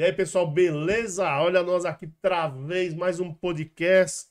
E aí, pessoal, beleza? Olha nós aqui outra vez, mais um podcast,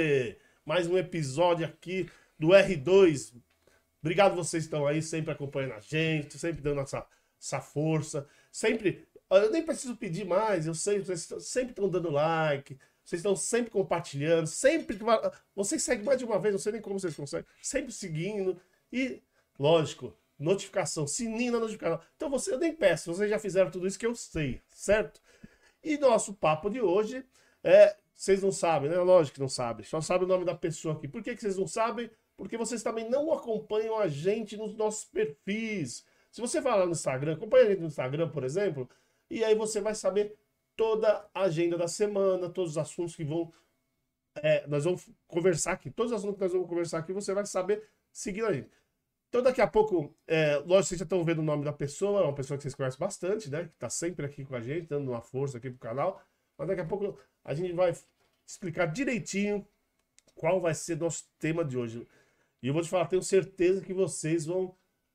mais um episódio aqui do R2. Obrigado vocês que estão aí, sempre acompanhando a gente, sempre dando essa força. Sempre, eu nem preciso pedir mais, eu sei, vocês sempre estão dando like, vocês estão sempre compartilhando, sempre. Vocês seguem mais de uma vez, não sei nem como vocês conseguem, sempre seguindo. E, lógico, notificação, sininho na notificação. Então eu nem peço, vocês já fizeram tudo isso que eu sei, certo? E nosso papo de hoje vocês não sabem, né? Lógico que não sabem, só sabem o nome da pessoa aqui. Por que vocês não sabem? Porque vocês também não acompanham a gente nos nossos perfis. Se você vai lá no Instagram, acompanha a gente no Instagram, por exemplo, e aí você vai saber toda a agenda da semana, todos os assuntos que vão. Nós vamos conversar aqui, todos os assuntos que nós vamos conversar aqui, você vai saber seguir a gente. Então, daqui a pouco, lógico, vocês já estão vendo o nome da pessoa, é uma pessoa que vocês conhecem bastante, né? Que está sempre aqui com a gente, dando uma força aqui pro canal. Mas daqui a pouco a gente vai explicar direitinho qual vai ser nosso tema de hoje. E eu vou te falar, tenho certeza que vocês vão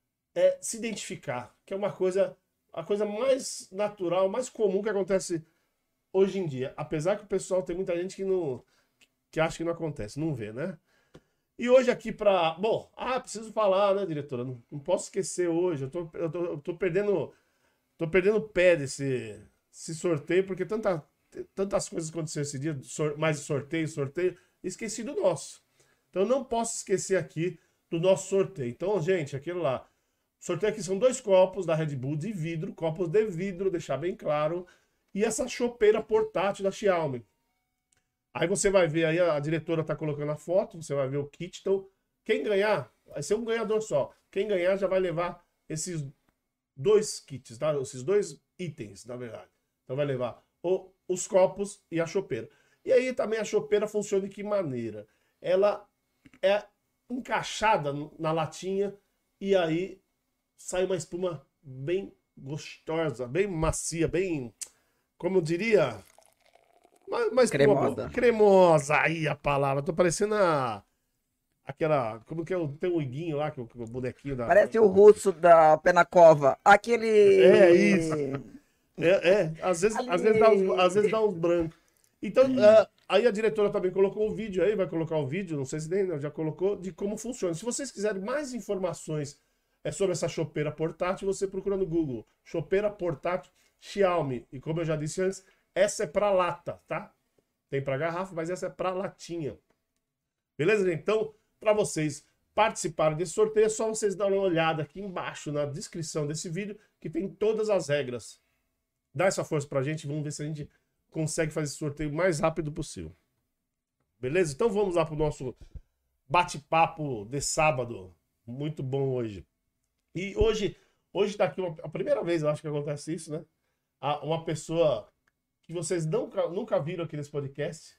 se identificar, que é a coisa mais natural, mais comum que acontece hoje em dia. Apesar que o pessoal, tem muita gente que acha que não acontece, não vê, né? E hoje aqui pra... Bom, preciso falar, né, diretora? Não posso esquecer hoje. Eu tô perdendo o pé desse sorteio, porque tantas coisas aconteceram esse dia, mais sorteio, esqueci do nosso. Então eu não posso esquecer aqui do nosso sorteio. Então, gente, aquilo lá. O sorteio aqui são 2 copos da Red Bull de vidro, copos de vidro, deixar bem claro. E essa chopeira portátil da Xiaomi. Aí você vai ver aí, a diretora tá colocando a foto, você vai ver o kit. Então, quem ganhar, vai ser um ganhador só. Quem ganhar já vai levar esses 2 kits, tá? Esses 2 itens, na verdade. Então vai levar os copos e a chopeira. E aí também a chopeira funciona de que maneira? Ela é encaixada na latinha e aí sai uma espuma bem gostosa, bem macia, bem, como eu diria... Mas Cremosa. cremosa, aí a palavra. Tô parecendo aquela. Como que é? Tem um iguinho lá, que o bonequinho da. Parece o russo da Penacova. É isso. Aquele. Às vezes Ali. dá uns brancos. Então, aí a diretora também colocou o vídeo aí, vai colocar o vídeo, não sei se nem já colocou, de como funciona. Se vocês quiserem mais informações sobre essa chopeira portátil, você procura no Google. Chopeira portátil Xiaomi. E como eu já disse antes, essa é pra lata, tá? Tem pra garrafa, mas essa é pra latinha. Beleza, gente? Então, para vocês participarem desse sorteio, é só vocês darem uma olhada aqui embaixo na descrição desse vídeo, que tem todas as regras. Dá essa força pra gente, vamos ver se a gente consegue fazer esse sorteio o mais rápido possível. Beleza? Então vamos lá pro nosso bate-papo de sábado. Muito bom hoje. E hoje tá aqui a primeira vez, eu acho que acontece isso, né? Uma pessoa que vocês nunca viram aqui nesse podcast.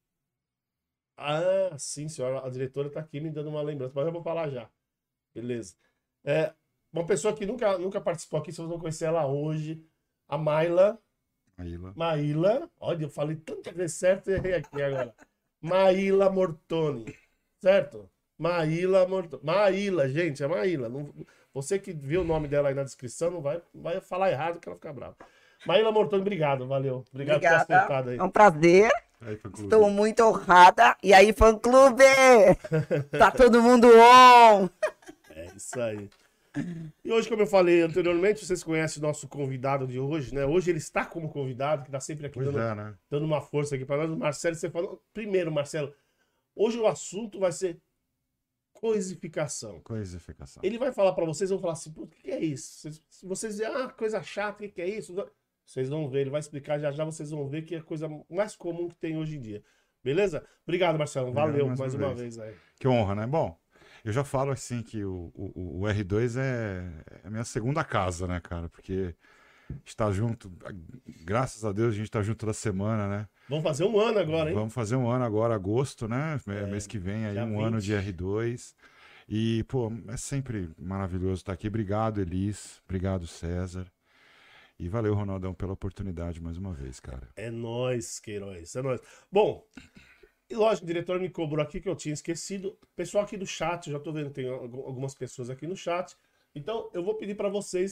Sim, senhora. A diretora tá aqui me dando uma lembrança, mas eu vou falar já. Beleza. Uma pessoa que nunca participou aqui, vocês vão conhecer ela hoje. A Maila. Maíla. Olha, eu falei tanta vez certo e errei aqui agora. Maíla Mortoni. Certo? Maíla Mortoni. Maíla, gente, é Maíla. Você que viu o nome dela aí na descrição, não vai falar errado que ela fica brava. Maíla Mortoni, obrigado, valeu. Obrigado por ter aceitado aí. É um prazer. Aí, fã-clube. Estou muito honrada. E aí, fã-clube? Tá todo mundo on? É isso aí. E hoje, como eu falei anteriormente, vocês conhecem o nosso convidado de hoje, né? Hoje ele está como convidado, que está sempre aqui Né? dando uma força aqui para nós. O Marcelo, você falou. Primeiro, Marcelo, hoje o assunto vai ser coisificação. Coisificação. Ele vai falar para vocês, vão falar assim, pô, o que é isso? Se vocês dizem, coisa chata, o que é isso? Vocês vão ver, ele vai explicar já, vocês vão ver que é a coisa mais comum que tem hoje em dia. Beleza? Obrigado, Marcelo. Valeu mais uma vez aí. Que honra, né? Bom, eu já falo assim que o R2 é a minha segunda casa, né, cara? Porque está junto, graças a Deus a gente tá junto toda semana, né? Vamos fazer um ano agora, hein? Vamos fazer um ano agora, agosto, né? Mês que vem aí, um 20. ano de R2. E, pô, é sempre maravilhoso estar aqui. Obrigado, Elis. Obrigado, César. E valeu, Ronaldão, pela oportunidade mais uma vez, cara. É nóis, Queiroz, é nóis. Bom, e lógico, o diretor me cobrou aqui que eu tinha esquecido. Pessoal aqui do chat, já tô vendo, tem algumas pessoas aqui no chat. Então, eu vou pedir para vocês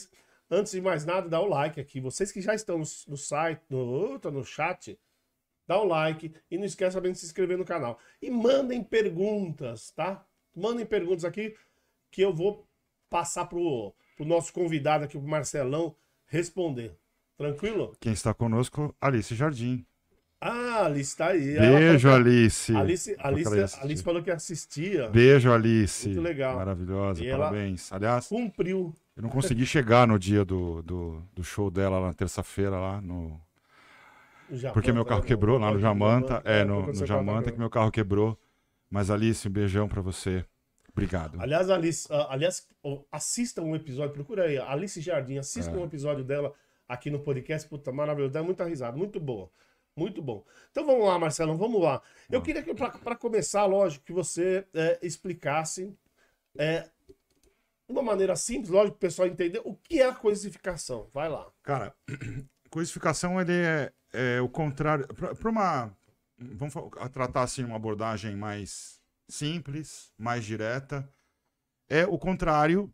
Antes de mais nada, dá o like aqui. Vocês que já estão no site, no chat, dá o like e não esqueça também de se inscrever no canal. E mandem perguntas, tá? Mandem perguntas aqui que eu vou passar pro nosso convidado aqui, pro Marcelão, responder. Tranquilo? Quem está conosco, Alice Jardim. Ah, Alice tá aí. Beijo, Alice. Alice falou que assistia. Beijo, Alice. Muito legal. Maravilhosa, E ela parabéns. Aliás, cumpriu. eu não consegui chegar no dia do show dela, lá na terça-feira, lá no... Jamanta, Porque meu carro né? quebrou lá no Jamanta. No aconteceu com a Jamanta Gabriela. que meu carro quebrou. Mas, Alice, um beijão pra você. Obrigado. Aliás, assista um episódio, procura aí, Alice Jardim, assista um episódio dela aqui no podcast, puta, maravilhoso, dá muita risada, muito boa, muito bom. Então vamos lá, Marcelão, vamos lá. Eu queria que, para começar, lógico, que você explicasse de uma maneira simples, lógico, para o pessoal entender o que é a coisificação. Vai lá. Cara, coisificação ele é o contrário. Para uma. Vamos tratar assim uma abordagem mais simples, mais direta. É o contrário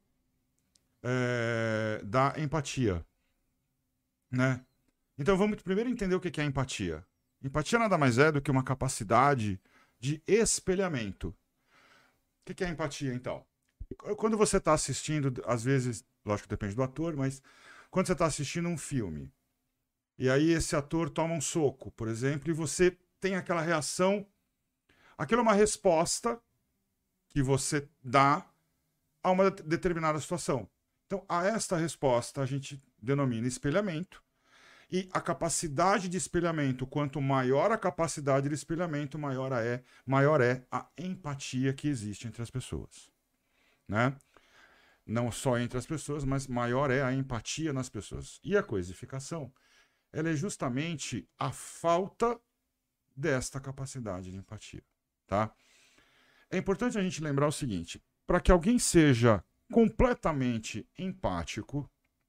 da empatia. Né? Então vamos primeiro entender o que é empatia. Empatia nada mais é do que uma capacidade de espelhamento. O que é empatia, então? Quando você está assistindo, às vezes, lógico que depende do ator, mas quando você está assistindo um filme, e aí esse ator toma um soco, por exemplo, e você tem aquela reação, aquilo é uma resposta que você dá a uma determinada situação. Então, a esta resposta a gente denomina espelhamento, e a capacidade de espelhamento, quanto maior a capacidade de espelhamento, maior é a empatia que existe entre as pessoas. Né? Não só entre as pessoas, mas maior é a empatia nas pessoas. E a coisificação, ela é justamente a falta desta capacidade de empatia. Tá? É importante a gente lembrar o seguinte, para que alguém seja completamente empático,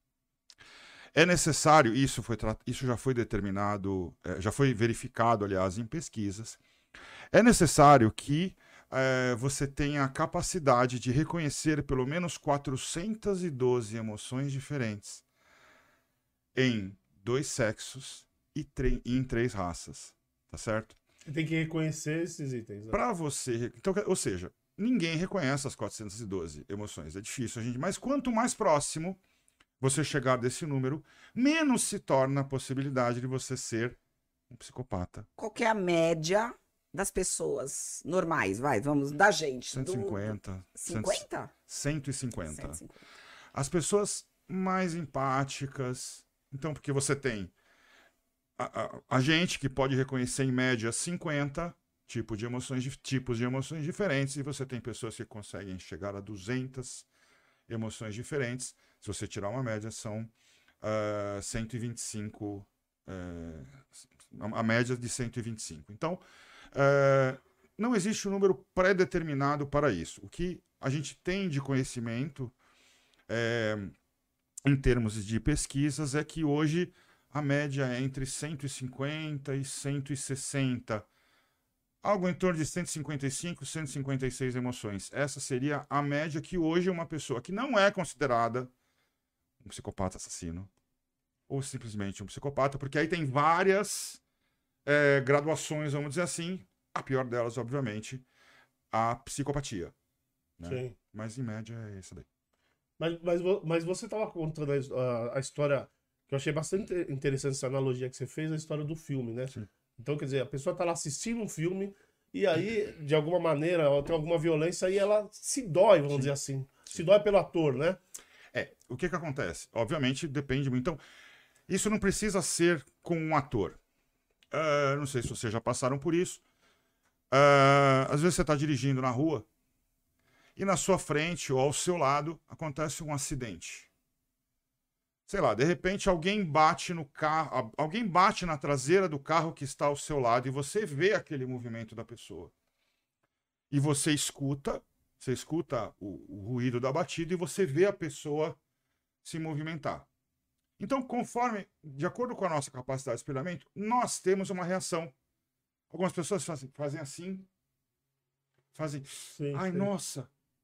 é necessário, isso já foi determinado, já foi verificado, aliás, em pesquisas, é necessário que você tenha a capacidade de reconhecer pelo menos 412 emoções diferentes em 2 sexos e em 3 raças, tá certo? Você tem que reconhecer esses itens. Né? Para você, então, ou seja, ninguém reconhece as 412 emoções, é difícil, mas quanto mais próximo você chegar desse número, menos se torna a possibilidade de você ser um psicopata. Qual que é a média das pessoas normais? Vamos, da gente. 150. 50? 150. 150. As pessoas mais empáticas. Então, porque você tem a gente que pode reconhecer em média 50 tipos de emoções diferentes, e você tem pessoas que conseguem chegar a 200 emoções diferentes. Se você tirar uma média, são 125, a média de 125. Então, não existe um número pré-determinado para isso. O que a gente tem de conhecimento, em termos de pesquisas, é que hoje a média é entre 150 e 160. Algo em torno de 155, 156 emoções. Essa seria a média que hoje uma pessoa que não é considerada um psicopata assassino, ou simplesmente um psicopata, porque aí tem várias graduações, vamos dizer assim. A pior delas, obviamente, a psicopatia. Né? Sim. Mas em média é isso daí. Mas você estava contando a história, que eu achei bastante interessante essa analogia que você fez, a história do filme, né? Sim. Então, quer dizer, a pessoa está lá assistindo um filme e aí, de alguma maneira, ela tem alguma violência e ela se dói, vamos dizer assim. Se dói pelo ator, né? O que acontece? Obviamente, depende muito. Então, isso não precisa ser com um ator. Não sei se vocês já passaram por isso. Às vezes você está dirigindo na rua e na sua frente ou ao seu lado acontece um acidente. Sei lá, de repente alguém bate no carro, alguém bate na traseira do carro que está ao seu lado e você vê aquele movimento da pessoa. E você escuta o ruído da batida e você vê a pessoa se movimentar. Então, de acordo com a nossa capacidade de espelhamento, nós temos uma reação. Algumas pessoas fazem assim, Sim, ai, sim. nossa,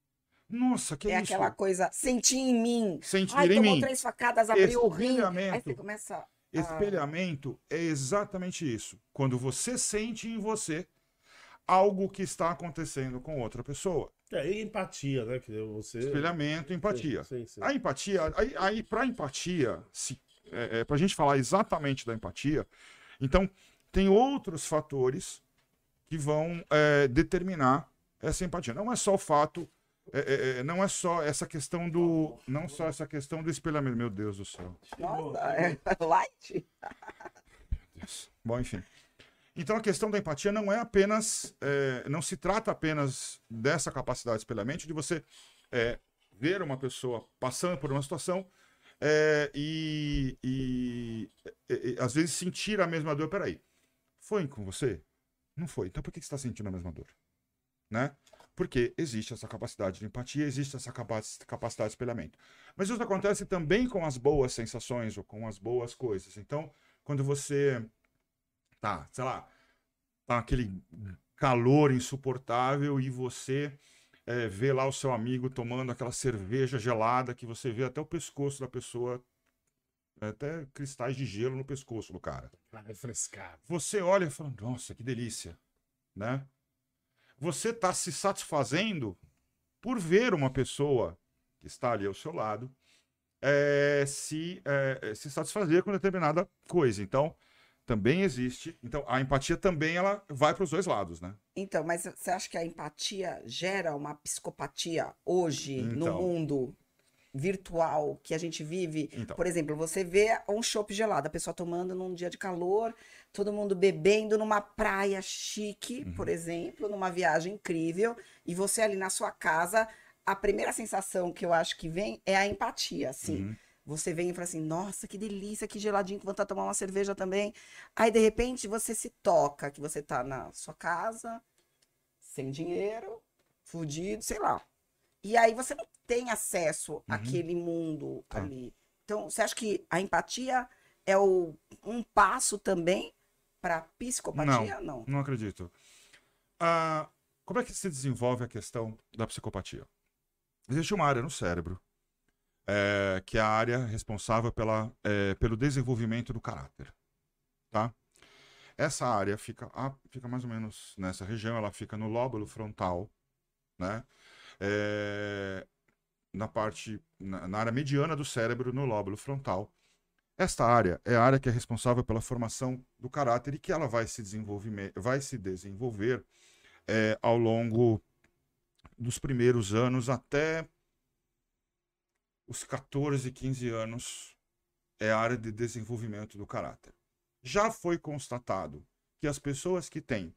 Nossa, que É isso? aquela coisa, senti em mim. Sentir Ai, em tomou mim. 3 facadas, abriu o rim. Aí Espelhamento. você começa Espelhamento é exatamente isso. Quando você sente em você algo que está acontecendo com outra pessoa. E empatia, né? Que você... Espelhamento, empatia. Sim. A empatia, aí para empatia, para a gente falar exatamente da empatia, então tem outros fatores que vão determinar essa empatia. Não é só o fato, não é só essa questão do, não só essa questão do espelhamento. Meu Deus do céu. Nossa, é light? Bom, enfim. Então a questão da empatia não é apenas, não se trata apenas dessa capacidade de espelhamento, de você ver uma pessoa passando por uma situação e às vezes sentir a mesma dor. Peraí, foi com você? Não foi. Então por que você está sentindo a mesma dor? Né? Porque existe essa capacidade de empatia, existe essa capacidade de espelhamento. Mas isso acontece também com as boas sensações ou com as boas coisas. Então, quando você tá, sei lá, tá aquele calor insuportável e você vê lá o seu amigo tomando aquela cerveja gelada que você vê até o pescoço da pessoa, até cristais de gelo no pescoço do cara. Pra refrescar. Você olha e fala, nossa, que delícia, né? Você tá se satisfazendo por ver uma pessoa que está ali ao seu lado se satisfazer com determinada coisa. Então, também existe. Então, a empatia também ela vai para os dois lados, né? Então, mas você acha que a empatia gera uma psicopatia hoje no Então. mundo virtual que a gente vive? Então. Por exemplo, você vê um chopp gelado, a pessoa tomando num dia de calor, todo mundo bebendo numa praia chique, por exemplo, numa viagem incrível, e você ali na sua casa, a primeira sensação que eu acho que vem é a empatia, assim. Você vem e fala assim, nossa, que delícia, que geladinho, que vontade de tomar uma cerveja também. Aí, de repente, você se toca, que você tá na sua casa, sem dinheiro, fudido, sei lá. E aí você não tem acesso àquele mundo ali. Então, você acha que a empatia é um passo também para psicopatia? Não. Não acredito. Como é que se desenvolve a questão da psicopatia? Existe uma área no cérebro que é a área responsável pelo desenvolvimento do caráter, tá? Essa área fica mais ou menos nessa região, ela fica no lóbulo frontal, né? Na área mediana do cérebro, no lóbulo frontal. Esta área é a área que é responsável pela formação do caráter e que ela vai se desenvolver ao longo dos primeiros anos até os 14, 15 anos é a área de desenvolvimento do caráter. Já foi constatado que as pessoas que têm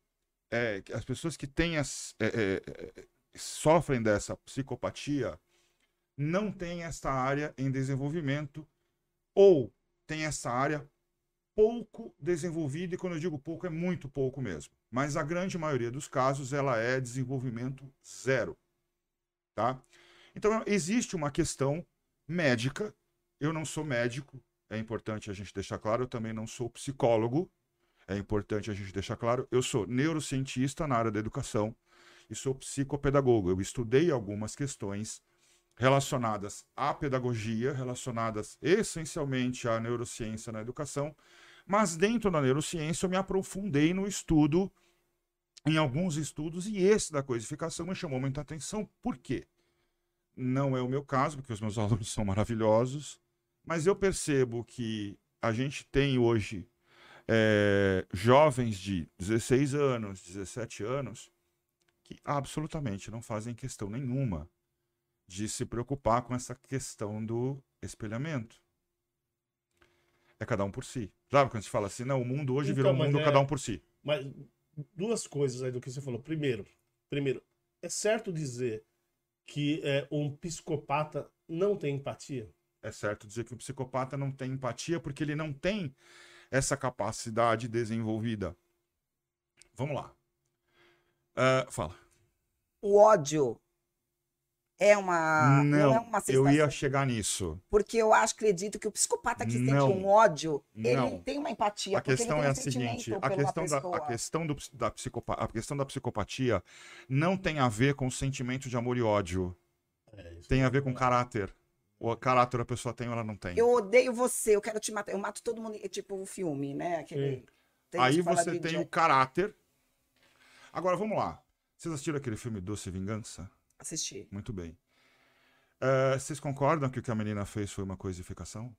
sofrem dessa psicopatia não têm esta área em desenvolvimento ou tem essa área pouco desenvolvida, e quando eu digo pouco é muito pouco mesmo. Mas a grande maioria dos casos ela é desenvolvimento zero, tá? Então existe uma questão médica. Eu não sou médico, é importante a gente deixar claro. Eu também não sou psicólogo, é importante a gente deixar claro. Eu sou neurocientista na área da educação e sou psicopedagogo. Eu estudei algumas questões relacionadas à pedagogia, relacionadas essencialmente à neurociência na educação, mas dentro da neurociência eu me aprofundei no estudo, em alguns estudos, e esse da codificação me chamou muita atenção. Por quê? Não é o meu caso, porque os meus alunos são maravilhosos, mas eu percebo que a gente tem hoje jovens de 16 anos, 17 anos, que absolutamente não fazem questão nenhuma de se preocupar com essa questão do espelhamento. É cada um por si. Sabe quando a gente fala assim, não, o mundo hoje virou um mundo cada um por si. Mas duas coisas aí do que você falou. Primeiro, é certo dizer que um psicopata não tem empatia? É certo dizer que o psicopata não tem empatia porque ele não tem essa capacidade desenvolvida. Vamos lá. Fala. O ódio não é uma sensação. Eu ia chegar nisso. Porque eu acredito que o psicopata que sente um ódio, ele tem uma empatia. A questão é a seguinte, a questão da psicopatia não tem a ver com o sentimento de amor e ódio. Isso Tem a ver com caráter. O caráter a pessoa tem ou ela não tem. Eu odeio você, eu quero te matar. Eu mato todo mundo, é tipo o filme, né? Aquele, Sim. tem Aí gente que fala você de tem o idiota. caráter. Agora, vamos lá. Vocês assistiram aquele filme Doce Vingança? Assistir. Muito bem. Vocês concordam que o que a menina fez foi uma coisificação?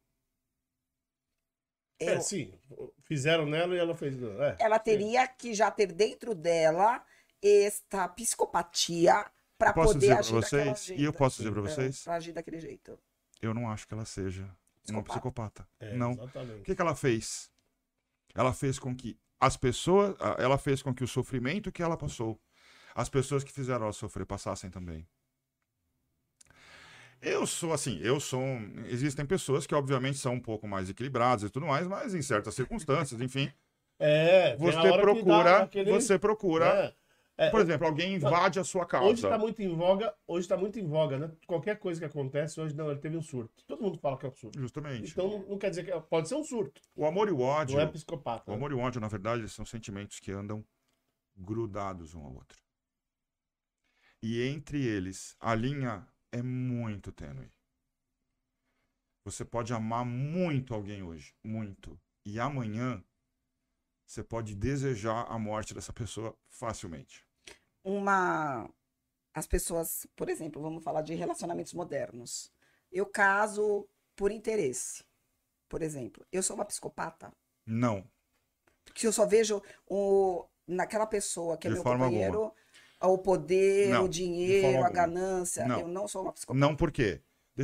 Eu, Sim. Fizeram nela e ela fez. ela teria que já ter dentro dela esta psicopatia para Eu posso poder dizer pra agir daquela vocês, jeito. e eu posso dizer pra vocês, Para agir daquele jeito. eu não acho que ela seja uma psicopata. Não. O Exatamente. que ela fez? Ela fez com que as pessoas, ela fez com que o sofrimento que ela passou, as pessoas que fizeram ela sofrer passassem também. Existem pessoas que obviamente são um pouco mais equilibradas e tudo mais, mas em certas circunstâncias, enfim, Tem a você hora que dá aquele- procura, É, por exemplo, alguém invade a sua casa. hoje tá muito em voga, né? Qualquer coisa que acontece, hoje não, ele teve um surto. Todo mundo fala que é um surto. Justamente. Então não quer dizer que pode ser um surto. O amor e o ódio, Não é psicopata. o amor e o ódio, na verdade, são sentimentos que andam grudados um ao outro. E entre eles, a linha é muito tênue. Você pode amar muito alguém hoje, muito. E amanhã, você pode desejar a morte dessa pessoa facilmente. As pessoas, por exemplo, vamos falar de relacionamentos modernos. Eu caso por interesse, por exemplo. Eu sou uma psicopata. Não. Que eu só vejo naquela pessoa que é De meu forma companheiro o poder, Não, o de dinheiro, forma a alguma. ganância. Não. Eu não sou uma psicopata. Não por quê?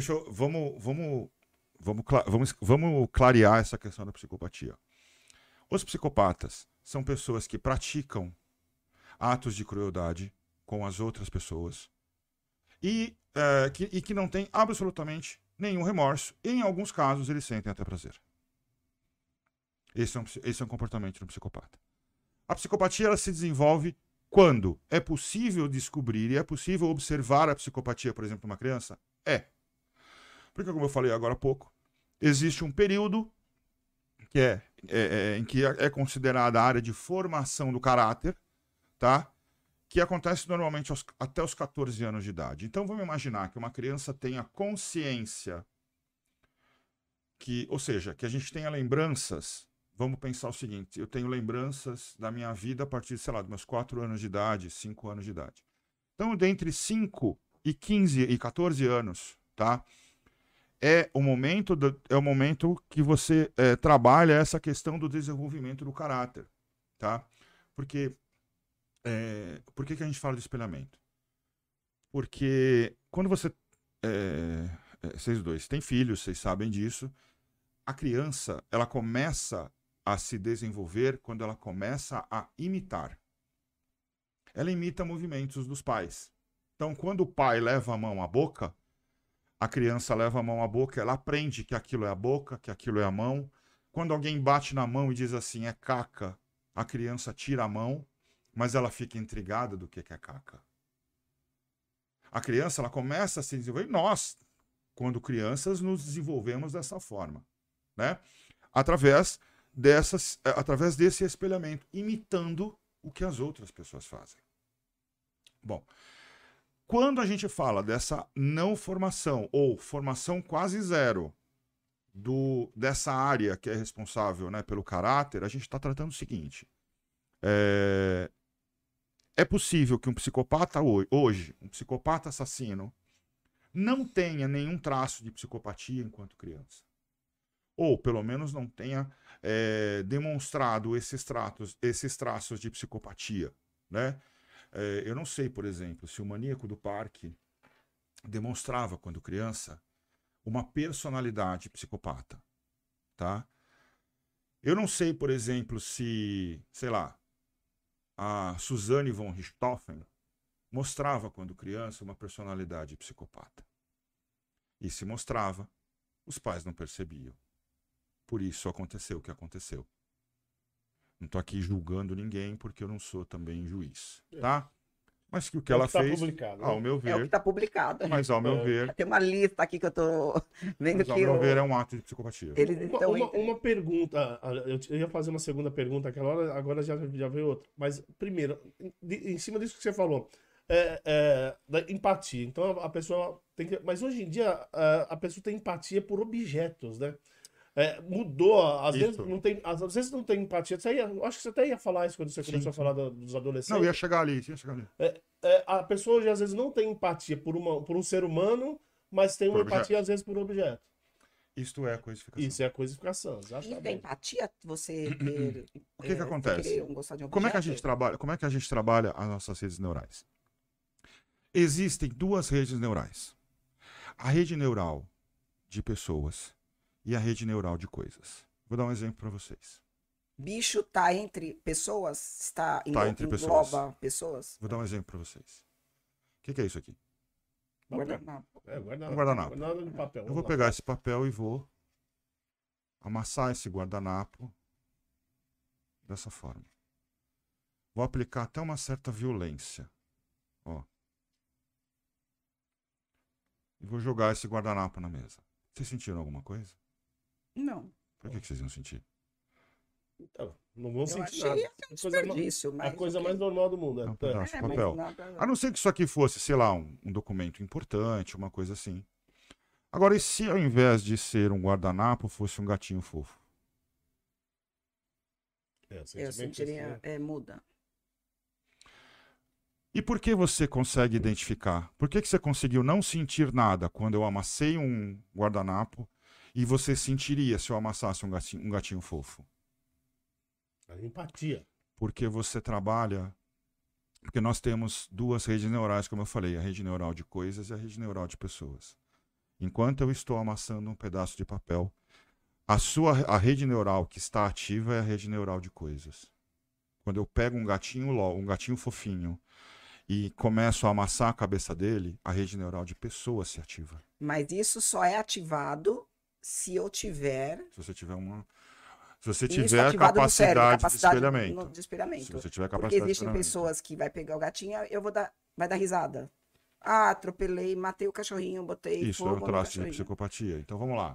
Vamos clarear essa questão da psicopatia. Os psicopatas são pessoas que praticam atos de crueldade com as outras pessoas e que não têm absolutamente nenhum remorso. E, em alguns casos, eles sentem até prazer. Esse é um comportamento do psicopata. A psicopatia ela se desenvolve quando é possível descobrir e é possível observar a psicopatia, por exemplo, numa criança? É. Porque, como eu falei agora há pouco, existe um período que em que é considerada a área de formação do caráter, tá? Que acontece normalmente até os 14 anos de idade. Então, vamos imaginar que uma criança tenha consciência ou seja, que a gente tenha lembranças. Vamos pensar o seguinte, eu tenho lembranças da minha vida a partir, sei lá, dos meus 4 anos de idade, 5 anos de idade. Então, dentre 5 e 15 e 14 anos, tá? É o momento que você trabalha essa questão do desenvolvimento do caráter, tá? Porque, por que a gente fala de espelhamento? Porque quando vocês dois têm filhos, vocês sabem disso, a criança, ela começa a se desenvolver quando ela começa a imitar. Ela imita movimentos dos pais. Então, quando o pai leva a mão à boca, a criança leva a mão à boca, ela aprende que aquilo é a boca, que aquilo é a mão. Quando alguém bate na mão e diz assim, é caca, a criança tira a mão, mas ela fica intrigada do que é caca. A criança, ela começa a se desenvolver. Nós, quando crianças, nos desenvolvemos dessa forma, né? Através desse espelhamento, imitando o que as outras pessoas fazem. Bom, quando a gente fala dessa não formação, ou formação quase zero, dessa área que é responsável, né, pelo caráter, a gente está tratando o seguinte. É possível que um psicopata hoje, um psicopata assassino, não tenha nenhum traço de psicopatia enquanto criança. Ou, pelo menos, não tenha demonstrado esses traços de psicopatia, né? Eu não sei, por exemplo, se o Maníaco do Parque demonstrava, quando criança, uma personalidade psicopata, tá? Eu não sei, por exemplo, se, sei lá, a Suzanne von Richthofen mostrava, quando criança, uma personalidade psicopata. E se mostrava, os pais não percebiam. Por isso aconteceu o que aconteceu. Não estou aqui julgando ninguém, porque eu não sou também juiz, tá? Mas que o que ela fez, publicado, né? ao meu É o que ver, está publicado. mas ao meu ver, Tem uma lista aqui que eu tô vendo mas ao que meu ver é um ato de psicopatia. eles estão Uma pergunta, eu ia fazer uma segunda pergunta aquela hora, agora já veio outra. Mas, primeiro, em cima disso que você falou, da empatia. Então a pessoa tem que. Mas hoje em dia a pessoa tem empatia por objetos, né? Mudou, às vezes Isso. não tem, às vezes não tem empatia. Acho que você até ia falar isso quando você Sim, começou a sim. falar dos adolescentes. Não, ia chegar ali, ia chegar ali. A pessoa hoje às vezes não tem empatia por um ser humano, mas tem Por uma objeto. empatia às vezes por objeto. Isto é a coisificação. Isso é a coisificação, Isso é exatamente. empatia, você ter. O que Você acontece? querer gostar de um Como é que a objeto? gente trabalha? Como é que a gente trabalha as nossas redes neurais? Existem duas redes neurais. A rede neural de pessoas e a rede neural de coisas. Vou dar um exemplo para vocês. Bicho tá entre pessoas? Está Tá entre pessoas. engloba pessoas? Vou dar um exemplo para vocês. O que é isso aqui? Guardanapo. Guardanapo. Um guardanapo. Guardanapo de papel. Eu vou pegar esse papel e vou amassar esse guardanapo dessa forma. Vou aplicar até uma certa violência. Ó. E vou jogar esse guardanapo na mesa. Vocês sentiram alguma coisa? Não. Por que vocês iam sentir? Então, não vão Eu sentir achei nada. até um desperdício, mas. A coisa ok. mais normal do mundo. É um pedaço de mas papel. nada- A não ser que isso aqui fosse, sei lá, um documento importante, uma coisa assim. Agora, e se ao invés de ser um guardanapo, fosse um gatinho fofo? O Eu sentimento sentiria. assim, Muda. E por que você consegue identificar? Por que você conseguiu não sentir nada quando eu amassei um guardanapo e você sentiria se eu amassasse um gatinho fofo? A empatia. Porque você trabalha... Porque nós temos duas redes neurais, como eu falei, a rede neural de coisas e a rede neural de pessoas. Enquanto eu estou amassando um pedaço de papel, a rede neural que está ativa é a rede neural de coisas. Quando eu pego um gatinho fofinho, e começo a amassar a cabeça dele, a rede neural de pessoas se ativa. Mas isso só é ativado se eu tiver. Se você tiver uma... Se você Isso tiver ativado no cérebro, capacidade de capacidade espelhamento. de espelhamento. Se você tiver Porque capacidade de existem espelhamento. pessoas que vai pegar o gatinho, vai dar risada. Ah, atropelei, matei o cachorrinho, botei Isso é fogo um no traço de cachorrinho. psicopatia. Então vamos lá.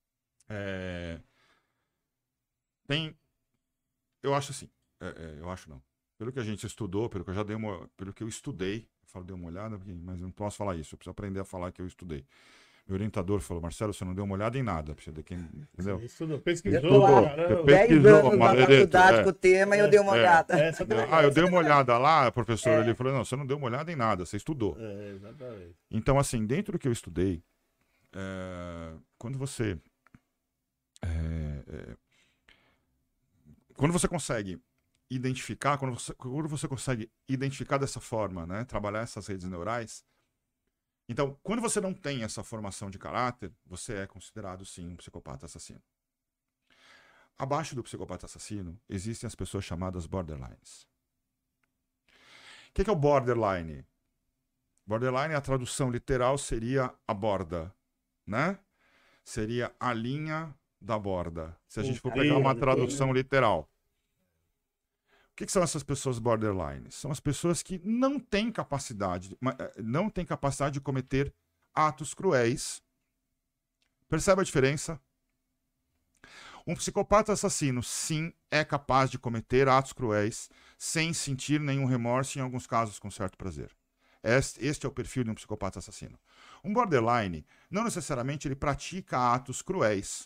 Eu acho assim. Eu acho não. Pelo que a gente estudou, pelo que eu estudei, eu falo, dei uma olhada, mas eu não posso falar isso. Eu preciso aprender a falar que eu estudei. Meu orientador falou, Marcelo, você não deu uma olhada em nada. Entendeu? Isso não. Eu Pesquisou, tô há caramba. 10 anos na Maledetto, faculdade com o tema e eu dei uma olhada. Essa também. Eu dei uma olhada lá, a professora ali falou, não, você não deu uma olhada em nada, você estudou. Exatamente. Então, assim, dentro do que eu estudei, quando você consegue identificar, quando você consegue identificar dessa forma, né, trabalhar essas redes neurais, então, quando você não tem essa formação de caráter, você é considerado, sim, um psicopata assassino. Abaixo do psicopata assassino, existem as pessoas chamadas borderlines. O que é o borderline? Borderline, a tradução literal seria a borda, né? Seria a linha da borda. Se a gente for pegar uma tradução literal. O que são essas pessoas borderline? São as pessoas que não têm capacidade de cometer atos cruéis. Percebe a diferença? Um psicopata assassino, sim, é capaz de cometer atos cruéis sem sentir nenhum remorso, em alguns casos com certo prazer. Este é o perfil de um psicopata assassino. Um borderline, não necessariamente ele pratica atos cruéis,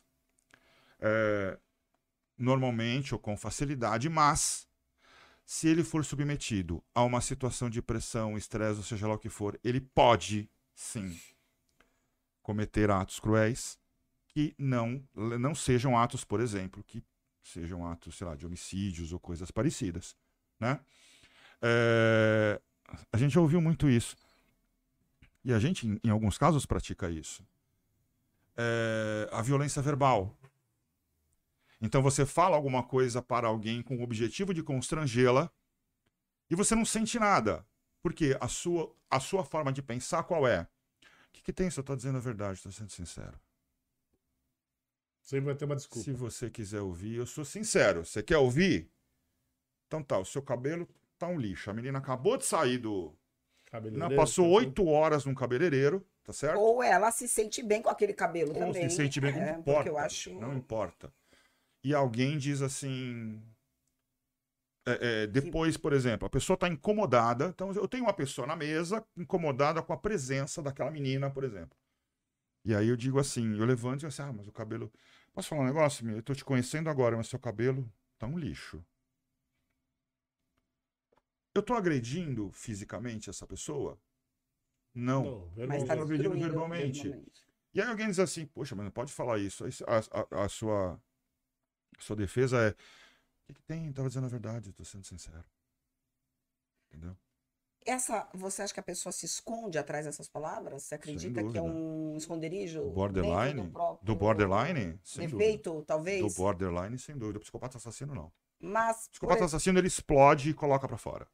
normalmente ou com facilidade, mas se ele for submetido a uma situação de pressão, estresse, ou seja lá o que for, ele pode, sim, cometer atos cruéis que não sejam atos, por exemplo, que sejam atos, sei lá, de homicídios ou coisas parecidas, né? A gente já ouviu muito isso. E a gente, em alguns casos, pratica isso. A violência verbal. Então você fala alguma coisa para alguém com o objetivo de constrangê-la e você não sente nada. Porque a sua forma de pensar qual é? O que tem se eu estou dizendo a verdade, estou sendo sincero? Sempre vai ter uma desculpa. Se você quiser ouvir, eu sou sincero. Você quer ouvir? Então tá, o seu cabelo tá um lixo. A menina acabou de sair do... Cabeleireiro, passou 8 horas num cabeleireiro, tá certo? Ou ela se sente bem com aquele cabelo Ou também. se sente bem, não porque importa. eu acho... Não importa. E alguém diz assim... depois, por exemplo, a pessoa está incomodada. Então, eu tenho uma pessoa na mesa incomodada com a presença daquela menina, por exemplo. E aí eu digo assim, eu levanto e digo assim, mas o cabelo... Posso falar um negócio, meu? Eu tô te conhecendo agora, mas seu cabelo tá um lixo. Eu tô agredindo fisicamente essa pessoa? Não. Mas Eu tá tô agredindo destruindo verbalmente. E aí alguém diz assim, poxa, mas não pode falar isso. Aí a sua defesa é, o que tem? Eu tava dizendo a verdade, eu tô sendo sincero. Entendeu? Você acha que a pessoa se esconde atrás dessas palavras? Você acredita Sem que é dúvida. um esconderijo dentro Borderline? do próprio Do borderline? Sem defeito, dúvida. talvez? Do borderline, sem dúvida. O psicopata assassino, não. Mas, O psicopata assassino, ele explode e coloca pra fora.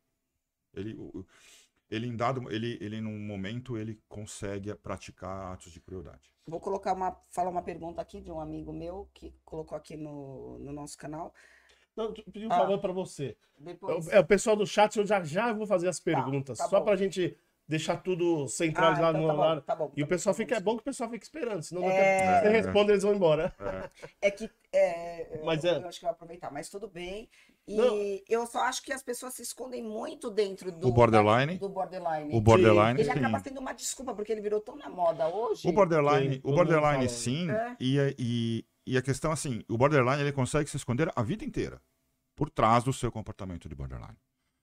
Ele num momento, ele consegue praticar atos de crueldade. vou falar uma pergunta aqui de um amigo meu que colocou aqui no nosso canal. Não, pedi um favor pra você. Depois, O pessoal do chat, eu já vou fazer as perguntas. tá só bom. pra gente deixar tudo centralizado então no tá bom, horário. tá bom, E o tá pessoal bom, fica, é desculpa. bom que o pessoal fique esperando, senão daqui a pouco você responde, eles vão embora. É que Mas eu acho que eu vou aproveitar, mas tudo bem. E Não. eu só acho que as pessoas se escondem muito dentro O borderline? do borderline. O borderline, Ele sim. acaba sendo uma desculpa, porque ele virou tão na moda hoje. O borderline, Sim, todo mundo fala. sim. É. E a questão, assim, o borderline, ele consegue se esconder a vida inteira por trás do seu comportamento de borderline.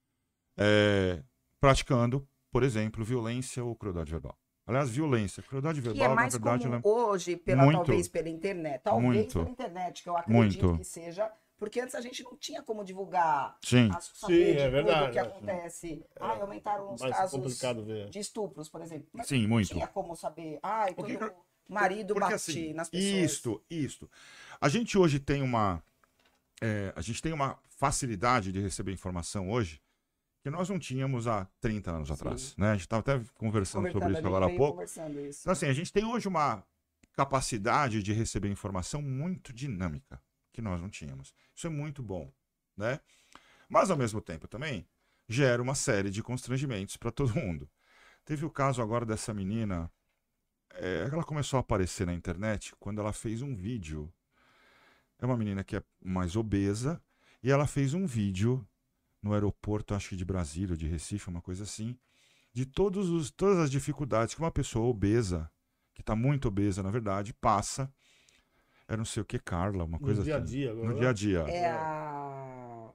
Praticando, por exemplo, violência ou crueldade verbal. Aliás, crueldade Que é verbal, na mais verdade, comum ela hoje, Muito. talvez pela internet. Talvez Muito. pela internet, que eu acredito Muito. que seja. Porque antes a gente não tinha como divulgar, Sim. saber Sim, é de verdade, tudo que é. acontece. Aumentaram os Mais casos complicado ver. de estupros, por exemplo. Mas Sim, não muito. tinha como saber. Porque- Quando o marido Porque, bate assim, nas pessoas. Isto. A gente hoje tem uma facilidade de receber informação hoje que nós não tínhamos há 30 anos atrás. Né? A gente estava até conversando sobre isso ali, agora há veio pouco. conversando isso. Então, assim, a gente tem hoje uma capacidade de receber informação muito dinâmica, que nós não tínhamos. Isso é muito bom, né? Mas, ao mesmo tempo, também gera uma série de constrangimentos para todo mundo. Teve o caso agora dessa menina, ela começou a aparecer na internet quando ela fez um vídeo. É uma menina que é mais obesa, e ela fez um vídeo no aeroporto, acho que de Brasília, ou de Recife, uma coisa assim, de todas as dificuldades que uma pessoa obesa, que está muito obesa, na verdade, passa. É não sei o que, Carla, uma coisa dia a assim. dia agora, No né? dia a dia. É a.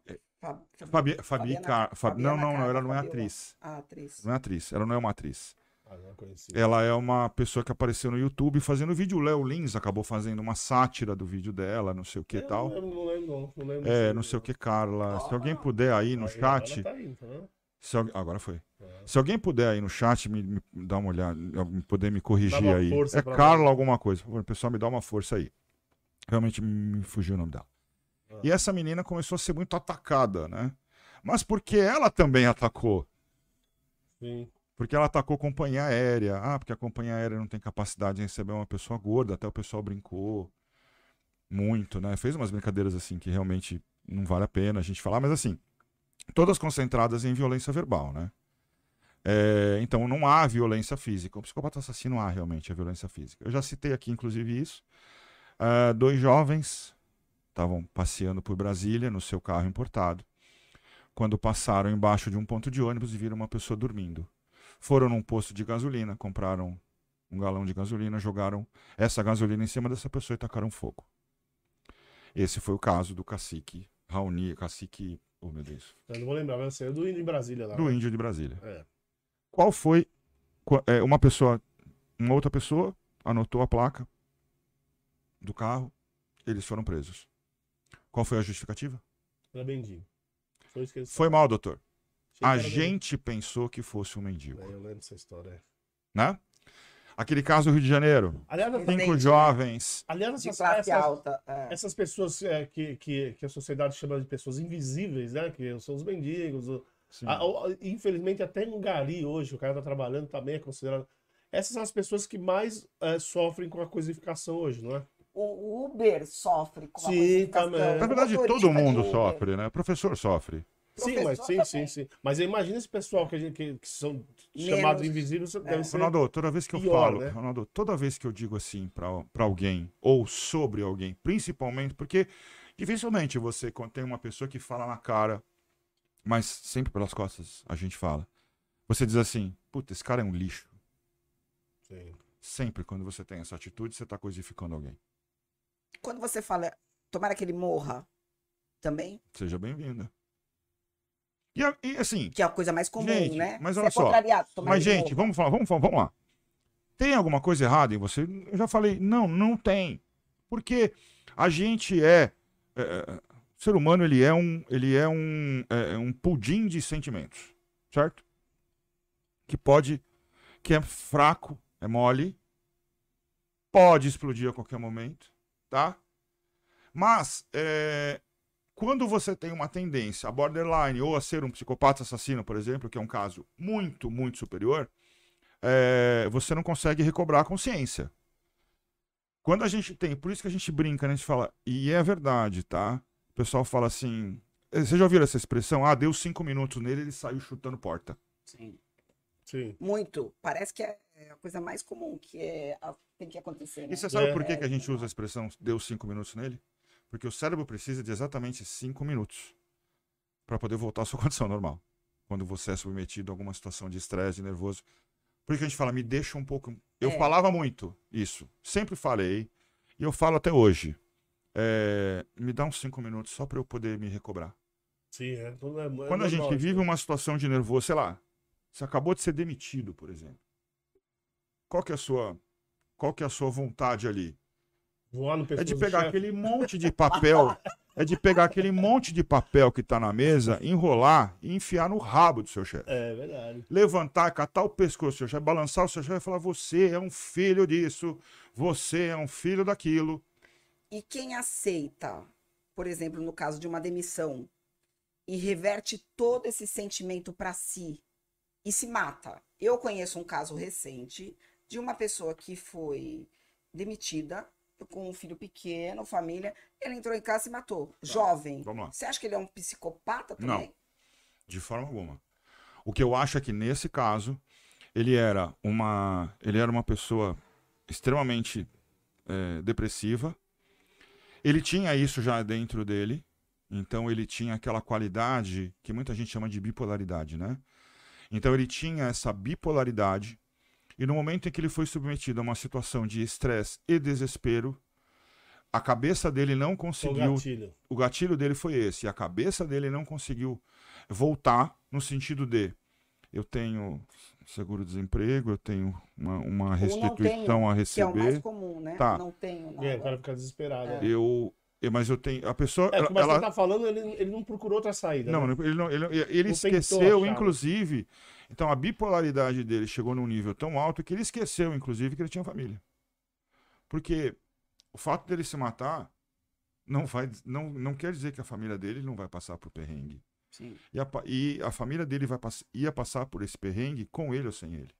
Não, ela não é Fabiola. atriz. A atriz. Não é atriz, ela não é uma atriz. Não conheci. Ela é uma pessoa que apareceu no YouTube fazendo vídeo. O Léo Lins acabou fazendo uma sátira do vídeo dela, não sei o que e tal. Não lembro. Não sei o que, Carla. Se alguém puder aí no chat. Agora tá indo, tá vendo? Agora foi. Se alguém puder aí no chat me dar uma olhada, poder me corrigir Dá uma aí. força É pra Carla nós. alguma coisa. Por favor, pessoal, me dá uma força aí. Realmente me fugiu o nome dela. E essa menina começou a ser muito atacada, né? Mas porque ela também atacou. Sim. Porque ela atacou a companhia aérea. Porque a companhia aérea não tem capacidade de receber uma pessoa gorda. Até o pessoal brincou muito, né? Fez umas brincadeiras assim que realmente não vale a pena a gente falar. Mas assim, todas concentradas em violência verbal, né? Então não há violência física. O psicopata assassino há realmente a violência física. Eu já citei aqui, inclusive, isso. 2 jovens estavam passeando por Brasília no seu carro importado, quando passaram embaixo de um ponto de ônibus e viram uma pessoa dormindo. Foram num posto de gasolina, compraram um galão de gasolina, jogaram essa gasolina em cima dessa pessoa e tacaram fogo. Esse foi o caso do cacique Raoni, oh meu Deus, Eu não vou lembrar, vai ser do índio em Brasília lá. do índio de Brasília. É. Qual foi uma outra pessoa anotou a placa do carro, eles foram presos. Qual foi a justificativa? Era mendigo. Foi isso que eles Foi mal, doutor. falaram. A Achei que era gente pensou que fosse um mendigo, mendigo. Eu lembro dessa história. né? Aquele caso do Rio de Janeiro. Aliás, Sim. 5 jovens. De classe alta. essas pessoas que a sociedade chama de pessoas invisíveis, né? Que são os mendigos. Sim. Infelizmente, até em Gari hoje, o cara tá trabalhando, também é considerado. Essas são as pessoas que mais sofrem com a coisificação hoje, não é? O Uber sofre com a Sim, coisificação. também. Na verdade, O motorista todo mundo de Uber. sofre, né? O professor sofre. Sim, mas Professor sim, também. sim. Mas imagina esse pessoal que são Menos. chamados invisíveis, deve ser. Ronaldo, toda vez que eu pior, falo, né? Ronaldo, toda vez que eu digo assim pra alguém, ou sobre alguém, principalmente porque dificilmente você tem uma pessoa que fala na cara mas sempre pelas costas a gente fala. Você diz assim, puta, esse cara é um lixo. Sim. Sempre quando você tem essa atitude, você tá coisificando alguém. Quando você fala, tomara que ele morra, também, Seja bem-vinda. E assim, que é a coisa mais comum, gente, né? mas Você olha é só, contrariado, tomara mas que ele gente, morra. vamos lá. Tem alguma coisa errada em você? Eu já falei, não tem. Porque a gente o ser humano, ele é um pudim de sentimentos, certo? Que é fraco, é mole, pode explodir a qualquer momento, tá? Mas, quando você tem uma tendência a borderline ou a ser um psicopata assassino, por exemplo, que é um caso muito, muito superior, você não consegue recobrar a consciência. Quando a gente tem, por isso que a gente brinca, né? A gente fala, e é verdade, tá? O pessoal fala assim, vocês já ouviram essa expressão? Ah, deu 5 minutos nele, ele saiu chutando porta. Sim. Sim. Muito. Parece que é a coisa mais comum tem que acontecer, né? E você sabe por que a gente usa a expressão deu 5 minutos nele? Porque o cérebro precisa de exatamente 5 minutos para poder voltar à sua condição normal. Quando você é submetido a alguma situação de estresse, de nervoso. Por isso que a gente fala, me deixa um pouco... Eu falava muito isso. Sempre falei. E eu falo até hoje. Me dá uns 5 minutos só para eu poder me recobrar. Sim, Quando a gente vive uma situação de nervoso, sei lá, você acabou de ser demitido, por exemplo. Qual que é a sua vontade ali? Voar no É pescoço de do pegar chefe. aquele monte de papel. É de pegar aquele monte de papel que tá na mesa, enrolar e enfiar no rabo do seu chefe. É verdade. Levantar, catar o pescoço do seu chefe, balançar o seu chefe e falar: você é um filho disso, você é um filho daquilo. E quem aceita, por exemplo, no caso de uma demissão, e reverte todo esse sentimento para si e se mata. Eu conheço um caso recente de uma pessoa que foi demitida com um filho pequeno, família, ele entrou em casa e se matou. Jovem. Vamos lá. Você acha que ele é um psicopata também? Não, de forma alguma. O que eu acho é que nesse caso, ele era uma pessoa extremamente depressiva. Ele tinha isso já dentro dele. Então ele tinha aquela qualidade que muita gente chama de bipolaridade, né? Então ele tinha essa bipolaridade. E no momento em que ele foi submetido a uma situação de estresse e desespero, a cabeça dele não conseguiu... O gatilho dele foi esse. E a cabeça dele não conseguiu voltar no sentido de... Eu tenho seguro-desemprego, eu tenho uma restituição a receber. Que é o mais comum, né? Tá. Não tenho nada. O cara fica desesperado. Mas eu tenho... A pessoa... Mas você tá falando, ele não procurou outra saída. Não, né? ele Não esqueceu, tentou achar, inclusive... Então a bipolaridade dele chegou num nível tão alto que ele esqueceu, inclusive, que ele tinha família. Porque o fato dele se matar não quer dizer que a família dele não vai passar por perrengue. Sim. E a família dele ia passar por esse perrengue com ele ou sem ele.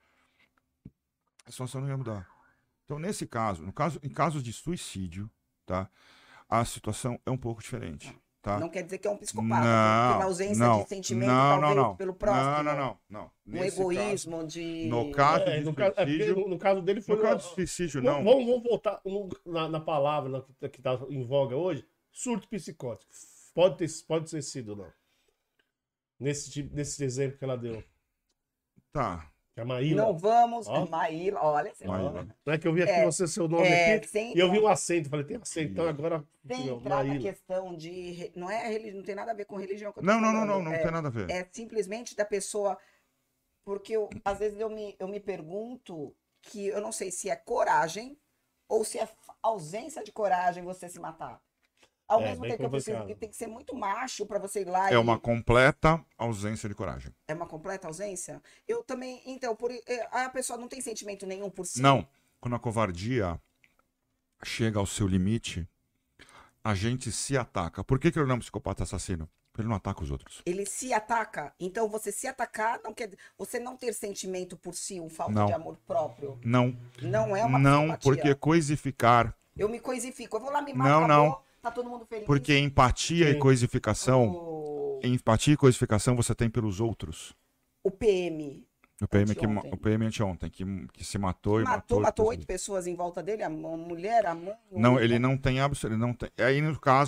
A situação não ia mudar. Então, nesse caso, em casos de suicídio, tá, a situação é um pouco diferente. Tá? Não quer dizer que é um psicopata, porque na ausência de sentimento, talvez pelo próximo. Não. Um egoísmo de... No caso de suicídio... No caso dele foi... No caso de suicídio, não. Vamos voltar na palavra que tá em voga hoje. Surto psicótico. Pode ter sido, não. Nesse exemplo que ela deu. Tá. Que a Maíla. Não vamos... Maíla, olha... Maíla. Não é que eu vi aqui seu nome aqui e eu vi um acento. Falei, tem acento, então agora... Sem entrar na questão de... Não não tem nada a ver com religião que eu tô não falando. Tem nada a ver. É simplesmente da pessoa... Porque às vezes eu me pergunto que eu não sei se é coragem ou se é ausência de coragem você se matar. Ao mesmo tempo que eu preciso, tem que ser muito macho para você ir lá É uma completa ausência de coragem. É uma completa ausência? Eu também, então, a pessoa não tem sentimento nenhum por si? Não. Quando a covardia chega ao seu limite, a gente se ataca. Por que ele não é um psicopata assassino? Porque ele não ataca os outros. Ele se ataca. Então, você se atacar não quer... Você não ter sentimento por si, falta de amor próprio. Não. Não é uma Não, porque coisificar... Eu me coisifico. Eu vou lá, me mato, acabou, tá todo mundo feliz. Porque empatia e coisificação... Empatia e coisificação você tem pelos outros. O PM... O PM anteontem, que se matou e matou 8 pessoas em volta dele, a mulher, a mãe... Não, ele não tem absolutamente... Aí, no caso...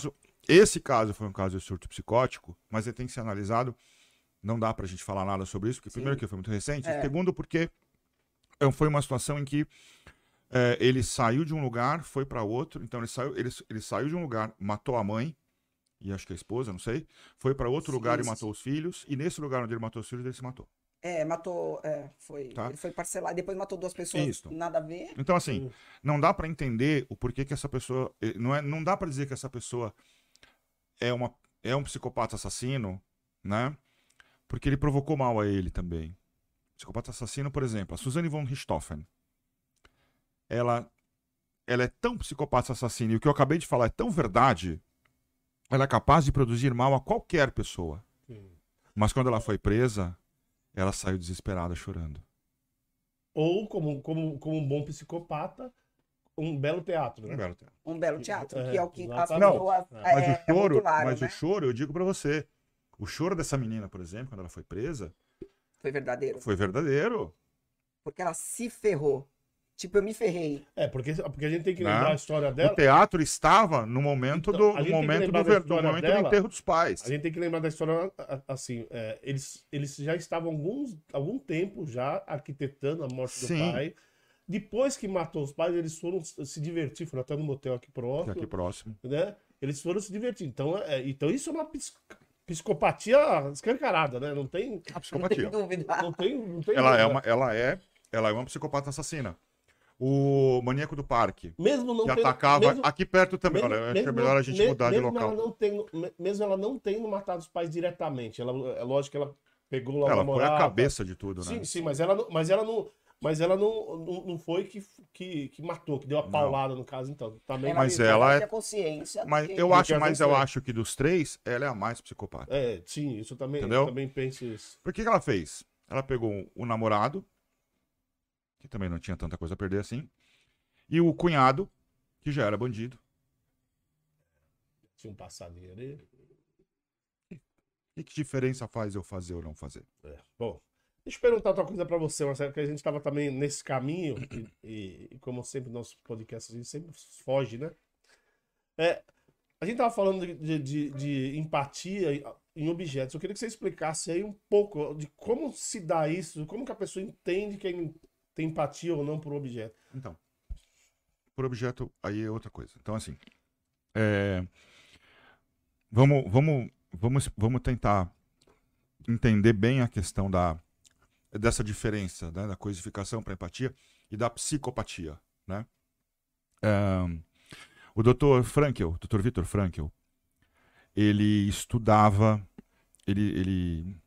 esse caso foi um caso de surto psicótico, mas ele tem que ser analisado. Não dá pra gente falar nada sobre isso, porque primeiro que foi muito recente, segundo porque foi uma situação em que ele saiu de um lugar, foi para outro, então ele saiu de um lugar, matou a mãe, e acho que a esposa, não sei, foi para outro lugar e matou os filhos, e nesse lugar onde ele matou os filhos, ele se matou. Matou, tá? Ele foi parcelar, e depois matou 2 pessoas, Isso. nada a ver. Então, assim, não dá pra entender o porquê que essa pessoa, não dá pra dizer que essa pessoa é um psicopata assassino, né? Porque ele provocou mal a ele também. Psicopata assassino, por exemplo, a Suzanne von Richthofen. Ela é tão psicopata assassina, e o que eu acabei de falar é tão verdade, ela é capaz de produzir mal a qualquer pessoa. Mas quando ela foi presa, ela saiu desesperada, chorando. Ou, como um bom psicopata, um belo teatro, né? Um belo teatro. Um belo teatro, que é o que as exatamente. pessoas... O choro, eu digo pra você, o choro dessa menina, por exemplo, quando ela foi presa, foi verdadeiro. Foi verdadeiro. Porque ela se ferrou. Tipo, eu me ferrei. Porque a gente tem que lembrar a história dela. O teatro estava no momento Então, do enterro dos pais. A gente tem que lembrar da história assim, eles já estavam algum tempo já arquitetando a morte do pai. Depois que matou os pais, eles foram se divertir, foram até no motel aqui próximo. Né? Eles foram se divertir. Então isso é uma psicopatia escancarada, né? Não tem psicopatia. Não tem dúvida. Não tem Ela é uma psicopata assassina. O maníaco do parque. Mesmo não que atacava mesmo, aqui perto também. Olha, eu acho que é melhor a gente mudar de local. Mesmo ela não tendo matado os pais diretamente. É lógico que ela pegou lá ela foi a cabeça de tudo, né? Sim, mas ela não foi que matou, que deu a paulada no caso, então. Também mas ela é consciência. Mas eu acho que dos 3, ela é a mais psicopata. Sim, isso também. Entendeu? Eu também penso isso. Por que ela fez? Ela pegou o namorado, que também não tinha tanta coisa a perder assim, e o cunhado, que já era bandido. Tinha um passadinho ali. E que diferença faz eu fazer ou não fazer? Bom, deixa eu perguntar outra coisa pra você, Marcelo, que a gente tava também nesse caminho, e como sempre, nosso podcast, a gente sempre foge, né? A gente tava falando de empatia em objetos. Eu queria que você explicasse aí um pouco de como se dá isso, como que a pessoa entende que tem empatia ou não por objeto. Então, por objeto, aí é outra coisa. Então, assim, vamos tentar entender bem a questão dessa diferença, né, da coisificação para empatia e da psicopatia, né? O Dr. Viktor Frankl, ele estudava, ele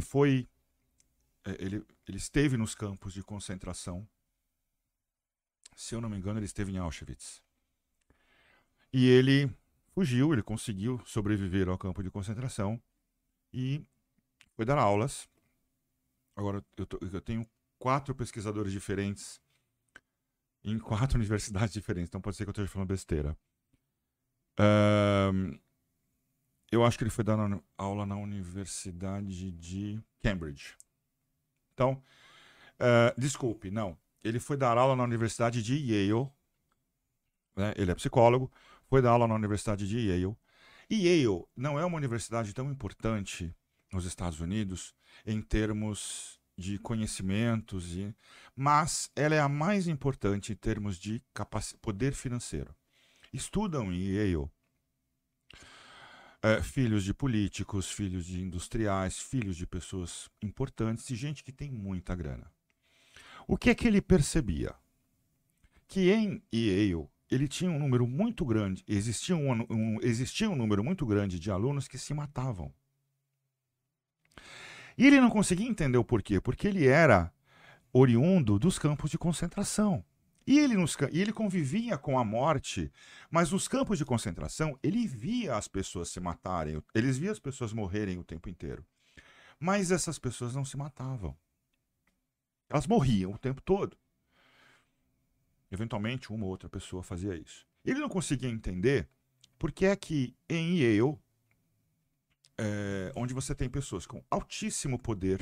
esteve nos campos de concentração. Se eu não me engano, ele esteve em Auschwitz. E ele fugiu, ele conseguiu sobreviver ao campo de concentração e foi dar aulas. Agora, eu tenho 4 pesquisadores diferentes em 4 universidades diferentes, então pode ser que eu esteja falando besteira. Eu acho que ele foi dar aula na Universidade de Cambridge. Então, desculpe, não. Ele foi dar aula na Universidade de Yale. Né? Ele é psicólogo. Foi dar aula na Universidade de Yale. E Yale não é uma universidade tão importante nos Estados Unidos em termos de conhecimentos, mas ela é a mais importante em termos de poder financeiro. Estudam em Yale filhos de políticos, filhos de industriais, filhos de pessoas importantes e gente que tem muita grana. O que é que ele percebia? Que em Yale ele tinha um número muito grande, existia um número muito grande de alunos que se matavam. E ele não conseguia entender o porquê, porque ele era oriundo dos campos de concentração. E ele convivia com a morte, mas nos campos de concentração ele via as pessoas se matarem, eles via as pessoas morrerem o tempo inteiro. Mas essas pessoas não se matavam. Elas morriam o tempo todo. Eventualmente, uma ou outra pessoa fazia isso. Ele não conseguia entender por que é que em Yale, onde você tem pessoas com altíssimo poder,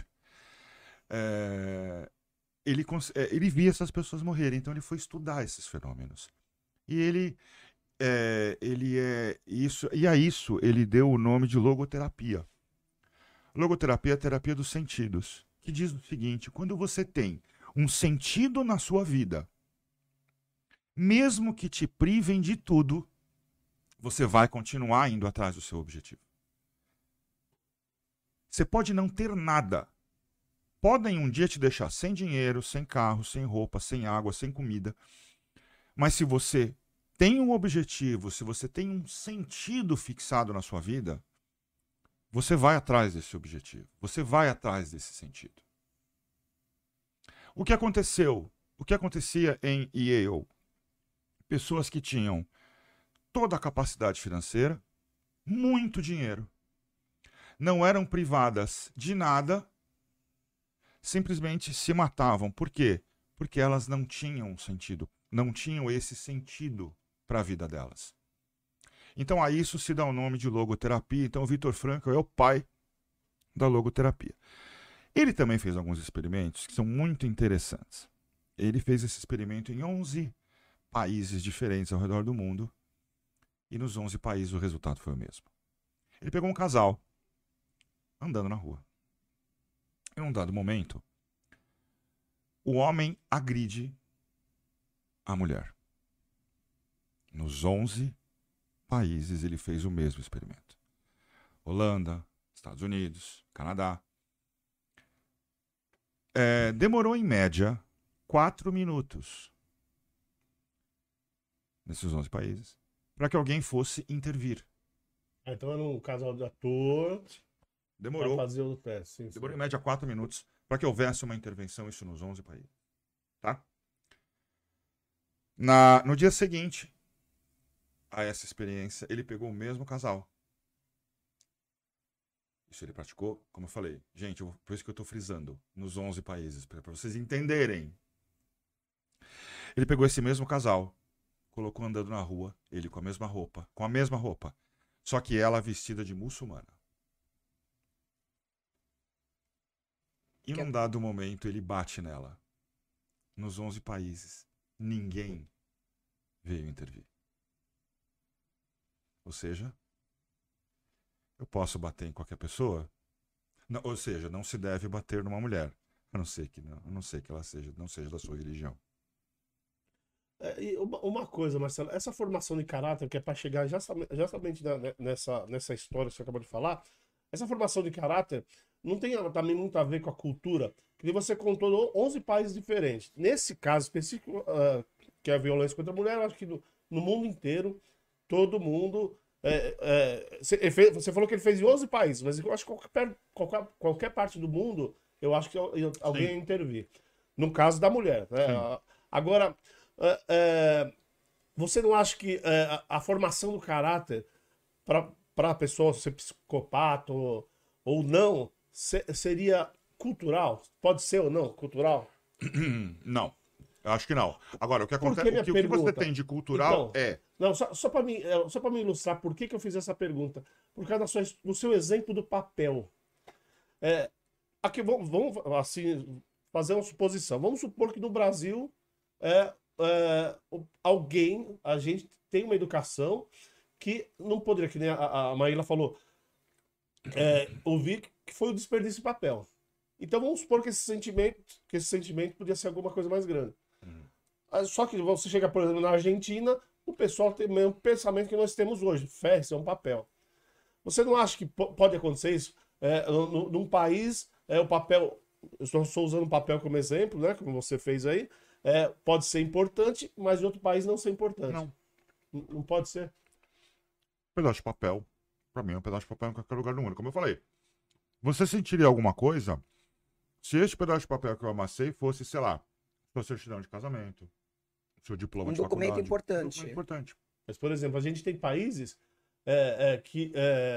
ele via essas pessoas morrerem. Então ele foi estudar esses fenômenos. E ele ele é isso, e a isso ele deu o nome de logoterapia. Logoterapia é a terapia dos sentidos, que diz o seguinte: quando você tem um sentido na sua vida, mesmo que te privem de tudo, você vai continuar indo atrás do seu objetivo. Você pode não ter nada. Podem um dia te deixar sem dinheiro, sem carro, sem roupa, sem água, sem comida. Mas se você tem um objetivo, se você tem um sentido fixado na sua vida, você vai atrás desse objetivo. Você vai atrás desse sentido. O que aconteceu? O que acontecia em Yale? Pessoas que tinham toda a capacidade financeira, muito dinheiro, não eram privadas de nada, simplesmente se matavam. Por quê? Porque elas não tinham sentido, não tinham esse sentido para a vida delas. Então a isso se dá o nome de logoterapia. Então o Viktor Frankl é o pai da logoterapia. Ele também fez alguns experimentos que são muito interessantes. Ele fez esse experimento em 11 países diferentes ao redor do mundo, e nos 11 países o resultado foi o mesmo. Ele pegou um casal andando na rua. Em um dado momento, o homem agride a mulher. Nos 11 países ele fez o mesmo experimento. Holanda, Estados Unidos, Canadá. Demorou em média 4 minutos nesses 11 países para que alguém fosse intervir. Então era um casal de ator. Demorou. Fazer o teste. Sim, Demorou em média 4 minutos para que houvesse uma intervenção, isso nos 11 países. Tá? No dia seguinte a essa experiência, ele pegou o mesmo casal. Isso ele praticou, como eu falei. Gente, por isso que eu estou frisando, nos 11 países, para vocês entenderem. Ele pegou esse mesmo casal, colocou andando na rua, ele com a mesma roupa, só que ela vestida de muçulmana. E num dado momento ele bate nela. Nos 11 países, ninguém veio intervir. Ou seja, eu posso bater em qualquer pessoa? Não, ou seja, não se deve bater numa mulher, a não ser que ela não seja da sua religião. E uma coisa, Marcelo, essa formação de caráter que é para chegar justamente nessa história que você acabou de falar, essa formação de caráter não tem também muito a ver com a cultura, que você contou 11 países diferentes. Nesse caso específico, que é a violência contra a mulher, eu acho que no mundo inteiro, todo mundo... você falou que ele fez em 11 países, mas eu acho que qualquer parte do mundo, eu acho que alguém ia intervir. No caso da mulher. Né? Agora, você não acha que a formação do caráter para a pessoa ser psicopata ou não seria cultural? Pode ser ou não cultural? Não. Eu acho que não. Agora, o que acontece, o que você tem de cultural então, Não, só para me ilustrar por que eu fiz essa pergunta. Por causa do seu exemplo do papel. Aqui vamos assim, fazer uma suposição. Vamos supor que no Brasil a gente tem uma educação que não poderia, que nem a Maíla falou, ouvir que foi o desperdício de papel. Então vamos supor que esse sentimento podia ser alguma coisa mais grande. Só que você chega, por exemplo, na Argentina, o pessoal tem o mesmo pensamento que nós temos hoje. Fé, isso é um papel. Você não acha que pode acontecer isso? Num país, o papel... Eu estou usando o papel como exemplo, né? Como você fez aí. Pode ser importante, mas em outro país não ser importante. Não. Não pode ser? Pedaço de papel. Pra mim é um pedaço de papel em qualquer lugar do mundo. Como eu falei. Você sentiria alguma coisa se este pedaço de papel que eu amassei fosse, sei lá, sua certidão de casamento, seu diploma de faculdade. Documento importante. Um documento importante. Mas, por exemplo, a gente tem países que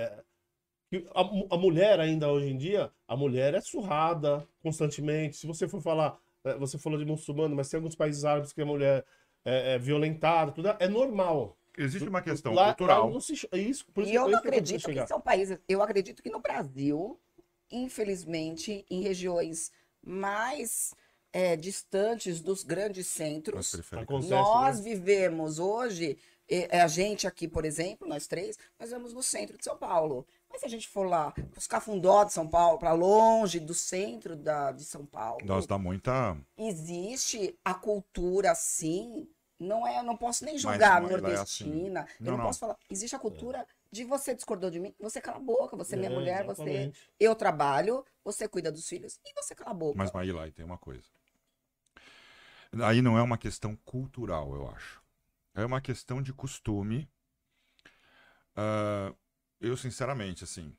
a mulher ainda hoje em dia, a mulher é surrada constantemente. Se você for falar, você falou de muçulmano, mas tem alguns países árabes que a mulher é violentada, tudo é normal. Existe uma questão cultural. E eu não acredito que são países. Eu acredito que no Brasil, infelizmente, em regiões mais distantes dos grandes centros, nós vivemos hoje A gente aqui, por exemplo, nós três, nós vamos no centro de São Paulo. Mas se a gente for lá, os Cafundó de São Paulo, para longe do centro de São Paulo, Nós dá muita. existe a cultura, sim. Eu não posso nem Mas julgar a não, ela é assim. nordestina. Eu Não, não não. posso falar. Existe a cultura de você discordou de mim, você cala a boca, você é minha mulher, exatamente. eu trabalho, você cuida dos filhos e você cala a boca. Mas Maíla, aí tem uma coisa. Aí não é uma questão cultural, eu acho. É uma questão de costume. Eu, sinceramente, assim,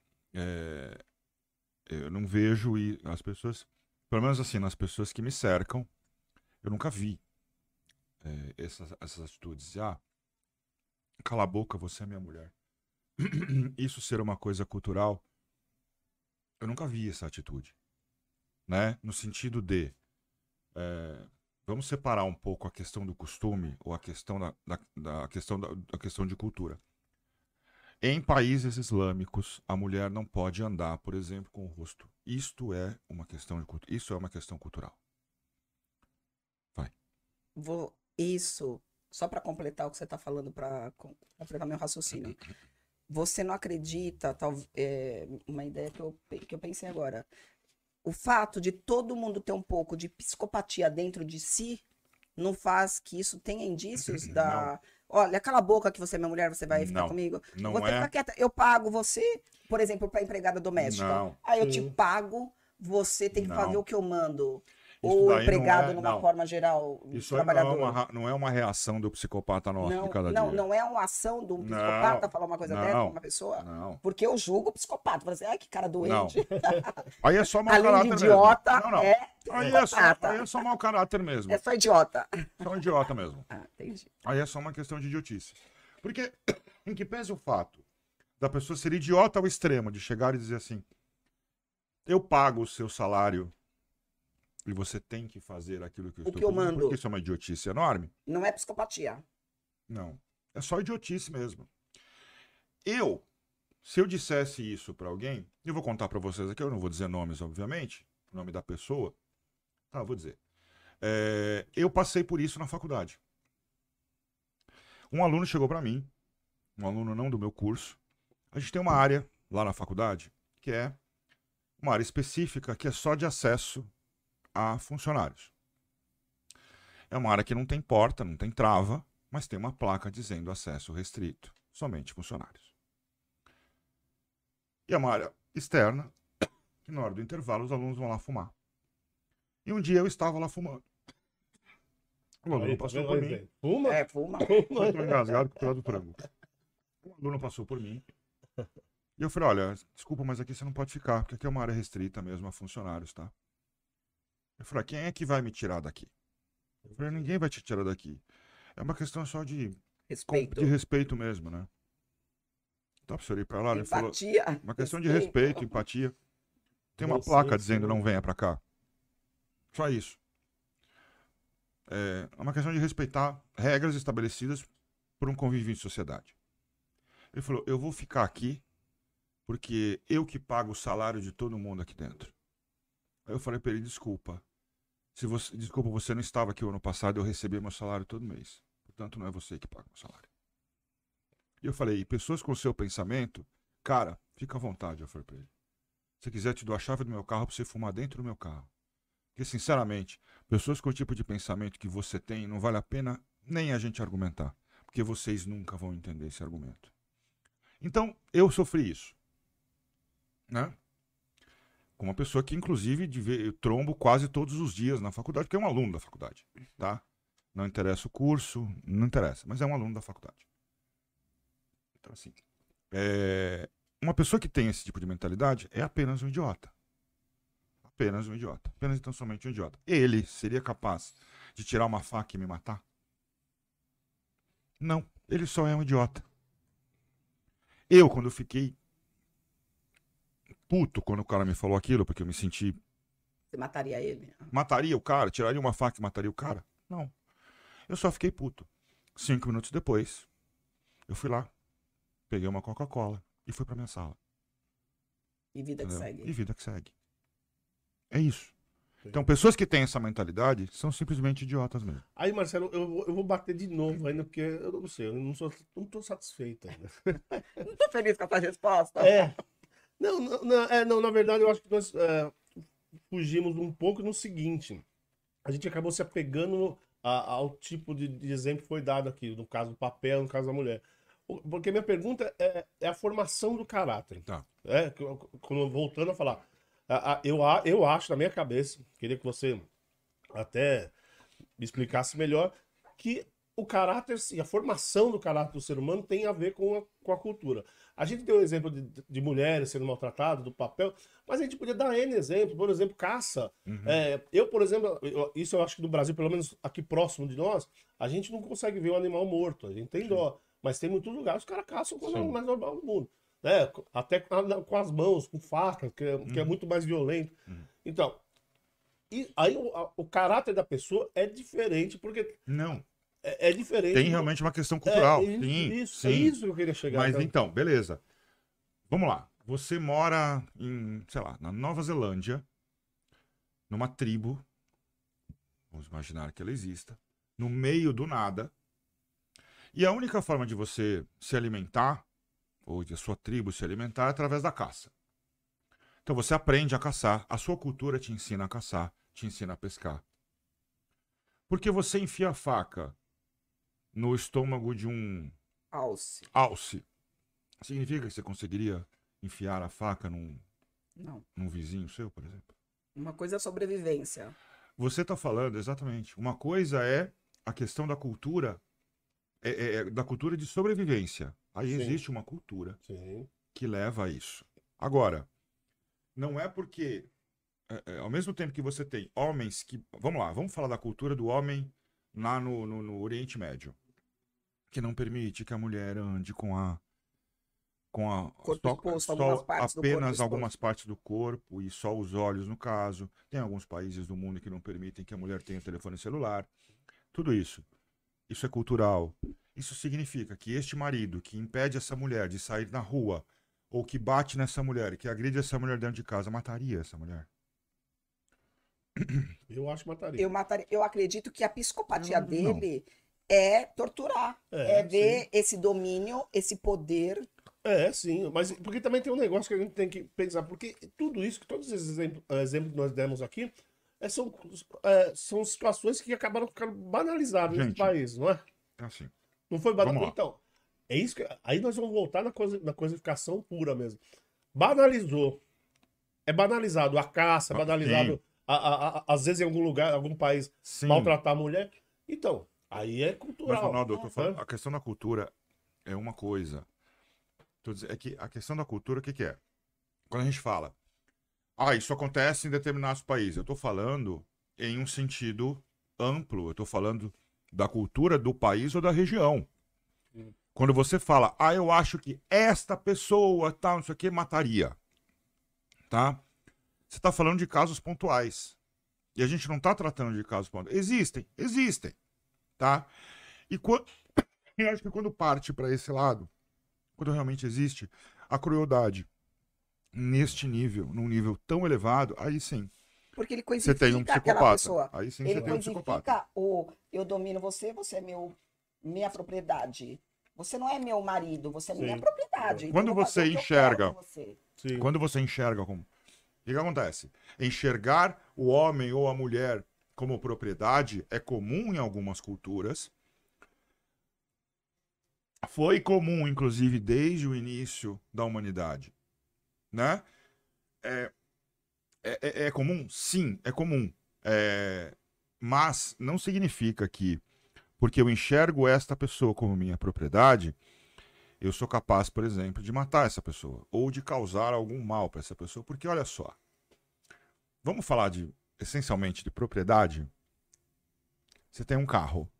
eu não vejo as pessoas, pelo menos assim, nas pessoas que me cercam, eu nunca vi essas atitudes. Cala a boca, você é minha mulher. Isso ser uma coisa cultural, eu nunca vi essa atitude. Né? No sentido de, vamos separar um pouco a questão do costume ou a questão da questão de cultura. Em países islâmicos, a mulher não pode andar, por exemplo, com o rosto. Isto é uma questão de cultura. Isso é uma questão cultural. Vai. Isso, só para completar o que você está falando, para completar meu raciocínio. Você não acredita, uma ideia que eu pensei agora. O fato de todo mundo ter um pouco de psicopatia dentro de si não faz que isso tenha indícios da... Olha, cala a boca que você é minha mulher, você vai ficar comigo. Não você fica quieta. Eu pago você, por exemplo, para empregada doméstica. Não. Aí eu te pago, você tem que Não. fazer o que eu mando. Isso Ou daí empregado não é- numa não. forma geral, Isso aí trabalhador. não é uma reação do psicopata nosso de cada dia. Não é uma ação de um psicopata falar uma coisa dessa pra uma pessoa? Não. Porque eu julgo o psicopata. Falo assim, ai, que cara doente. Aí é só mau Além caráter de idiota, mesmo. Não. Aí psicopata. é só mau caráter mesmo. É só idiota. Só um idiota mesmo. Entendi. Aí é só uma questão de idiotice. Porque, em que pese o fato da pessoa ser idiota ao extremo, de chegar e dizer assim, eu pago o seu salário e você tem que fazer aquilo que eu estou que eu pedindo, mando. porque isso é uma idiotice enorme. Não é psicopatia. Não. É só idiotice mesmo. Se eu dissesse isso pra alguém, eu vou contar pra vocês aqui, eu não vou dizer nomes, obviamente, o nome da pessoa. Tá, vou dizer. Eu passei por isso na faculdade. Um aluno chegou pra mim, um aluno não do meu curso. A gente tem uma área lá na faculdade, que é uma área específica, que é só de acesso a funcionários. É uma área que não tem porta, não tem trava, mas tem uma placa dizendo acesso restrito, somente funcionários. E é uma área externa, que na hora do intervalo os alunos vão lá fumar. E um dia eu estava lá fumando. O aluno passou por mim. Fuma? Fuma. Eu tô engasgado com o pedaço do frango. O aluno passou por mim. E eu falei, olha, desculpa, mas aqui você não pode ficar, porque aqui é uma área restrita mesmo a funcionários, tá? Eu falei, quem é que vai me tirar daqui? Eu falei, ninguém vai te tirar daqui. É uma questão só de respeito mesmo, né? Então, o senhor ir pra lá, ele falou, Empatia. uma questão de respeito, empatia. Tem uma placa dizendo não venha pra cá. Só isso. É uma questão de respeitar regras estabelecidas por um convívio em sociedade. Ele falou, eu vou ficar aqui porque eu que pago o salário de todo mundo aqui dentro. Aí eu falei pra ele, desculpa. Desculpa, você não estava aqui o ano passado, eu recebi meu salário todo mês. Portanto, não é você que paga o salário. E eu falei, pessoas com o seu pensamento, cara, fica à vontade, eu falei pra ele. Se quiser, te dou a chave do meu carro pra você fumar dentro do meu carro. Porque, sinceramente, pessoas com o tipo de pensamento que você tem, não vale a pena nem a gente argumentar. Porque vocês nunca vão entender esse argumento. Então, eu sofri isso. Né? Com uma pessoa que, inclusive, eu trombo quase todos os dias na faculdade, porque é um aluno da faculdade. Tá? Não interessa o curso, não interessa, mas é um aluno da faculdade. Então, assim, uma pessoa que tem esse tipo de mentalidade é apenas um idiota. Apenas um idiota. Apenas então somente um idiota. Ele seria capaz de tirar uma faca e me matar? Não, ele só é um idiota. Eu, quando eu fiquei puto quando o cara me falou aquilo, porque eu me senti... Você mataria ele? Mataria o cara? Tiraria uma faca e mataria o cara? Não. Eu só fiquei puto. 5 minutos depois, eu fui lá, peguei uma Coca-Cola e fui pra minha sala. E vida que segue. E vida que segue. É isso. Então, pessoas que têm essa mentalidade são simplesmente idiotas mesmo. Aí, Marcelo, eu vou bater de novo ainda, porque eu não sei, eu não tô satisfeito ainda. Não tô feliz com essa resposta. É. Não, na verdade, eu acho que nós fugimos um pouco no seguinte. A gente acabou se apegando ao tipo de exemplo que foi dado aqui, no caso do papel, no caso da mulher. Porque minha pergunta é a formação do caráter. Tá. Voltando a falar, eu acho, na minha cabeça, queria que você até me explicasse melhor, que o caráter, sim, a formação do caráter do ser humano tem a ver com a cultura. A gente deu o exemplo de mulheres sendo maltratadas, do papel, mas a gente podia dar N exemplos, por exemplo, caça. Uhum. Eu, por exemplo, isso eu acho que no Brasil, pelo menos aqui próximo de nós, a gente não consegue ver um animal morto, a gente tem dó. Mas tem muitos lugares que os caras caçam com o mais normal do mundo. Né? Até com as mãos, com faca, que é muito mais violento. Então, aí o caráter da pessoa é diferente, porque Não. é diferente. Tem realmente uma questão cultural. É Sim. isso que eu queria chegar. Mas tá? então, beleza. Vamos lá. Você mora em, sei lá, na Nova Zelândia, numa tribo, vamos imaginar que ela exista, no meio do nada, e a única forma de você se alimentar, ou de a sua tribo se alimentar, é através da caça. Então você aprende a caçar, a sua cultura te ensina a caçar, te ensina a pescar. Porque você enfia a faca no estômago de um alce, significa que você conseguiria enfiar a faca Não. num vizinho seu, por exemplo? Uma coisa é sobrevivência. Você está falando, exatamente. Uma coisa é a questão da cultura, da cultura de sobrevivência. Aí Sim. existe uma cultura Sim. que leva a isso. Agora, não é porque, ao mesmo tempo que você tem homens que... Vamos lá, vamos falar da cultura do homem lá no Oriente Médio, que não permite que a mulher ande com Corpo exposto, algumas partes do corpo apenas exposto. algumas partes do corpo e só os olhos, no caso. Tem alguns países do mundo que não permitem que a mulher tenha telefone celular. Tudo isso. Isso é cultural. Isso significa que este marido que impede essa mulher de sair na rua, ou que bate nessa mulher, que agride essa mulher dentro de casa, mataria essa mulher. Eu acho que mataria. Eu acredito que a psicopatia Não. dele é torturar. É ver sim. esse domínio, esse poder. Sim, mas porque também tem um negócio que a gente tem que pensar, porque tudo isso, todos esses exemplos que nós demos aqui, são situações que acabaram ficando banalizadas nesse Gente. país, não é? Assim. Não foi Vamos banalizado. lá. Então, é isso que. Aí nós vamos voltar na cosificação pura mesmo. Banalizou. É banalizado a caça, é banalizado, Sim. às vezes em algum lugar, algum país, Sim. maltratar a mulher. Então, aí é Mas, cultural. Ronaldo, eu tô falando, né? a questão da cultura é uma coisa. É que a questão da cultura, o que é? Quando a gente fala, isso acontece em determinados países, eu tô falando em um sentido amplo, eu tô falando da cultura do país ou da região. Quando você fala, eu acho que esta pessoa, tal, não sei o que, mataria. Tá? Você tá falando de casos pontuais. E a gente não tá tratando de casos pontuais. Existem. Tá? E eu acho que quando parte para esse lado, quando realmente existe a crueldade neste nível, num nível tão elevado, aí sim. Porque ele Você tem um coisifica aquela psicopata. pessoa. Aí sim Ele você tem um psicopata. coisifica eu domino você, você é minha propriedade. Você não é meu marido, você é minha Sim. propriedade. Então Quando eu vou fazer você o que eu enxerga- quero com você. Sim. Quando você enxerga como... O que acontece? Enxergar o homem ou a mulher como propriedade é comum em algumas culturas. Foi comum, inclusive, desde o início da humanidade. Né? É comum? Sim, é comum. Mas não significa que, porque eu enxergo esta pessoa como minha propriedade, eu sou capaz, por exemplo, de matar essa pessoa ou de causar algum mal para essa pessoa. Porque olha só, vamos falar essencialmente de propriedade. Você tem um carro.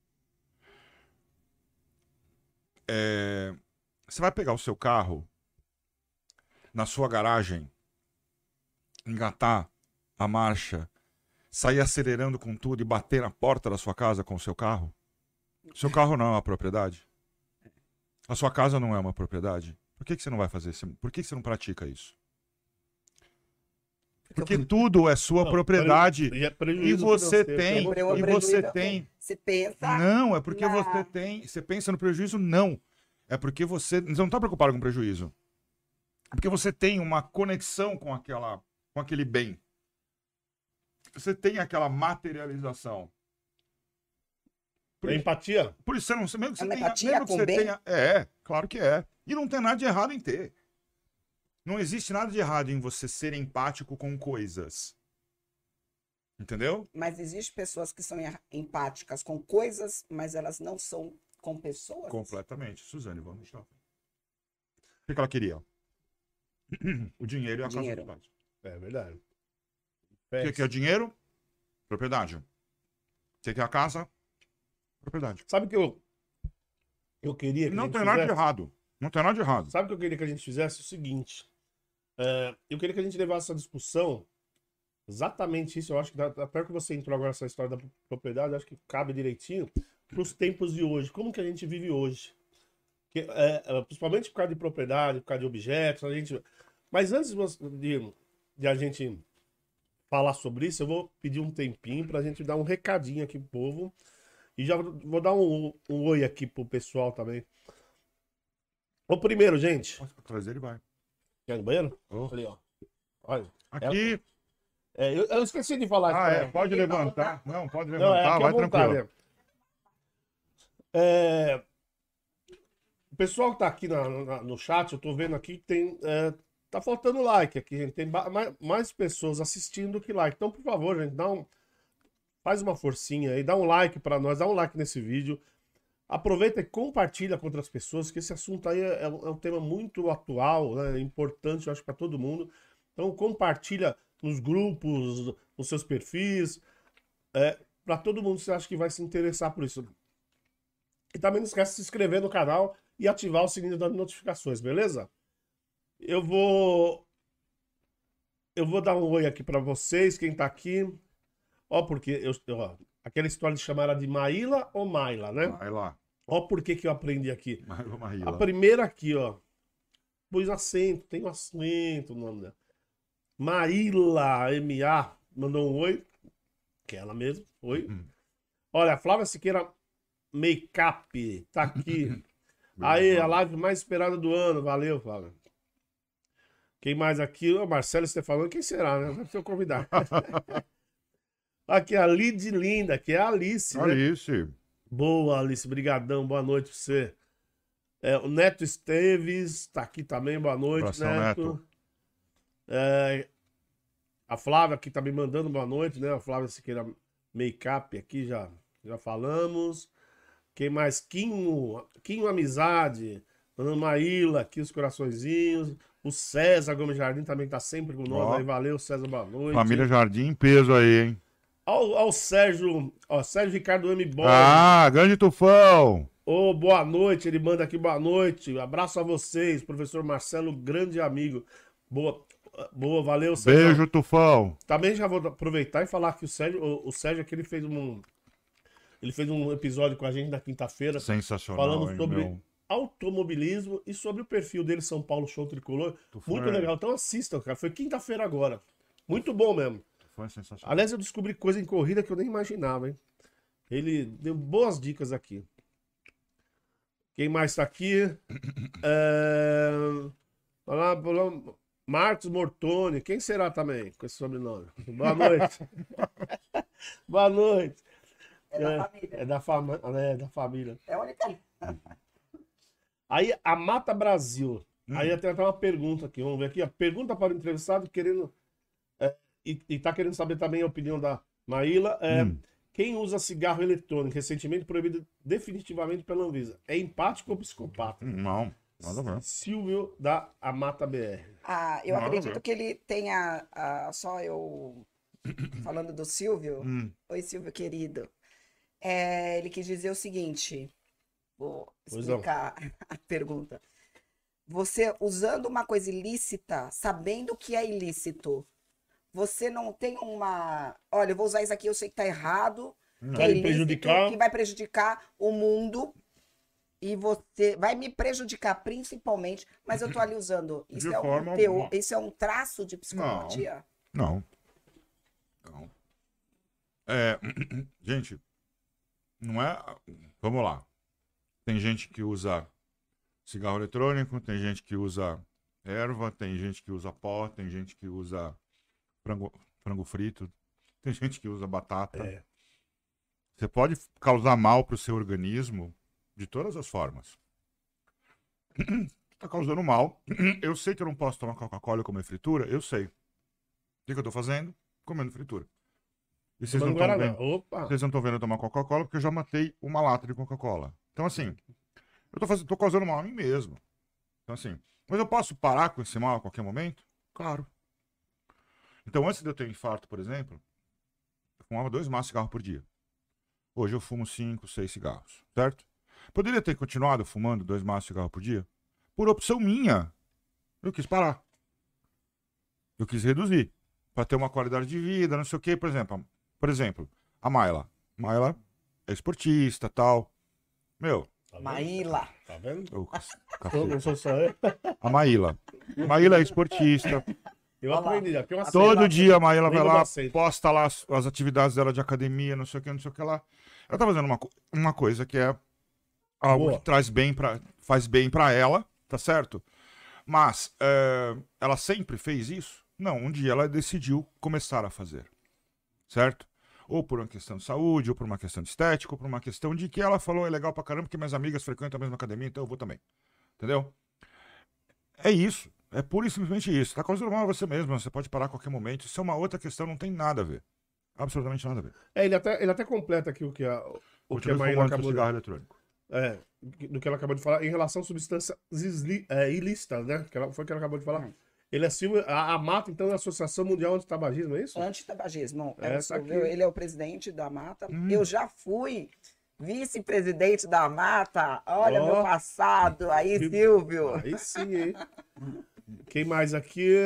Você vai pegar o seu carro na sua garagem, engatar a marcha, sair acelerando com tudo e bater na porta da sua casa com o seu carro? Seu carro não é uma propriedade? A sua casa não é uma propriedade? Por que você não vai fazer isso? Por que você não pratica isso? Porque tudo é sua Não, propriedade. é E prejuízo você financeiro. tem, Eu e prejuízo, você tem. Você pensa. Não, é porque na- você tem. Você pensa no prejuízo? Não. É porque você não está preocupado com prejuízo. É porque você tem uma conexão com aquele bem. Você tem aquela materialização. Por É isso, empatia? por isso você não. Mesmo que É você uma tenha. empatia Mesmo que com você bem? tenha. É, claro que é. E não tem nada de errado em ter. Não existe nada de errado em você ser empático com coisas. Entendeu? Mas existem pessoas que são empáticas com coisas, mas elas não são com pessoas. Completamente. Suzane, vamos lá. O que ela queria? O dinheiro e a Dinheiro. casa de paz. É verdade. O que é dinheiro? Propriedade. O que é a casa? Propriedade. Sabe o que eu queria que a Não gente tem nada de fizesse? errado. Não tem nada de errado. Sabe o que eu queria que a gente fizesse? O seguinte. Eu queria que a gente levasse essa discussão, exatamente isso, eu acho que até que você entrou agora nessa história da propriedade, eu acho que cabe direitinho para os tempos de hoje. Como que a gente vive hoje? Principalmente por causa de propriedade, por causa de objetos, Mas antes de a gente falar sobre isso, eu vou pedir um tempinho para a gente dar um recadinho aqui pro povo. E já vou dar um oi aqui pro pessoal também. O primeiro, gente. Posso trazer ele vai. Quer ir no banheiro? Oh. Ali, ó. Olha. Aqui. Eu esqueci de falar isso. Ah, pode levantar. Não, pode Não, levantar, aqui vai à vontade, tranquilo. O pessoal que tá aqui no chat, eu tô vendo aqui que tem. Tá faltando like aqui, gente. Tem mais pessoas assistindo do que like. Então, por favor, gente, faz uma forcinha aí, dá um like pra nós, dá um like nesse vídeo. Aproveita e compartilha com outras pessoas, que esse assunto aí é um tema muito atual, né? Importante, eu acho, para todo mundo. Então compartilha nos grupos, nos seus perfis, para todo mundo que você acha que vai se interessar por isso. E também não esquece de se inscrever no canal e ativar o sininho das notificações, beleza? Eu vou dar um oi aqui para vocês, quem tá aqui. Ó, porque aquela história de chamar ela de Maíla ou Maila, né? Vai lá. Ó, por que eu aprendi aqui. Maíla. A primeira aqui, ó. Pôs acento, tem um acento o nome dela. Maíla, M.A. Mandou um oi. Que é ela mesmo. Oi. Olha, a Flávia Siqueira Makeup tá aqui. Aí, a live mais esperada do ano. Valeu, Flávia. Quem mais aqui? O Marcelo Stefanoni. Quem será, né? Vai ser o convidado. Aqui a Lid Linda, que é a Alice, né? Alice. Boa, Alice. Brigadão. Boa noite pra você. O Neto Esteves tá aqui também. Boa noite, Abração, Neto. A Flávia aqui tá me mandando boa noite, né? A Flávia Siqueira Makeup aqui, já falamos. Quem mais? Quinho Amizade. Mandando Maíla aqui, os coraçõezinhos. O César Gomes Jardim também tá sempre com nós aí. Valeu, César, boa noite. Família Jardim em peso aí, hein? Ao Sérgio, Sérgio Ricardo M. Boy. Ah, grande tufão. Boa noite, ele manda aqui boa noite. Abraço a vocês, professor Marcelo, grande amigo. Boa, valeu, Sérgio. Beijo, tufão. Também já vou aproveitar e falar que o Sérgio aqui, ele fez um episódio com a gente na quinta-feira. Sensacional, falando hein, sobre meu? automobilismo e sobre o perfil dele, São Paulo Show Tricolor. Tufão Muito legal. Então assistam, cara. Foi quinta-feira agora. Muito bom mesmo. Foi sensacional. Aliás, eu descobri coisa em corrida que eu nem imaginava, hein? Ele deu boas dicas aqui. Quem mais tá aqui? Marcos Mortoni. Quem será também com esse sobrenome? Boa noite. Boa noite. É da família. É da família. É a única. Aí, a Mata Brasil. Aí tem até uma pergunta aqui. Vamos ver aqui. A pergunta para o entrevistado querendo... E tá querendo saber também a opinião da Maíla. Quem usa cigarro eletrônico recentemente proibido definitivamente pela Anvisa? É empático ou psicopata? Não, nada a ver. Silvio da Amata BR. Eu Nada a acredito ver. que ele tenha. Só eu. Falando do Silvio. Oi, Silvio querido. Ele quis dizer o seguinte. Vou explicar a pergunta. Você usando uma coisa ilícita, sabendo que é ilícito. Você não tem uma... Olha, eu vou usar isso aqui, eu sei que tá errado, que é ilícito, que vai prejudicar o mundo. E você vai me prejudicar principalmente, mas eu tô ali usando. Isso é um traço de psicopatia? Não. Não. Gente, não é... Vamos lá. Tem gente que usa cigarro eletrônico, tem gente que usa erva, tem gente que usa pó, tem gente que usa frango frito, tem gente que usa batata. É. Você pode causar mal pro seu organismo de todas as formas. Tá causando mal. Eu sei que eu não posso tomar Coca-Cola e comer fritura, eu sei. O que eu tô fazendo? Comendo fritura. E vocês não Tomando estão Guaraná. vendo, Opa! vocês não estão vendo eu tomar Coca-Cola porque eu já matei uma lata de Coca-Cola. Então, assim, eu tô causando mal a mim mesmo. Então, assim, mas eu posso parar com esse mal a qualquer momento? Claro. Então, antes de eu ter um infarto, por exemplo, eu fumava 2 maços de cigarro por dia. Hoje eu fumo 5, 6 cigarros, certo? Poderia ter continuado fumando 2 maços de cigarro por dia? Por opção minha. Eu quis parar. Eu quis reduzir. Para ter uma qualidade de vida, não sei o quê. Por exemplo, a Mayla. Mayla é esportista, tal. Meu. Tá vendo? Maíla. Tá vendo? Ô, Não sou só eu. A Maíla. Maíla é esportista. Eu Olha lá. aprendi. Aqui é uma Todo cena. dia a Maíla vai Lembra lá, do acento. posta lá as atividades dela de academia, não sei o que, não sei o que lá. Ela tá fazendo uma coisa que é algo Boa. que faz bem pra ela, tá certo? Mas ela sempre fez isso? Não, um dia ela decidiu começar a fazer, certo? Ou por uma questão de saúde, ou por uma questão de estética, ou por uma questão de que ela falou, é legal pra caramba, porque minhas amigas frequentam a mesma academia, então eu vou também. Entendeu? É isso. É pura e simplesmente isso. Tá causando mal a você mesmo, você pode parar a qualquer momento. Isso é uma outra questão, não tem nada a ver. Absolutamente nada a ver. Ele até completa aqui o que a Continua Maíla fumando seu acabou cigarro eletrônico. do que ela acabou de falar em relação a substâncias ilícitas, né? Foi o que ela acabou de falar. Ele assume a MATA, então, é a Associação Mundial Antitabagismo, é isso? Antitabagismo. Tá aqui. Ele é o presidente da Mata. Eu já fui vice-presidente da Mata. Olha Ó. meu passado. Aí, Que- Silvio. Aí sim, hein? Quem mais aqui?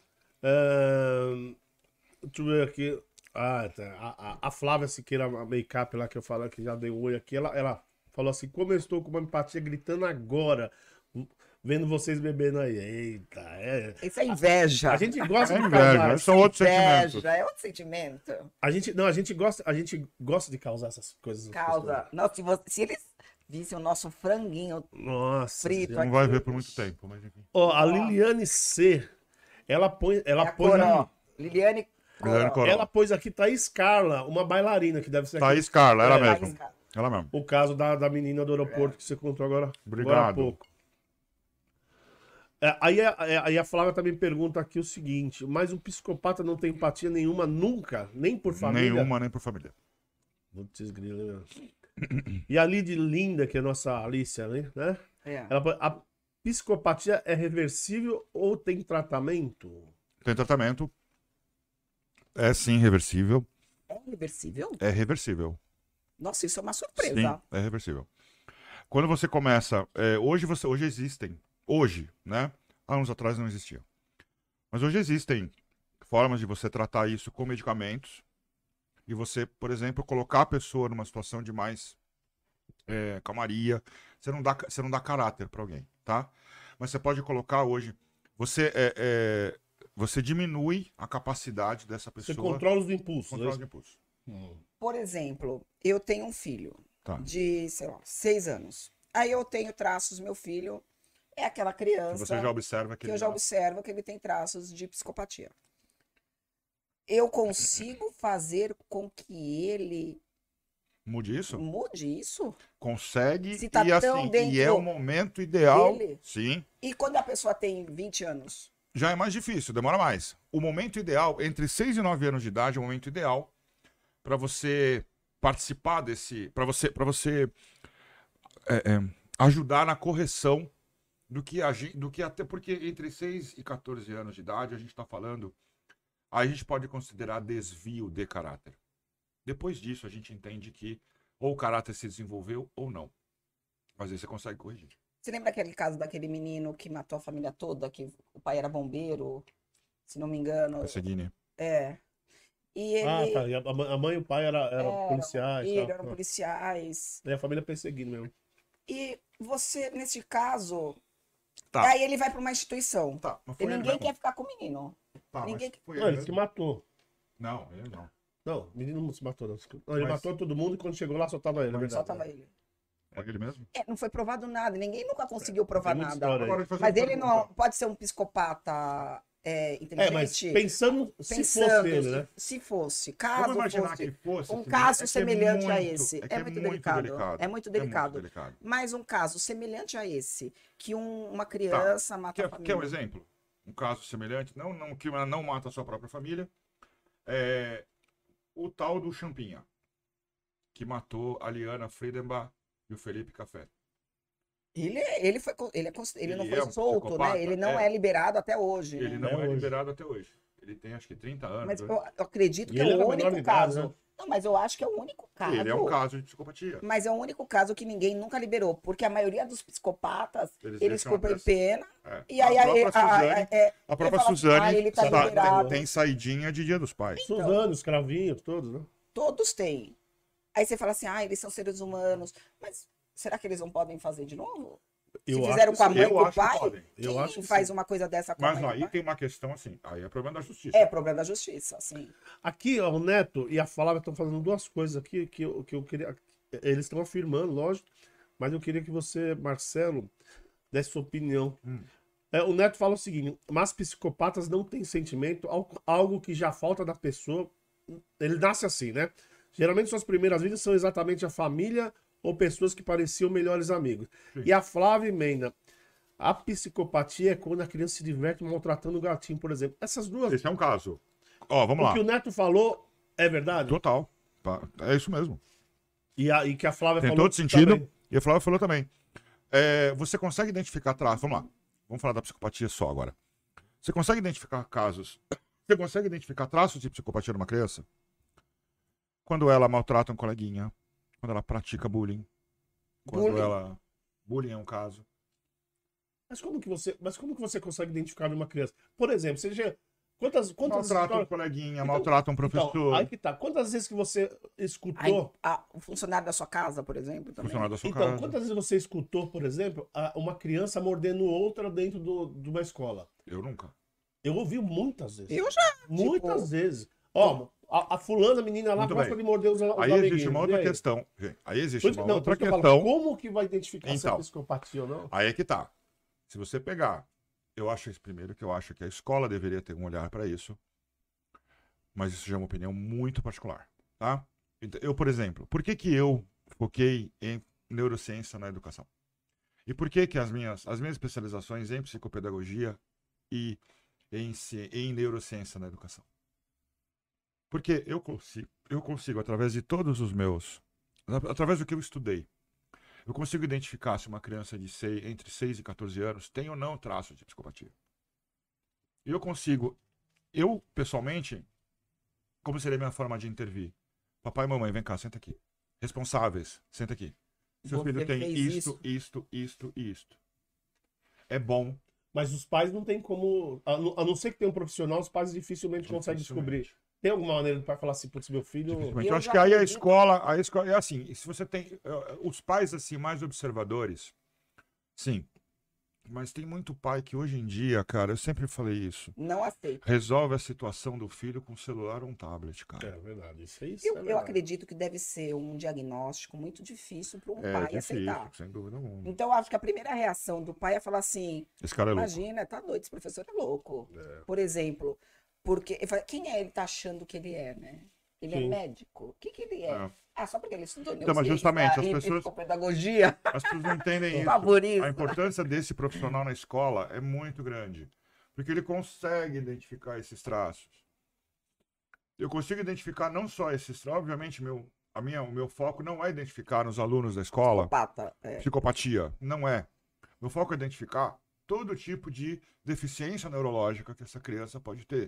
Deixa eu ver aqui. Tá. A Flávia Siqueira, a make-up lá que eu falei, que já deu oi aqui, ela falou assim: como eu estou com uma empatia gritando agora, vendo vocês bebendo aí. Eita, Isso é inveja. A gente gosta É de inveja, causar. são outros sentimentos. Inveja, é outro sentimento. A gente gosta de causar essas coisas. nas Causa. pessoas. Não, se eles vissem o nosso franguinho Nossa. frito Senhora. Não vai aqui. ver por muito tempo, mas enfim. Ó, a Liliane C. Ela põe. É a Coró. Liliane Guilherme Coró. Coró. Ela pôs aqui Thaís Carla, uma bailarina, que deve ser aqui. Thaís Carla, ela É, mesma. Ela mesma. O caso da menina do aeroporto que você contou agora, Obrigado. agora há pouco. Aí a Flávia também pergunta aqui o seguinte: mas um psicopata não tem empatia nenhuma nunca? Nem por família? Nenhuma, nem por família. Putz, grilo, meu. E a Lid Linda, que é a nossa Alicia, né? É. A psicopatia é reversível ou tem tratamento? Tem tratamento. É sim reversível. É reversível? É reversível. Nossa, isso é uma Sim, surpresa. é reversível. Quando você começa. Hoje existem. Hoje, né? Há anos atrás não existia. Mas hoje existem formas de você tratar isso com medicamentos. E você, por exemplo, colocar a pessoa numa situação de mais calmaria. Você não dá caráter para alguém, tá? Mas você pode colocar hoje. Você diminui a capacidade dessa Você pessoa. controla os impulsos. Controla os né? impulsos. Por exemplo, eu tenho um filho Tá. de, sei lá, 6 anos. Aí eu tenho traços, meu filho é aquela criança Você já observa que que eu ele já não- observo que ele tem traços de psicopatia. Eu consigo fazer com que ele mude isso? mude isso? Consegue Se tá e tão assim, dentro e é o momento ideal. dele. Sim. E quando a pessoa tem 20 anos? Já é mais difícil, demora mais. O momento ideal, entre 6 e 9 anos de idade, é o momento ideal para você participar desse. Para você ajudar na correção do que até porque entre 6 e 14 anos de idade a gente está falando, aí a gente pode considerar desvio de caráter. Depois disso a gente entende que ou o caráter se desenvolveu ou não. Mas aí você consegue corrigir. Você lembra aquele caso daquele menino que matou a família toda, que o pai era bombeiro, se não me engano? Perseguini. É. E ele, Tá. E a mãe e o pai eram policiais. ele tal. eram policiais. E a família perseguindo mesmo. E você, nesse caso, Tá. aí ele vai para uma instituição. Tá, mas E ninguém quer ficar com o menino. Tá, Ninguém- mas foi Não, ele ele se mesmo? matou. Não, ele não. Não, o menino não se matou, não. Não, ele Mas- matou todo mundo e quando chegou lá só tava ele, é Mas verdade. Só tava ele. Foi ele mesmo? Não foi provado nada, ninguém nunca conseguiu provar Tem muita nada. história aí. Agora, deixa eu fazer Mas uma ele pergunta. não pode ser um psicopata inteligente. Mas pensando se Pensando, fosse ele, né? se fosse, Vamos caso imaginar fosse que fosse. um que caso é que é semelhante a muito- esse. que É muito delicado. É muito delicado. delicado. Mas um caso semelhante a esse, que uma criança mata a Quer família. um exemplo? Um caso semelhante, que não mata a sua própria família. O tal do Champinha, que matou a Liana Friedenbach e o Felipe Café. Ele não Ele foi é um solto, psicopata? né? Ele não É. é liberado até hoje. Ele né? não Até é hoje. liberado até hoje. Ele tem acho que 30 anos. Mas né? eu acredito E que é ele o era menor único de idade, caso. né? Não, mas eu acho que é o único caso. Ele é um caso de psicopatia. Mas é o único caso que ninguém nunca liberou, porque a maioria dos psicopatas, Eles eles deixam a cumprem peça. pena, É. e aí a própria Suzane, a própria fala assim, Suzane ele tá Sa- liberado. tem saidinha de Dia dos Pais. Suzano, os cravinhos, todos, né? Todos têm. Aí você fala assim, eles são seres humanos, mas será que eles não podem fazer de novo? Se Eu fizeram acho com a que mãe Eu e com o acho que pai, podem. Eu acho quem que faz sim. uma coisa dessa com a Mas mãe e com o aí pai? tem uma questão assim, aí é problema da justiça. É problema da justiça, sim. Aqui, ó, o Neto e a Flávia estão fazendo duas coisas aqui que eu queria. Eles estão afirmando, lógico, mas eu queria que você, Marcelo, desse sua opinião. O Neto fala o seguinte: mas psicopatas não têm sentimento, algo que já falta da pessoa. Ele nasce assim, né? Geralmente suas primeiras vidas são exatamente a família ou pessoas que pareciam melhores amigos. Sim. E a Flávia emenda: a psicopatia é quando a criança se diverte maltratando o gatinho, por exemplo. Essas duas. Esse é um caso. Ó, vamos O lá. que o Neto falou é verdade? Total. Tá. É isso mesmo. E que a Flávia Tem falou todo sentido. também. E a Flávia falou também. Você consegue identificar traços. Vamos lá. Vamos falar da psicopatia só agora. Você consegue identificar casos. Você consegue identificar traços de psicopatia numa criança? Quando ela maltrata um coleguinha. Quando ela pratica bullying. Quando Bullying. ela. Bullying é um caso. Mas como que você consegue identificar numa criança? Por exemplo, você já. Quantas Maltrata um histórias- coleguinha, Então- maltrata um Então, professor. aí que tá. Quantas vezes que você Aí, escutou. o funcionário da sua casa, por exemplo, também. Funcionário da sua Então, casa. quantas vezes você escutou, por exemplo, uma criança mordendo outra dentro de uma escola? Eu nunca. Eu ouvi muitas vezes. Eu já. Muitas vezes. Ó, a fulana, a menina lá, Muito gosta bem. de morder os Aí amiguinhos. existe uma outra E aí? questão. Gente, aí Por existe isso que- uma não, outra por isso que eu questão. falo, como que vai identificar se é Então. psicopatia ou não? Aí é que tá. Se você pegar, eu acho isso primeiro que eu acho que a escola deveria ter um olhar para isso. Mas isso já é uma opinião muito particular, tá? Então, eu, por exemplo, por que eu foquei em neurociência na educação? E por que as minhas especializações em psicopedagogia e em neurociência na educação? Porque eu consigo, através de todos os através do que eu estudei, eu consigo identificar se uma criança de entre 6 e 14 anos tem ou não traço de psicopatia. E eu pessoalmente, como seria a minha forma de intervir? Papai e mamãe, vem cá, senta aqui. Responsáveis, senta aqui. Seu Você filho tem fez isto e isto. É bom. Mas os pais não tem como. A não ser que tenha um profissional, os pais dificilmente conseguem descobrir. Tem alguma maneira do pai falar assim, putz, meu filho. Dificilmente. Eu Eu acho já que aí a acredito- escola é assim, se você tem os pais assim mais observadores, sim. Mas tem muito pai que hoje em dia, cara, eu sempre falei isso, Não aceito. resolve a situação do filho com um celular ou um tablet, cara. É verdade, isso aí. Eu acredito que deve ser um diagnóstico muito difícil para um É pai difícil, aceitar. sem dúvida alguma. Então, eu acho que a primeira reação do pai é falar assim: Esse cara é louco. imagina, tá doido, esse professor é louco. Por exemplo, porque ele fala, quem é ele tá achando que ele é, né? Ele Sim. é médico? O que que ele é? É. Ah, só porque ele estudou Então, mas justamente, as pessoas- psicopedagogia. As pessoas não entendem isso. Favorito. A importância desse profissional na escola é muito grande. Porque ele consegue identificar esses traços. Eu consigo identificar não só esses traços, obviamente o meu foco não é identificar nos alunos da escola Psicopata. psicopatia, não é. Meu foco é identificar todo tipo de deficiência neurológica que essa criança pode ter.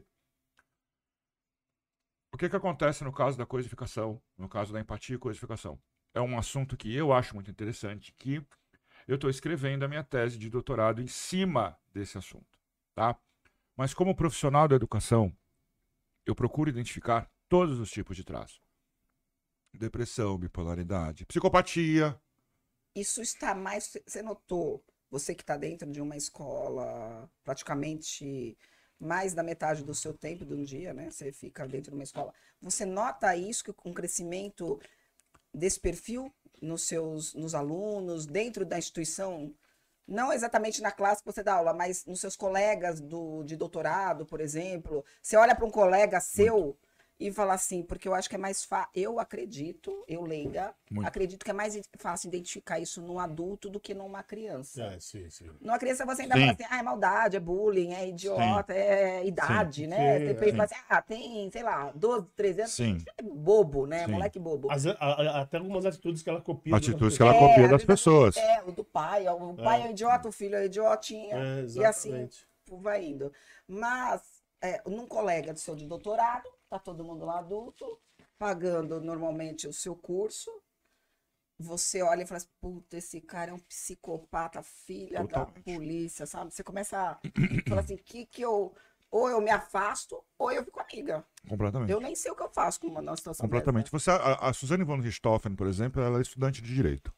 O que acontece no caso da codificação, no caso da empatia e codificação? É um assunto que eu acho muito interessante, que eu estou escrevendo a minha tese de doutorado em cima desse assunto, tá? Mas como profissional da educação, eu procuro identificar todos os tipos de traço. Depressão, bipolaridade, psicopatia. Isso está mais. Você notou, você que está dentro de uma escola praticamente mais da metade do seu tempo de um dia, né? Você fica dentro de uma escola. Você nota isso que com o crescimento desse perfil nos alunos, dentro da instituição, não exatamente na classe que você dá aula, mas nos seus colegas de doutorado, por exemplo. Você olha para um colega seu e fala assim, porque eu acho que é mais fácil, eu acredito, eu leiga, acredito que é mais fácil identificar isso num adulto do que numa criança. Sim. Numa criança você ainda fala assim, é maldade, é bullying, é idiota, é idade, né? Você pensa assim, tem, sei lá, 12, 13 anos, é bobo, né? Moleque bobo. Até algumas atitudes que ela copia. Atitudes que ela copia das pessoas. O do pai, o pai é um idiota, o filho é idiotinha, e assim vai indo. Mas, num colega do seu de doutorado, tá todo mundo lá adulto, pagando normalmente o seu curso, você olha e fala assim, puta, esse cara é um psicopata, filha da polícia, sabe? Você começa a falar assim, ou eu me afasto, ou eu fico amiga. Completamente. Eu nem sei o que eu faço com uma situação completamente. dessa. A Suzane von Richthofen, por exemplo, ela é estudante de Direito.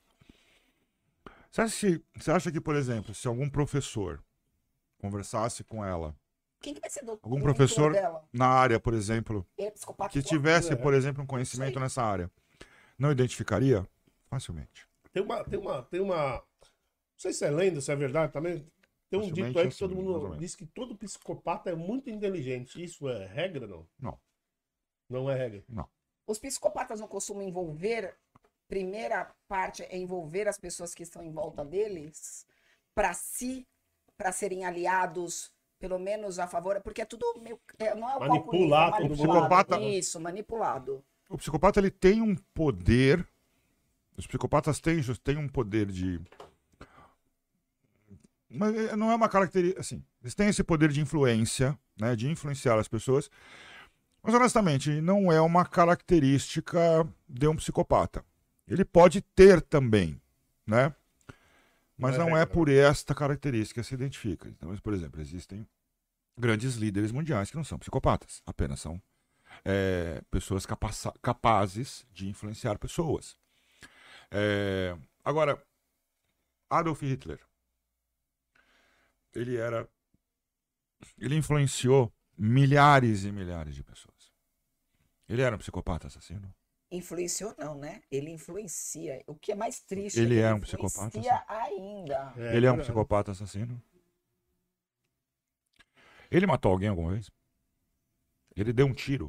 Você acha que, por exemplo, se algum professor conversasse com ela, quem que vai ser algum professor na área, por exemplo, que tivesse, por exemplo, um conhecimento nessa área, não identificaria? Facilmente. Tem uma... Não sei se é lenda, se é verdade também. Tem um dito aí que todo mundo diz que todo psicopata é muito inteligente. Isso é regra, não? Não. Não é regra? Não. Os psicopatas não costumam envolver... Primeira parte é envolver as pessoas que estão em volta deles para serem aliados, pelo menos a favor, porque é tudo meio, não é o manipulado. O psicopata, isso, manipulado. O psicopata ele tem um poder. Os psicopatas têm um poder de, mas não é uma característica assim. Eles têm esse poder de influência, né, de influenciar as pessoas. Mas honestamente, não é uma característica de um psicopata. Ele pode ter também, né? Mas não é por esta característica que se identifica. Então, por exemplo, existem grandes líderes mundiais que não são psicopatas, apenas são pessoas capazes de influenciar pessoas. Agora, Adolf Hitler, ele influenciou milhares e milhares de pessoas. Ele era um psicopata assassino? Influenciou não, né? Ele influencia. O que é mais triste ele é um psicopata ainda. Ele é um psicopata assassino? Ele matou alguém alguma vez? Ele deu um tiro?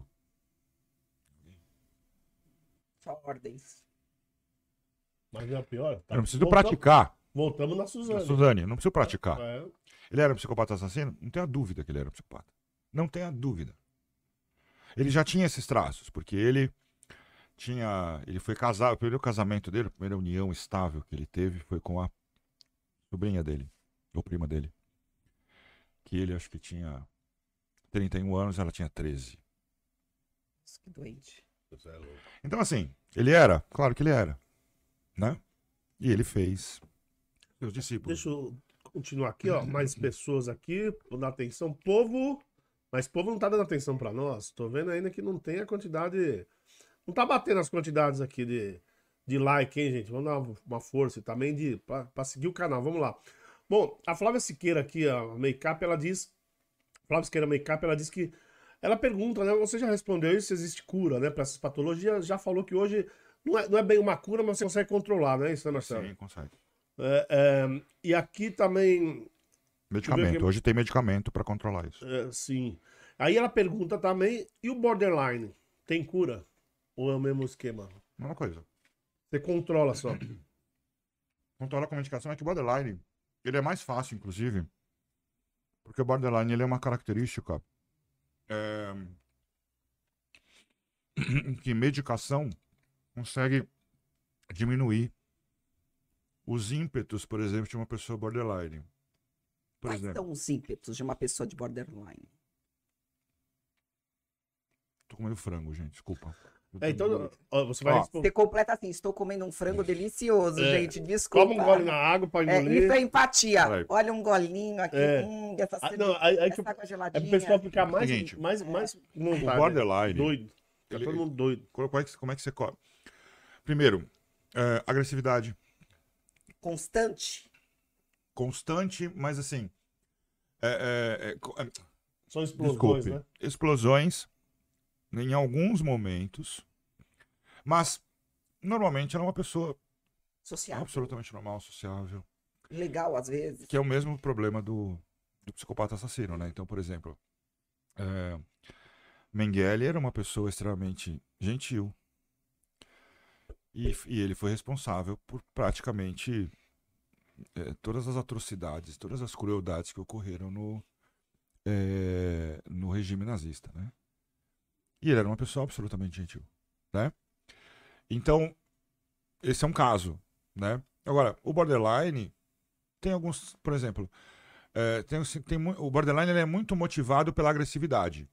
Só ordens. Mas não é pior? Eu não preciso praticar. Voltamos na Suzane. Suzane, não preciso praticar. Ele era um psicopata assassino? Não tenha dúvida que ele era um psicopata. Não tenha dúvida. Ele já tinha esses traços, porque ele foi casado, o primeiro casamento dele, a primeira união estável que ele teve foi com a sobrinha dele, ou prima dele. Que ele acho que tinha 31 anos, ela tinha 13. Que doente. Então assim, ele era, claro que ele era, né? E ele fez seus discípulos. Deixa eu continuar aqui, ó, mais pessoas aqui, vou dar atenção, povo, mas o povo não tá dando atenção pra nós, tô vendo ainda que não tem a quantidade... Não tá batendo as quantidades aqui de like, hein, gente? Vamos dar uma força também pra seguir o canal. Vamos lá. Bom, a Flávia Siqueira aqui, a Make-up, ela diz... Flávia Siqueira Make-up, ela diz que... Ela pergunta, né? Você já respondeu isso, se existe cura, né? Pra essas patologias. Já falou que hoje não é bem uma cura, mas você consegue controlar, né? Isso, né, Marcelo? Sim, consegue. E aqui também... Medicamento. Hoje tem medicamento pra controlar isso. Sim. Aí ela pergunta também, e o borderline? Tem cura? Ou é o mesmo esquema? Mesma coisa. Você controla só. Controla com medicação. É que o borderline, ele é mais fácil, inclusive, porque o borderline ele é uma característica que medicação consegue diminuir os ímpetos, por exemplo, de uma pessoa borderline. Quais são os ímpetos de uma pessoa de borderline? Tô comendo frango, gente, desculpa. Então, ó, você vai responder. Você completa assim, estou comendo um frango delicioso, gente, desculpa. Toma um gole na água pra engolir. Isso é empatia. Olha um golinho aqui, essa água geladinha. É pro pessoal ficar mais o borderline, doido. Tá todo mundo doido. Como é que você come? Primeiro, agressividade. Constante, Constante, mas assim... São explosões, Desculpe, né? explosões em alguns momentos, mas normalmente ela é uma pessoa Social. absolutamente normal, sociável, Legal, às vezes. que é o mesmo problema do psicopata assassino, né? Então, por exemplo, é, Mengele era uma pessoa extremamente gentil e ele foi responsável por praticamente todas as atrocidades, todas as crueldades que ocorreram no regime nazista, né? E ele era uma pessoa absolutamente gentil, né? Então, esse é um caso, né? Agora, o borderline tem alguns, por exemplo, o borderline ele é muito motivado pela agressividade.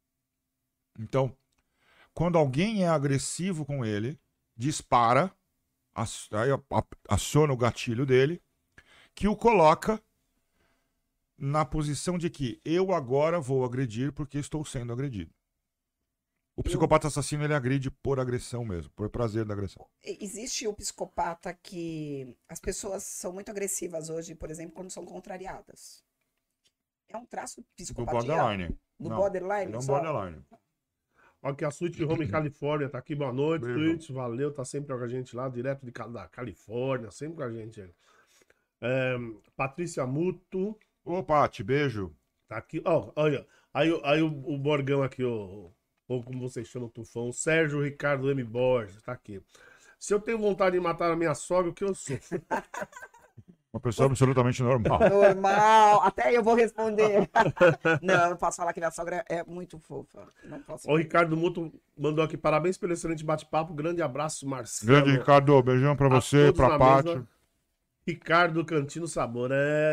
Então, quando alguém é agressivo com ele, dispara, aciona o gatilho dele, que o coloca na posição de que eu agora vou agredir porque estou sendo agredido. O psicopata assassino ele agride por agressão mesmo, por prazer da agressão. Existe o psicopata que as pessoas são muito agressivas hoje, por exemplo, quando são contrariadas. É um traço de Do psicopatia? borderline. Do Não, borderline? ele é um só? borderline. Ó, que a Sweet Home Califórnia tá aqui, boa noite. Beijo. Sweet, valeu, tá sempre com a gente lá, direto da Califórnia, sempre com a gente. Patrícia Muto, Ô, Paty, beijo. tá aqui, ó, olha, aí o Borgão aqui, ou como vocês chamam, o Tufão, Sérgio Ricardo M. Borges, tá aqui. Se eu tenho vontade de matar a minha sogra, o que eu sou? Uma pessoa absolutamente normal. Normal, até eu vou responder. Não, eu não posso falar que minha sogra é muito fofa. Não posso. O Ricardo Muto mandou aqui, parabéns pelo excelente bate-papo, grande abraço, Marcelo. Grande Ricardo, beijão pra A você, todos pra na Paty. mesa. Ricardo Cantinho Sabor,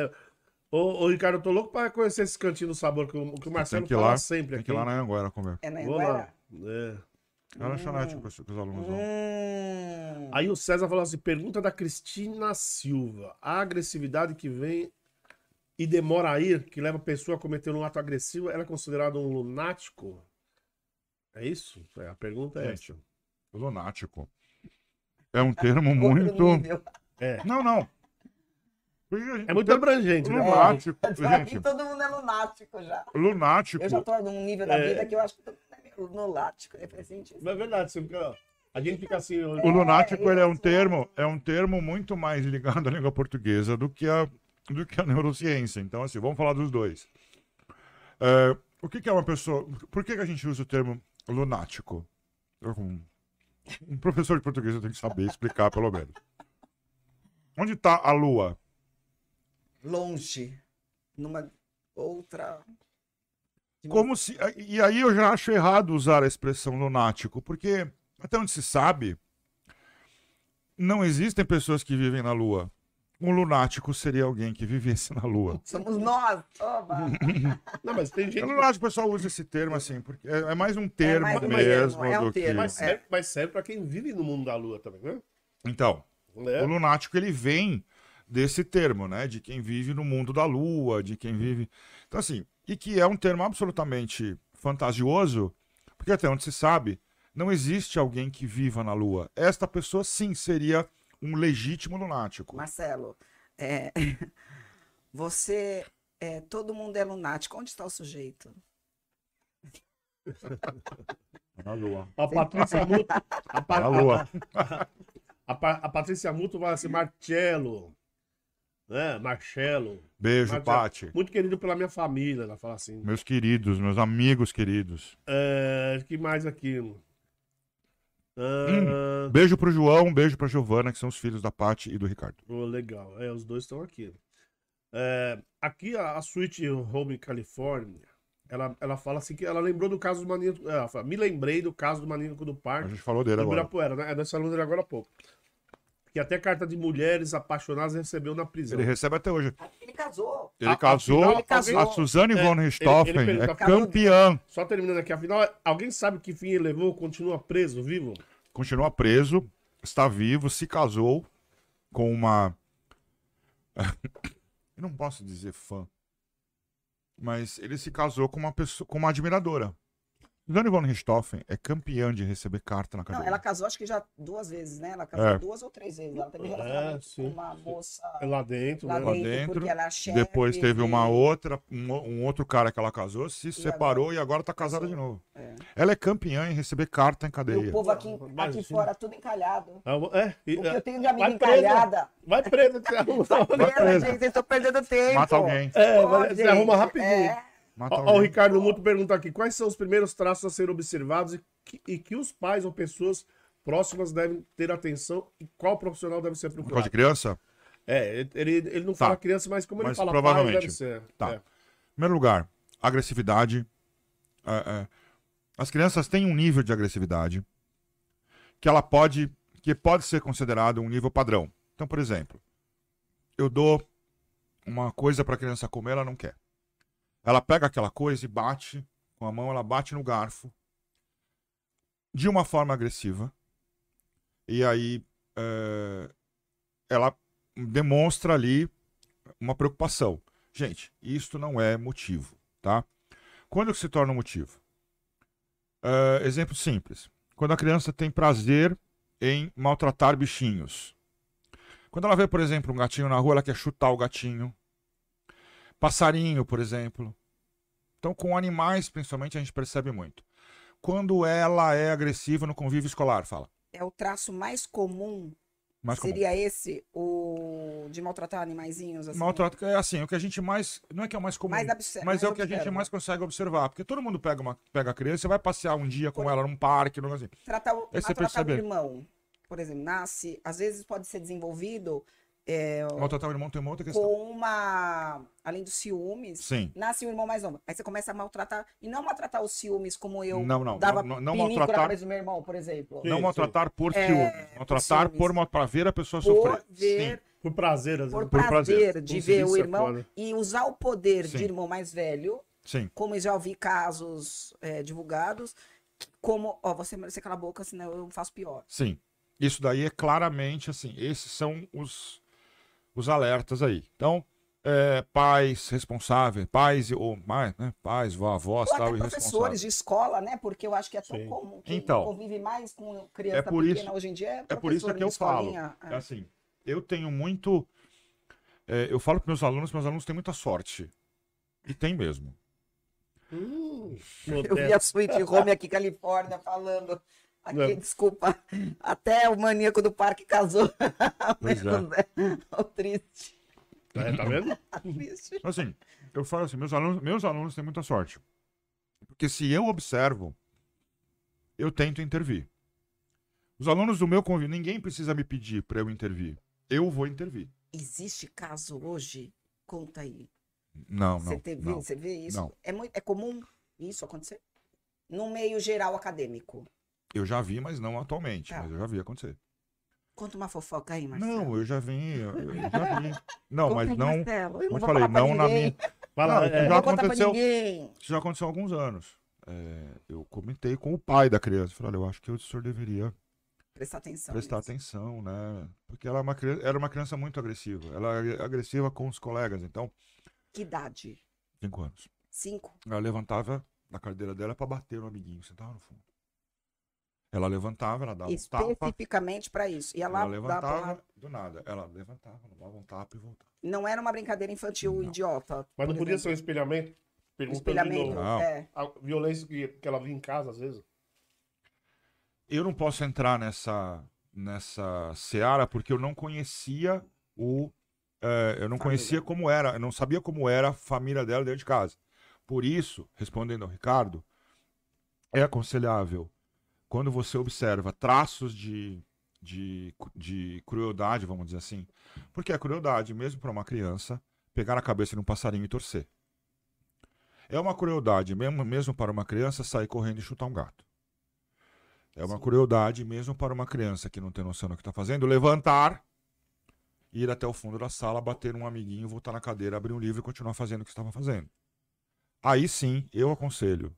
Ô, Ricardo, eu tô louco pra conhecer esse Cantinho do Sabor, que o Marcelo Tem que ir fala lá, sempre tem aqui. que ir lá na Anguera comer. É na Vou lá. Anguera? É lanchonete que os alunos vão. Aí o César falou assim, pergunta da Cristina Silva. A agressividade que vem e demora a ir, que leva a pessoa a cometer um ato agressivo, ela é considerada um lunático? É isso? A pergunta é Gente, essa. Lunático. É um termo Outro muito... nível. Não. Porque a gente- É muito abrangente, né? Lunático, Aqui gente. todo mundo é lunático já. Lunático. Eu já tô num nível da vida que eu acho que todo mundo é meio lunático. É presente. Mas é verdade, você fica- a gente fica assim... O lunático ele é um termo muito mais ligado à língua portuguesa do que a neurociência. Então, assim, vamos falar dos dois. O que é uma pessoa... Por que a gente usa o termo lunático? Um professor de português eu tenho que saber explicar, pelo menos. Onde está a lua? Longe. Numa outra. Como se... E aí eu já acho errado usar a expressão lunático, porque, até onde se sabe, não existem pessoas que vivem na lua. Um lunático seria alguém que vivesse na lua. Somos nós. Oba. Não, mas tem Eu gente... não acho que o pessoal usa esse termo assim, porque é mais um termo mais um mesmo termo, é um do que... termo. Mas serve pra quem vive no mundo da lua também, né? Então, É. o lunático ele vem desse termo, né? De quem vive no mundo da lua, de quem vive... Então, assim, e que é um termo absolutamente fantasioso, porque até onde se sabe, não existe alguém que viva na lua. Esta pessoa, sim, seria um legítimo lunático. Marcelo, você. Todo mundo é lunático. Onde está o sujeito? Na lua. A Patrícia Muto... Na lua. A Patrícia Muto vai ser Marcelo. Né? Marcelo. Beijo, Marcelo. Paty. Muito querido pela minha família, ela fala assim. Meus queridos, meus amigos queridos. Que mais aqui? Beijo pro João, beijo pra Giovana, que são os filhos da Paty e do Ricardo. Legal. Os dois estão aqui. Aqui a Sweet Home California, ela fala assim que ela lembrou do caso do maníaco. Ela fala, me lembrei do caso do maníaco do A parque. gente falou dele Do agora. Ibirapuera, né? É dessa luz dele agora há pouco. Que até carta de mulheres apaixonadas recebeu na prisão. Ele recebe até hoje. Ele casou. Ele casou, afinal, ele casou. a Suzane von Richthofen ele é tá campeã. Só terminando aqui, afinal, alguém sabe que fim ele levou? Continua preso, vivo? Continua preso, está vivo, se casou com uma... Eu não posso dizer fã, mas ele se casou com uma pessoa, com uma admiradora. Suzane von Richthofen é campeã de receber carta na Não, cadeia. ela casou acho que já 2 vezes, né? Ela casou É. 2 ou 3 vezes. Ela teve relacionamento com sim. uma moça É lá dentro, lá né? Lá dentro, dentro, porque ela é chefe. Depois teve uma e- outra, um outro cara que ela casou, se separou e agora tá casada de novo. É. Ela é campeã em receber carta em E cadeia. o povo aqui Imagina. fora tudo encalhado. E- O que eu tenho de amiga vai presa. encalhada. Vai preso, você arruma. Vai Pera, preso. gente, vocês estão perdendo tempo. Mata alguém. É, Pô, você arruma gente, rapidinho. é. Mata Ó, o alguém. Ricardo Muto pergunta aqui: quais são os primeiros traços a serem observados e que os pais ou pessoas próximas devem ter atenção e qual profissional deve ser Por causa procurado? de criança? Ele não Tá. fala criança, mas como ele Mas fala provavelmente. pai, deve ser. Tá. É. Em primeiro lugar, agressividade. As crianças têm um nível de agressividade que pode ser considerado um nível padrão. Então, por exemplo, eu dou uma coisa para a criança comer, ela não quer. Ela pega aquela coisa e bate com a mão, ela bate no garfo de uma forma agressiva. E aí ela demonstra ali uma preocupação. Gente, isto não é motivo, tá? Quando que se torna um motivo? Exemplo simples. Quando a criança tem prazer em maltratar bichinhos. Quando ela vê, por exemplo, um gatinho na rua, ela quer chutar o gatinho. Passarinho, por exemplo. Então, com animais, principalmente, a gente percebe muito. Quando ela é agressiva no convívio escolar, fala. É o traço mais comum. Mais comum. Seria esse, o de maltratar animaizinhos? Assim? Maltrato é assim, o que a gente mais. Não é que é o mais comum, Mais mas é o que a gente mais consegue observar. Porque todo mundo pega a criança e vai passear um dia com ela num parque, assim. Tratar o, Aí você maltratar o percebe. irmão, por exemplo, nasce, às vezes pode ser desenvolvido Maltratar o irmão tem uma outra questão. com uma. Além dos ciúmes, Sim. nasce o irmão mais novo. Aí você começa a maltratar. E não maltratar os ciúmes como eu Não, dava não pinico na maltratar. cabeça do meu irmão, por exemplo. Sim. Não maltratar por ciúmes. Maltratar ciúmes. para ver a pessoa Por sofrer. ver, Sim. Por prazer, às por vezes. prazer de ver Isso o é irmão foda. e usar o poder Sim. de irmão mais velho, Sim. como eu já ouvi casos divulgados, como, ó, você cala a boca, senão eu faço pior. Sim. Isso daí é claramente assim. Esses são os alertas aí. Então, pais responsáveis, pais ou mais, né? Pais, avós, Ou tal, até e professores responsáveis. de escola, né? Porque eu acho que é tão Sim. comum. Quem Então, convive mais com criança é por pequena isso- hoje em dia É por isso professor que de eu falo. escolinha. É assim, eu tenho muito. Eu falo para meus alunos têm muita sorte. E tem mesmo. Eu vi a Sweet Home aqui, Califórnia, falando. Aqui, Não. desculpa. Até o maníaco do parque casou. Pois é. O triste. Tá vendo? Triste. Assim, eu falo assim, meus alunos têm muita sorte. Porque se eu observo, eu tento intervir. Os alunos do meu convívio, ninguém precisa me pedir para eu intervir. Eu vou intervir. Existe caso hoje? Conta aí. Não, não. Você vê isso? Não. É comum isso acontecer? No meio geral acadêmico. Eu já vi, mas não atualmente. Tá. Mas eu já vi acontecer. Conta uma fofoca aí, Marcelo. Não, eu já vi. Eu já vi. Não, Conta mas aí, não. Marcelo. Eu Como eu vou falei, falar pra não na ninguém. minha. Fala, Não, é, já Não vou contar pra aconteceu. ninguém. Isso já aconteceu há alguns anos. Eu comentei com o pai da criança. Falei, olha, eu acho que o senhor deveria Prestar atenção. prestar nisso. atenção, né? Porque ela era uma criança muito agressiva. Ela era agressiva com os colegas. Então, Que idade? 5 anos. 5? Ela levantava da cadeira dela para bater no amiguinho, sentava no fundo. Ela levantava, ela dava um tapa. Especificamente para isso. E ela Ela levantava dava... do nada. Ela levantava, dava um tapa e voltava. Não era uma brincadeira infantil Não. idiota. Mas não por podia exemplo. ser um espelhamento? Perguntando de Espelhamento. novo. Não. A violência que ela via em casa, às vezes. Eu não posso entrar nessa seara porque eu não conhecia eu não conhecia como era, eu não sabia como era a família dela dentro de casa. Por isso, respondendo ao Ricardo, é aconselhável quando você observa traços de crueldade, vamos dizer assim, porque é crueldade mesmo para uma criança pegar a cabeça de um passarinho e torcer. É uma crueldade mesmo para uma criança sair correndo e chutar um gato. É uma crueldade mesmo para uma criança que não tem noção do que está fazendo, levantar, ir até o fundo da sala, bater um amiguinho, voltar na cadeira, abrir um livro e continuar fazendo o que estava fazendo. Aí sim, eu aconselho.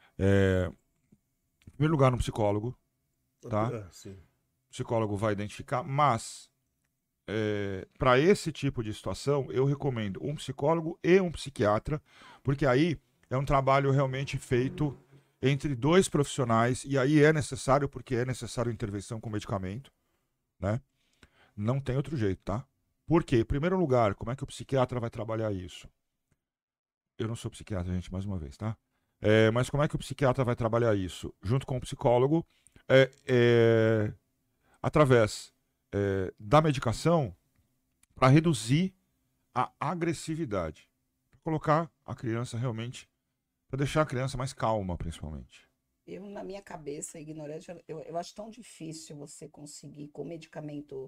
Em primeiro lugar, no psicólogo. Tá? É, sim. O psicólogo vai identificar, mas para esse tipo de situação, eu recomendo um psicólogo e um psiquiatra, porque aí é um trabalho realmente feito entre dois profissionais, e aí é necessário, porque é necessário intervenção com medicamento, né? Não tem outro jeito, tá? Por quê? Em primeiro lugar, como é que o psiquiatra vai trabalhar isso? Eu não sou psiquiatra, gente, mais uma vez, tá? Mas como é que o psiquiatra vai trabalhar isso? Junto com o psicólogo, através da medicação, para reduzir a agressividade. Para colocar a criança realmente, para deixar a criança mais calma, principalmente. Eu, na minha cabeça, ignorante, eu acho tão difícil você conseguir, com medicamento,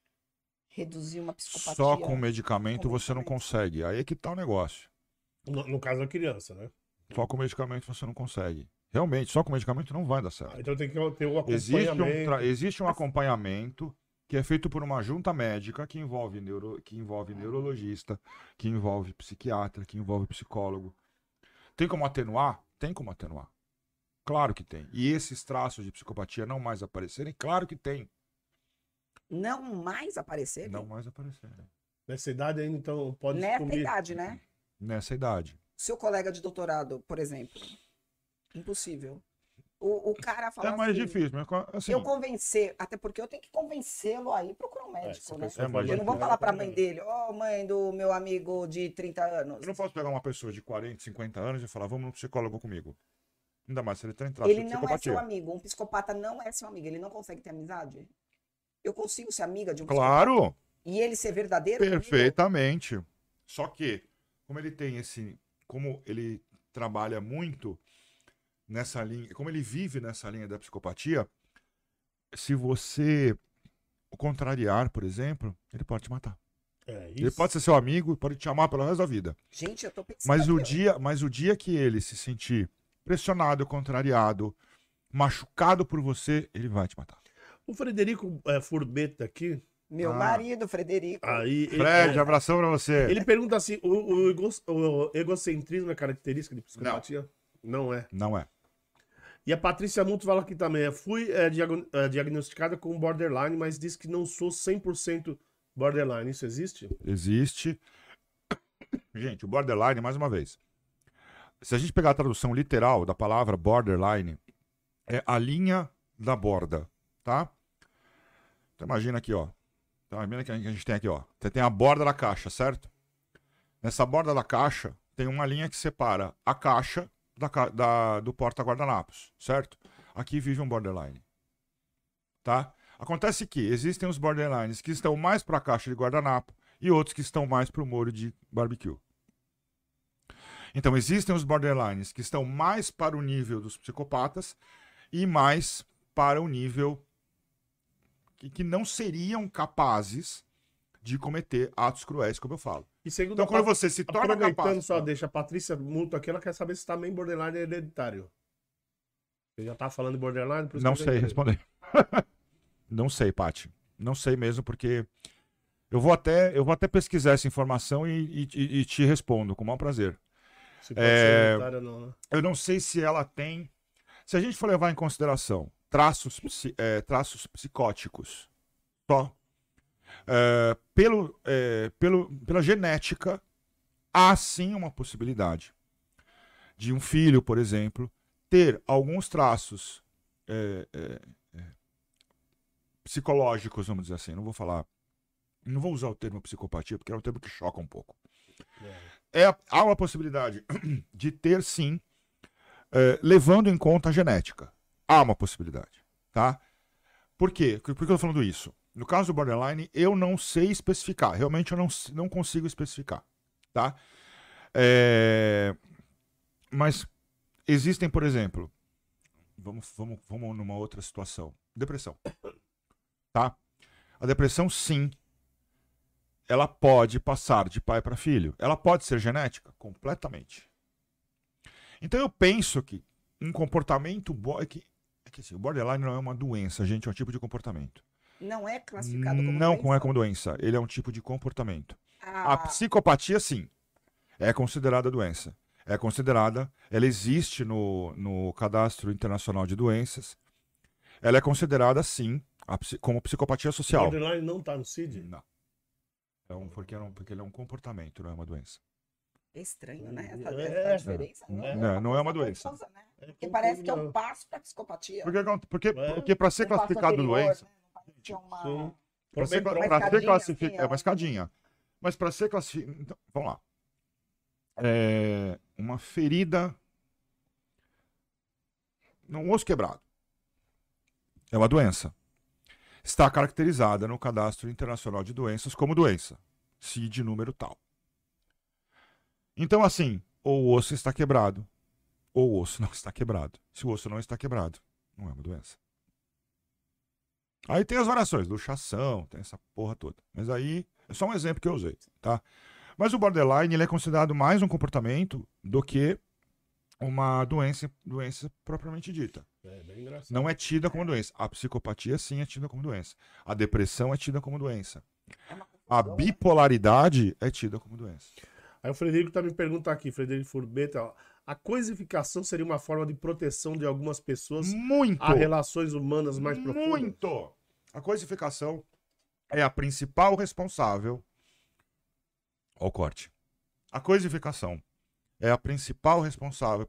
reduzir uma psicopatia. Só com medicamento Com você não medicamento. consegue. Aí é que tá o negócio. No caso da criança, né? Só com medicamento você não consegue. Realmente, só com medicamento não vai dar certo. Então tem que ter um Existe acompanhamento. existe um acompanhamento que é feito por uma junta médica que envolve neurologista, que envolve psiquiatra, que envolve psicólogo. Tem como atenuar? Tem como atenuar. Claro que tem. E esses traços de psicopatia não mais aparecerem? Claro que tem. Não mais aparecer? Não mais aparecerem. Nessa idade ainda, então, pode Nessa sumir. idade, né? Nessa idade. Seu colega de doutorado, por exemplo. Impossível. O cara fala É mais assim, difícil, mas assim, eu convencer, até porque eu tenho que convencê-lo aí procurar um médico, essa né? pessoa pode Eu não vou ter- falar pra mãe dele, ó, mãe do meu amigo de 30 anos. eu não posso pegar uma pessoa de 40, 50 anos e falar, vamos no psicólogo comigo. Ainda mais se ele tem traço Ele de não é psicopatia. seu amigo. Um psicopata não é seu amigo. Ele não consegue ter amizade. Eu consigo ser amiga de um Claro, psicopata e ele ser verdadeiro comigo? perfeitamente. Só que, como ele tem como ele trabalha muito nessa linha, como ele vive nessa linha da psicopatia, se você o contrariar, por exemplo, ele pode te matar. Ele isso. pode ser seu amigo e pode te amar pelo resto da vida. Gente, eu tô pensando Mas o dia que ele se sentir pressionado, contrariado, machucado por você, ele vai te matar. O Frederico Furbetta aqui, Meu Ah. marido, Frederico. aí... Fred, abração pra você. Ele pergunta assim, o egocentrismo é característica de psicopatia? Não é. Não é. E a Patrícia Muto fala aqui também, fui diagnosticada com borderline, mas diz que não sou 100% borderline. Isso existe? Existe. Gente, o borderline, mais uma vez. Se a gente pegar a tradução literal da palavra borderline, é a linha da borda, tá? Então imagina aqui, ó. Então imagina que a gente tem aqui, ó. Você tem a borda da caixa, certo? Nessa borda da caixa, tem uma linha que separa a caixa do porta-guardanapos, certo? Aqui vive um borderline, tá? Acontece que existem os borderlines que estão mais para a caixa de guardanapo e outros que estão mais para o molho de barbecue. Então existem os borderlines que estão mais para o nível dos psicopatas e mais para o nível que não seriam capazes de cometer atos cruéis, como eu falo. E segundo Então a quando Pat- você se torna Aproveitando, capaz... só deixa a Patrícia Muto aqui, ela quer saber se também borderline é hereditário. Você já tá falando de borderline? Por isso Não que eu sei entrei. responder. Não sei, Paty. Não sei mesmo, porque eu vou até pesquisar essa informação e te respondo com o maior prazer. Se pode ser hereditário ou não, né? Eu não sei se ela tem... Se a gente for levar em consideração traços psicóticos só, pela genética, há sim uma possibilidade de um filho, por exemplo, ter alguns traços psicológicos, vamos dizer assim. Não vou usar o termo psicopatia, porque é um termo que choca um pouco. Há uma possibilidade de ter, sim, levando em conta a genética. Há uma possibilidade, tá? Por quê? Por que eu tô falando isso? No caso do borderline, eu não sei especificar. Realmente eu não consigo especificar, tá? Mas existem, por exemplo... Vamos numa outra situação. Depressão, tá? A depressão, sim, ela pode passar de pai para filho. Ela pode ser genética? Completamente. Então eu penso que um comportamento... assim, o borderline não é uma doença, gente, é um tipo de comportamento. Não é classificado como Não doença? é como doença, ele é um tipo de comportamento. A Ah, psicopatia, sim, é considerada doença. É considerada, ela existe no Cadastro Internacional de Doenças. Ela é considerada, sim, como psicopatia social. Borderline não tá no CID? Não. Porque ele é um comportamento, não é uma doença. É estranho, né? Essa, É, essa diferença. Não é uma doença. Confusa, né? Porque parece que é um passo para psicopatia. Porque para ser Um passo classificado anterior, doença, né? Não parece que é uma... Sim. para ser, Bem próximo. pra ser escadinha, classificado, assim, é uma escadinha. Mas para ser classificado, então, vamos lá. Uma ferida, um osso quebrado, é uma doença. Está caracterizada no Cadastro Internacional de Doenças como doença, CID número tal. Então, assim, ou o osso está quebrado, ou o osso não está quebrado. Se o osso não está quebrado, não é uma doença. Aí tem as variações, luxação, tem essa porra toda. Mas aí é só um exemplo que eu usei, tá? Mas o borderline ele é considerado mais um comportamento do que uma doença propriamente dita. É bem engraçado. Não é tida como doença. A psicopatia, sim, é tida como doença. A depressão é tida como doença. A bipolaridade é tida como doença. Aí o Frederico tá me perguntando aqui, Frederico Furbeta, ó, a coisificação seria uma forma de proteção de algumas pessoas Muito! a relações humanas mais profundas? Muito! A coisificação é a principal responsável ao corte. A coisificação é a principal responsável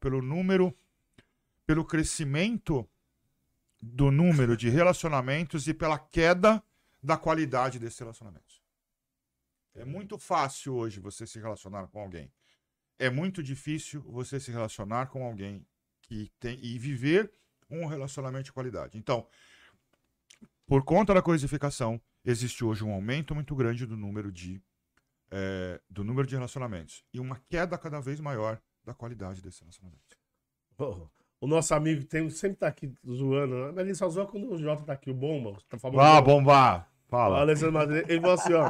pelo crescimento do número de relacionamentos e pela queda da qualidade desses relacionamentos. É muito fácil hoje você se relacionar com alguém. É muito difícil você se relacionar com alguém e viver um relacionamento de qualidade. Então, por conta da coisificação, existe hoje um aumento muito grande do número de relacionamentos e uma queda cada vez maior da qualidade desse relacionamento. O nosso amigo sempre tá aqui zoando, né? Mas ele só zoa quando o Jota tá aqui, o Bomba. Tá famoso. Bombar! O Fala. Alessandro Madeira, ele falou assim, ó.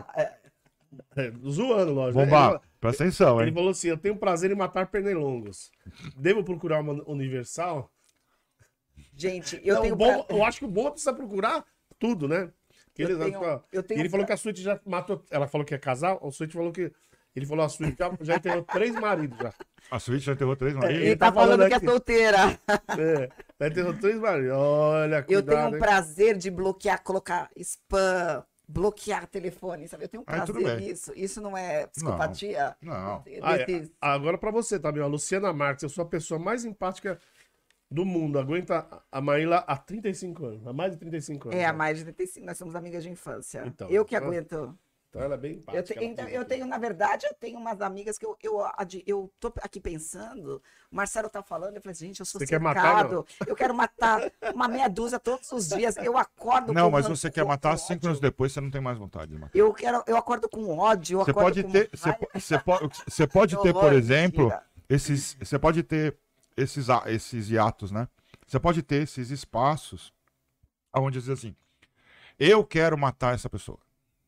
Zoando, lógico. Bombar, presta atenção, Ele hein? falou assim: eu tenho prazer em matar pernilongos. Devo procurar uma universal? Gente, eu Não, tenho... eu acho que o bom precisa procurar tudo, né? Que Eu ele, tenho- eu tenho ele falou que a Suíte já matou. Ela falou que é casal, a Suíte falou que. Ele falou a Suíte já enterrou 3 maridos já. A Switch já enterrou 3 maridos. Ele tá tá falando falando que é aqui. solteira. Já enterrou 3 maridos. Olha, Eu tenho cuidado, um hein? prazer de bloquear, colocar spam, bloquear telefone, sabe? Eu tenho um Aí, tudo prazer bem. nisso. Isso não é psicopatia? Não. Desses- Agora pra você, tá, meu? A Luciana Marques, eu sou a pessoa mais empática do mundo. Aguenta a Maíla há 35 anos. Há mais de 35 anos. É, há né? mais de 35, nós somos amigas de infância. Então, eu que então- aguento. Então ela é bem empática. Eu tenho, na verdade, eu tenho umas amigas que eu tô aqui pensando, o Marcelo tá falando, eu falei, gente, eu sou Você quer matar, cercado, eu quero matar uma meia dúzia todos os dias, eu acordo Não, com mas ran- você com- quer matar com 5 ódio. anos depois, você não tem mais vontade de matar. Eu acordo com ódio, eu Você acordo pode com ter, raiva. você pode Que ter, horror, por exemplo, mentira. você pode ter esses hiatos, né? Você pode ter esses espaços onde diz assim, eu quero matar essa pessoa.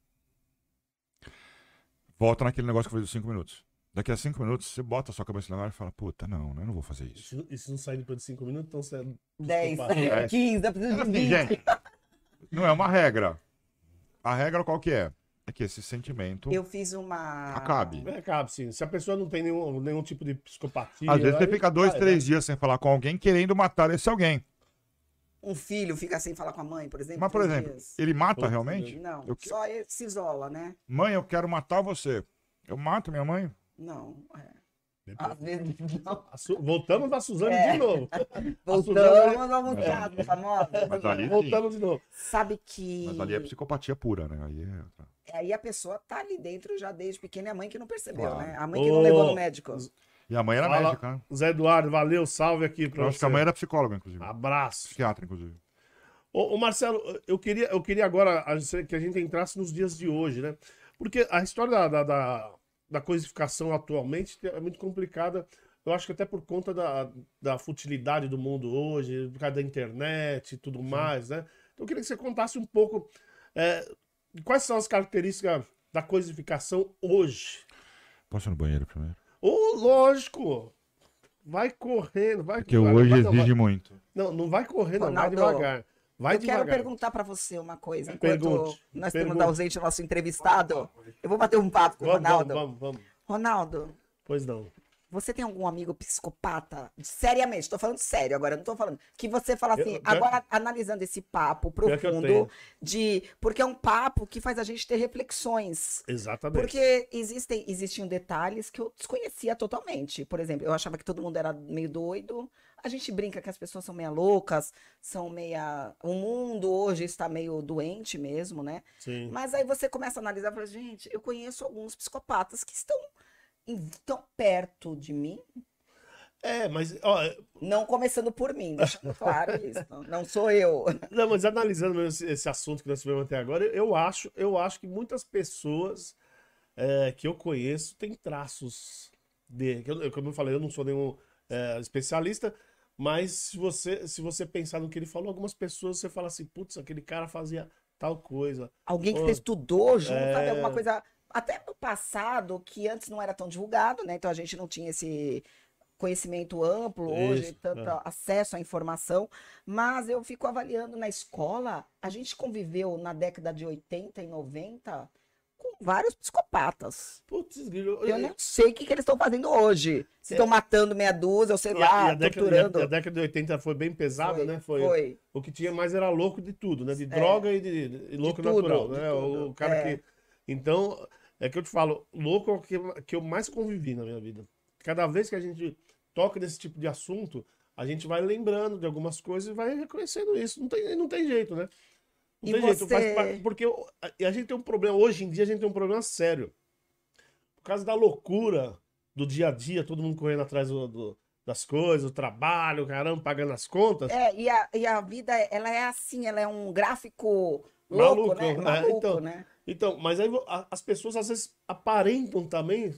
Volta naquele negócio que eu falei dos 5 minutos. Daqui a 5 minutos, você bota a sua cabeça no ar e fala, puta, não, eu não vou fazer isso. E se não sair depois de 5 minutos, então você é 10, psicopata. 15, eu preciso de Assim, 20. gente, não é uma regra. A regra qual que é? É que esse sentimento Eu fiz uma... acabe. Cabe, sim. Se a pessoa não tem nenhum tipo de psicopatia. Às vezes você aí fica 2, vai, 3 dias sem falar com alguém, querendo matar esse alguém. Um filho fica sem falar com a mãe, por exemplo. Mas, por 3 exemplo, dias. ele mata Pô, realmente? Não, Eu que- só ele se isola, né? Mãe, eu quero matar você. Eu mato minha mãe? Não, né? às vezes não. Voltamos da Suzane É. de novo. Voltamos ao caso famosa. Mas ali sim. Voltamos de novo. Sabe que Mas ali é psicopatia pura, né? Aí é outra. aí a pessoa tá ali dentro já desde pequena, é a mãe que não percebeu, Claro. né? A mãe que não levou no médico. E a mãe era Fala, médica, né? Zé Eduardo, valeu, salve aqui pra Eu você. acho que a mãe era psicóloga, inclusive. Abraço. Psiquiatra, inclusive. Ô, Marcelo, eu queria agora que a gente entrasse nos dias de hoje, né? Porque a história da coisificação atualmente é muito complicada. Eu acho que até por conta da futilidade do mundo hoje, por causa da internet e tudo mais, né? Então eu queria que você contasse um pouco quais são as características da coisificação hoje. Posso ir no banheiro primeiro? Ô, lógico! Vai correndo, vai... Porque hoje vai- exige muito. Não vai correndo, vai Ronaldo, devagar. Vai Eu quero devagar. perguntar pra você uma coisa. Enquanto Pergunte, nós pergunte. temos ausente o nosso entrevistado, eu vou bater um papo com o Vamos, Ronaldo. vamos. Ronaldo, Pois não. Você tem algum amigo psicopata? Seriamente, tô falando sério agora, não tô falando. Que você fala assim, Eu- agora analisando esse papo Pior que eu profundo, tenho. porque é um papo que faz a gente ter reflexões. Exatamente. Porque existiam detalhes que eu desconhecia totalmente. Por exemplo, eu achava que todo mundo era meio doido. A gente brinca que as pessoas são meia loucas, são meia. O mundo hoje está meio doente mesmo, né? Sim. Mas aí você começa a analisar e fala, gente, eu conheço alguns psicopatas que estão tão perto de mim, Mas, ó, não começando por mim, deixando claro isso. Não sou eu. não, mas analisando mesmo esse assunto que nós tivemos até agora, eu acho que muitas pessoas que eu conheço têm traços de. Como eu falei, eu não sou nenhum especialista, mas se você pensar no que ele falou, algumas pessoas você fala assim, putz, aquele cara fazia tal coisa. Alguém que Ô, você estudou junto, sabe? é, Alguma coisa. Até no passado, que antes não era tão divulgado, né? Então a gente não tinha esse conhecimento amplo hoje, Isso, tanto acesso à informação. Mas eu fico avaliando na escola, a gente conviveu na década de 80 e 90 com vários psicopatas. Putz, grilo. Eu não sei o que eles estão fazendo hoje. Se estão matando meia dúzia, ou sei lá, a torturando. década de 80 foi bem pesada, né? Foi. O que tinha mais era louco de tudo, né? De droga e louco tudo, natural, de né? tudo. O cara que. Então, é que eu te falo, louco é o que eu mais convivi na minha vida. Cada vez que a gente toca nesse tipo de assunto, a gente vai lembrando de algumas coisas e vai reconhecendo isso. Não tem jeito, né? Não E tem jeito. você- Porque a gente tem um problema, hoje em dia a gente tem um problema sério. Por causa da loucura do dia a dia, todo mundo correndo atrás das coisas, o trabalho, caramba, pagando as contas. E a vida, ela é assim, ela é um gráfico louco, Maluco, né? é, Maluco, então, né? Então, mas aí as pessoas às vezes aparentam também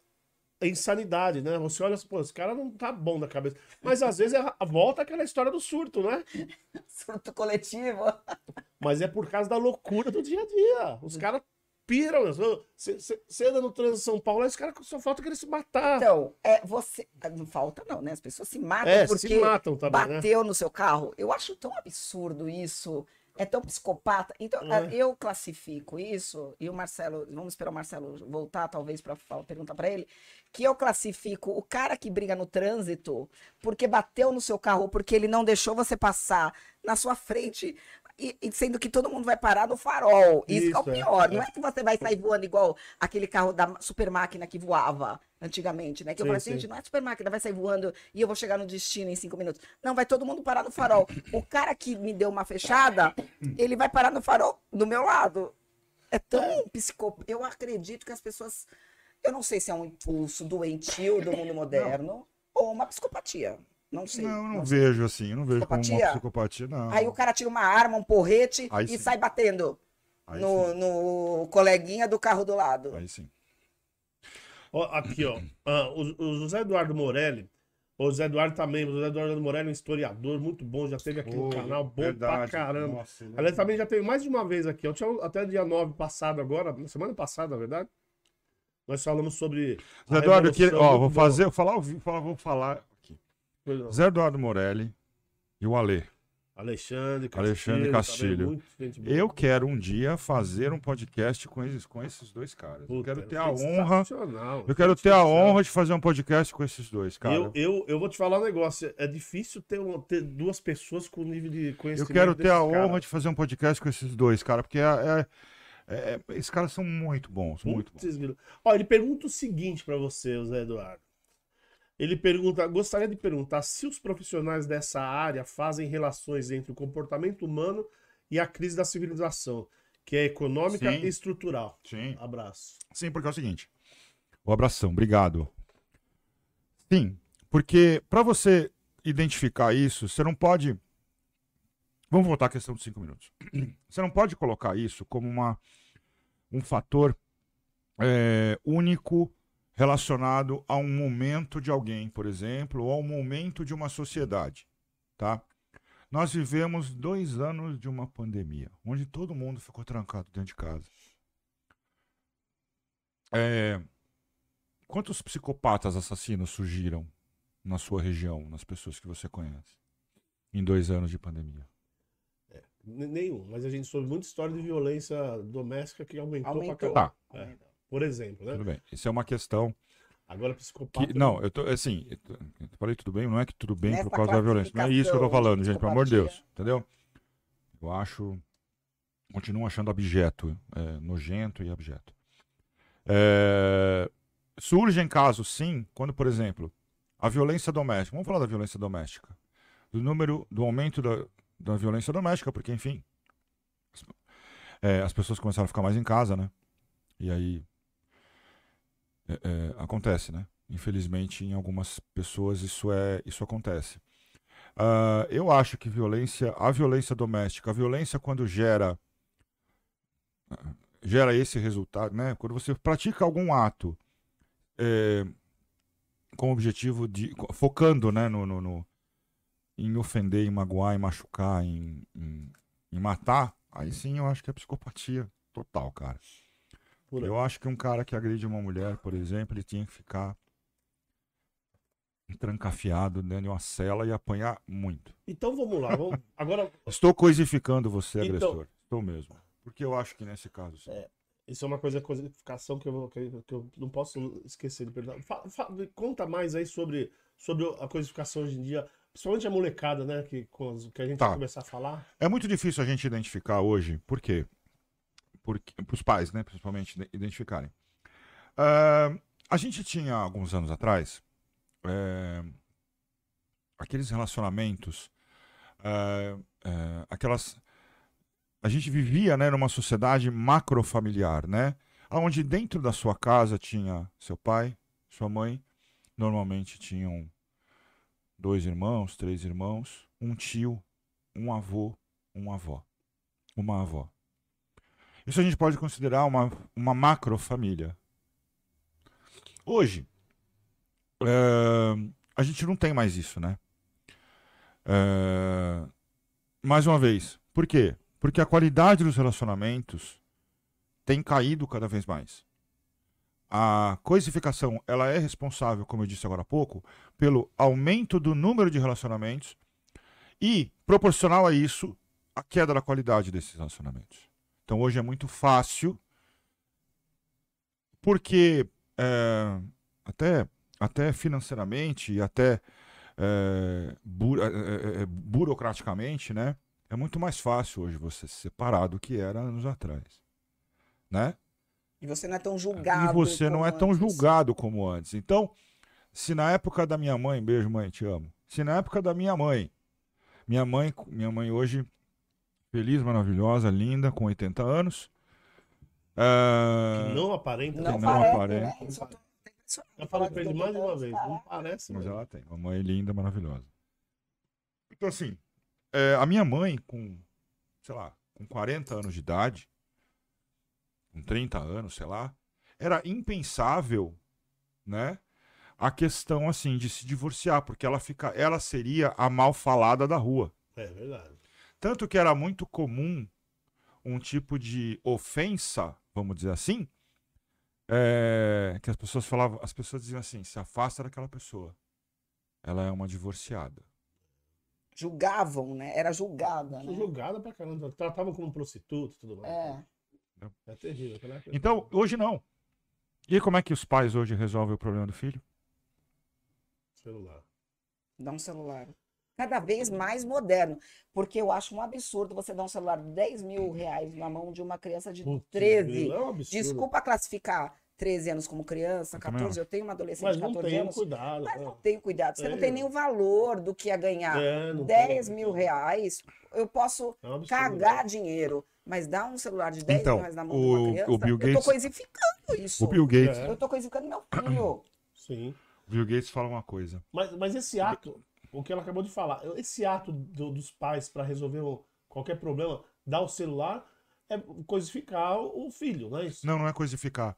a insanidade, né? Você olha, pô, esse cara não tá bom da cabeça. Mas às vezes volta aquela história do surto, né? Surto coletivo. Mas é por causa da loucura do dia a dia. Os caras piram. Você anda no trânsito de São Paulo, aí os caras só falta querer se matar. Então, você. Não falta, não, né? As pessoas se matam Se porque matam também, né? bateu no seu carro. Eu acho tão absurdo isso. É tão psicopata. Então, eu classifico isso, e o Marcelo, vamos esperar o Marcelo voltar, talvez, para perguntar para ele, que eu classifico o cara que briga no trânsito porque bateu no seu carro, ou porque ele não deixou você passar na sua frente. E sendo que todo mundo vai parar no farol. Isso que é o Isso, pior. Não é que você vai sair voando igual aquele carro da super máquina que voava antigamente, né? Que eu Sim, falei assim, sim. gente, não é super máquina, vai sair voando e eu vou chegar no destino em 5 minutos. Não, vai todo mundo parar no farol. O cara que me deu uma fechada, ele vai parar no farol do meu lado. É tão psicopata. Eu acredito que as pessoas. Eu não sei se é um impulso doentio do mundo moderno ou uma psicopatia. Não sei. Não, eu não sei. vejo assim, eu não vejo como uma Psicopatia? psicopatia, não. Aí o cara tira uma arma, um porrete Aí e sim. sai batendo Aí no coleguinha do carro do lado. Aí sim. Ó, aqui, ó. O José Eduardo Morelli. O José Eduardo também. O José Eduardo Morelli é um historiador muito bom. Já teve aqui no canal. Bom pra caramba. Nossa, ele é Aliás, bom. também já teve mais de uma vez aqui. Eu tinha até dia 9 passado agora, na semana passada, na verdade. Nós falamos sobre. Zé Eduardo, Revolução, vou muito fazer, vou falar aqui. bom. Zé Eduardo Morelli e o Alê. Alexandre Alexandre Castilho. também, muito gente boa. Eu quero um dia fazer um podcast com esses dois caras. Eu Puta, quero ter a honra. sensacional, Eu quero ter a sensacional. honra de fazer um podcast com esses dois, cara. Eu vou te falar um negócio. É difícil ter duas pessoas com nível de Eu conhecimento. quero ter a desses caras. honra de fazer um podcast com esses dois, cara, porque esses caras são muito bons, muito bons. Putz, grilo. Ó, ele pergunta o seguinte pra você, Zé Eduardo. Ele gostaria de perguntar se os profissionais dessa área fazem relações entre o comportamento humano e a crise da civilização, que é econômica Sim. e estrutural. Sim. Abraço. Sim, porque é o seguinte. O abração, obrigado. Sim, porque para você identificar isso, você não pode. Vamos voltar à questão dos 5 minutos. Você não pode colocar isso como um fator único relacionado a um momento de alguém, por exemplo, ou a um momento de uma sociedade, tá? Nós vivemos 2 anos de uma pandemia, onde todo mundo ficou trancado dentro de casa. Quantos psicopatas assassinos surgiram na sua região, nas pessoas que você conhece, em 2 anos de pandemia? Nenhum, mas a gente soube muita história de violência doméstica que aumentou pra Aumentou. caramba. Tá, Por exemplo, né? tudo bem. Isso é uma questão Agora, psicopata. Não, eu tô, assim, eu falei tudo bem, não é que tudo bem Nessa por causa da violência. Não é isso que eu tô falando, gente, pelo amor de Deus. Entendeu? Eu acho. Continuo achando abjeto, nojento e abjeto. Surgem casos, sim, quando, por exemplo, a violência doméstica. Vamos falar da violência doméstica. Do aumento da violência doméstica, porque, enfim, as pessoas começaram a ficar mais em casa, né? E aí acontece, né? Infelizmente, em algumas pessoas isso acontece. Eu acho que a violência doméstica, a violência quando gera esse resultado, né? Quando você pratica algum ato com o objetivo de focando, né, em ofender, em magoar, em machucar, em matar, aí sim eu acho que é psicopatia total, cara. Eu acho que um cara que agride uma mulher, por exemplo, ele tinha que ficar trancafiado dentro de uma cela e apanhar muito. Então vamos lá. Agora... Estou coisificando você, Então... agressor. Estou mesmo. Porque eu acho que nesse caso... Sim. Isso é uma cosificação que eu não posso esquecer de perguntar. Conta mais aí sobre a cosificação hoje em dia, principalmente a molecada, né? Que a gente vai começar a falar. É muito difícil a gente identificar hoje. Por quê? Para os pais, né? Principalmente, identificarem. A gente tinha, alguns anos atrás, aqueles relacionamentos, a gente vivia, né, numa sociedade macrofamiliar, né? Onde dentro da sua casa tinha seu pai, sua mãe, normalmente tinham 2 irmãos, 3 irmãos, um tio, um avô, uma avó. Isso a gente pode considerar uma macrofamília. Hoje, a gente não tem mais isso, né? Mais uma vez, por quê? Porque a qualidade dos relacionamentos tem caído cada vez mais. A coisificação, ela é responsável, como eu disse agora há pouco, pelo aumento do número de relacionamentos e, proporcional a isso, a queda da qualidade desses relacionamentos. Então, hoje é muito fácil, porque até financeiramente e até burocraticamente, né? É muito mais fácil hoje você se separar do que era anos atrás, né? E você não é tão julgado. E você não é tão julgado como antes. Então, se na época da minha mãe, beijo mãe, te amo. Se na época da minha mãe hoje, feliz, maravilhosa, linda, com 80 anos. Que não aparenta. Não aparenta. Né? Eu falei pra ele mais de uma vez, não parece. Mas ela tem, uma mãe linda, maravilhosa. Então, assim, a minha mãe, com 40 anos de idade, com 30 anos, sei lá, era impensável, né, a questão, assim, de se divorciar, porque ela seria a mal falada da rua. É verdade. Tanto que era muito comum um tipo de ofensa, vamos dizer assim, que as pessoas diziam assim, se afasta daquela pessoa. Ela é uma divorciada. Julgavam, né? Era julgada, né? Julgada pra caramba. Tratavam como prostituta e tudo mais. É terrível. Né? Então, hoje não. E como é que os pais hoje resolvem o problema do filho? Celular. Dá um celular. Cada vez mais moderno. Porque eu acho um absurdo você dar um celular de 10 mil reais na mão de uma criança de 13. É um absurdo. Desculpa classificar 13 anos como criança, 14, eu tenho uma adolescente de 14 anos. Cuidado, mas não tenho cuidado. Você não tem nem o valor do que ia ganhar. 10 mil reais, eu posso cagar dinheiro, mas dar um celular de 10 mil reais na mão de uma criança, eu tô coisificando isso. O Bill Gates. Eu tô coisificando meu filho. Sim. O Bill Gates fala uma coisa. Mas esse ato, o que ela acabou de falar, esse ato dos pais para resolver qualquer problema, dar o celular, é coisificar o filho, não é isso? Não é coisificar.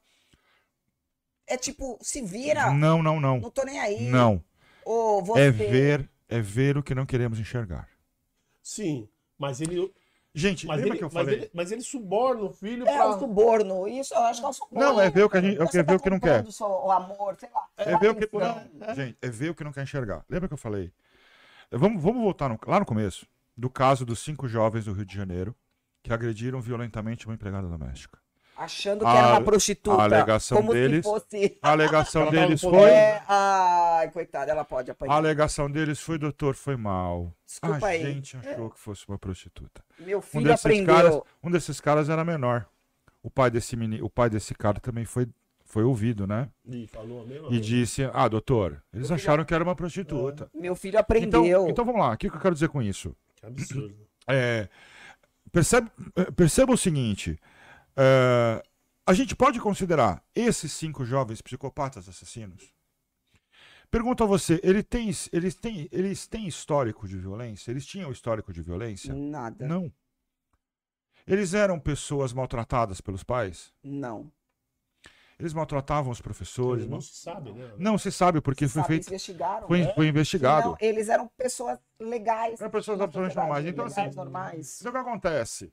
É tipo, se vira. Não. Não tô nem aí. Não. Ou você... É ver o que não queremos enxergar. Sim, mas ele... Gente, lembra que eu falei? Mas ele suborna o filho o suborno. Isso eu acho que é o suborno. Não, é ver o que ver o que não quer. O amor, sei lá. É ver o que... Não, gente, é ver o que não quer enxergar. Lembra que eu falei? Vamos voltar lá no começo, do caso dos 5 jovens do Rio de Janeiro que agrediram violentamente uma empregada doméstica. Achando que era uma prostituta. A alegação como deles, se fosse... a alegação Ela tava deles no foi... poder. Ai, coitada, ela pode A apanhar. alegação deles foi, doutor, foi mal. Desculpa A aí. gente achou que fosse uma prostituta. Meu filho aprendeu. Um desses caras era menor. O pai desse cara também foi ouvido, né? E falou a mesma E coisa. disse, doutor, eles acharam que era uma prostituta. Meu filho aprendeu. Então vamos lá, o que eu quero dizer com isso? Que absurdo. Perceba o seguinte, a gente pode considerar esses 5 jovens psicopatas assassinos? Pergunto a você, eles têm histórico de violência? Eles tinham histórico de violência? Nada. Não. Eles eram pessoas maltratadas pelos pais? Não. Eles maltratavam os professores? Não se sabe, né? Não se sabe, porque foi Sabe, feito. investigaram. Foi investigado. Não, eles eram pessoas legais. Eram pessoas na absolutamente sociedade, normais. Então, legais, assim, normais. Então o que acontece?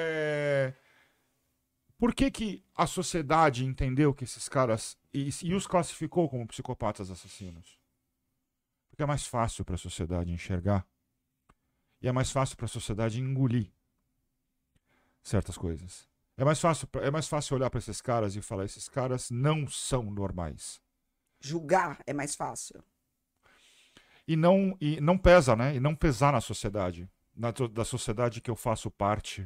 Por que a sociedade entendeu que esses caras e os classificou como psicopatas assassinos? Porque é mais fácil para a sociedade enxergar e é mais fácil para a sociedade engolir certas coisas. É mais fácil olhar para esses caras e falar: esses caras não são normais. Julgar é mais fácil. E não pesa, né? E não pesar na sociedade. Da sociedade que eu faço parte.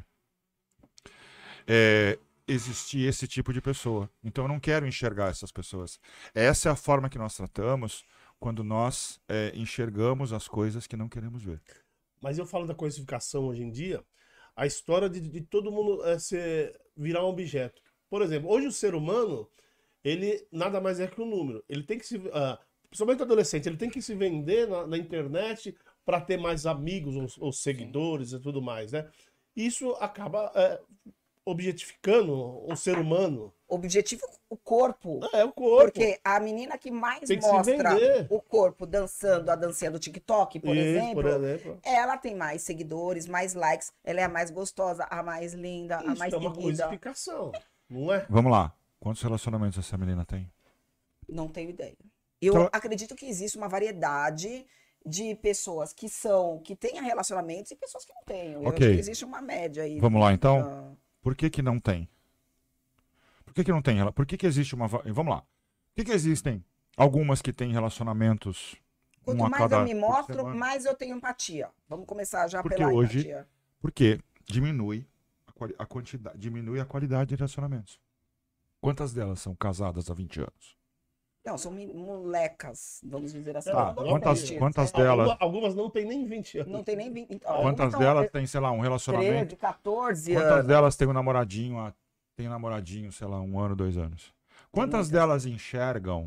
Existir esse tipo de pessoa. Então eu não quero enxergar essas pessoas. Essa é a forma que nós tratamos quando nós enxergamos as coisas que não queremos ver. Mas eu falo da coisificação hoje em dia, a história de todo mundo virar um objeto. Por exemplo, hoje o ser humano, ele nada mais é que um número. Ele tem que principalmente o adolescente, ele tem que se vender na internet para ter mais amigos ou seguidores e tudo mais, né? Isso acaba objetificando o ser humano. Objetivo o corpo. É o corpo. Porque a menina que mais Tem que se mostra vender. o corpo dançando a dancinha do TikTok, por Isso, exemplo, por exemplo. ela tem mais seguidores, mais likes, ela é a mais gostosa, a mais linda, a Isso mais é uma seguida. coisificação, não é? Vamos lá. Quantos relacionamentos essa menina tem? Não tenho ideia. Eu Então- acredito que existe uma variedade de pessoas que têm relacionamentos e pessoas que não têm. Eu Ok. acho que existe uma média aí. Vamos lá, então. Ah, Por que não tem? Por que não tem? Por que existe uma... Vamos lá. Por que existem algumas que têm relacionamentos Quanto um a mais cada eu me por mostro, semana? mais eu tenho empatia. Vamos começar já Porque pela hoje- empatia. Porque diminui a quantidade, diminui a qualidade de relacionamentos. Quantas delas são casadas há 20 anos? Não, são molecas, vamos dizer assim. Tá, adolescentes, quantas né? delas- Algumas não tem nem 20 anos. Não tem nem 20. Quantas delas têm, sei lá, um relacionamento? 13, 14 Quantas anos. delas têm um namoradinho, sei lá, 1 ano, 2 anos? Quantas delas enxergam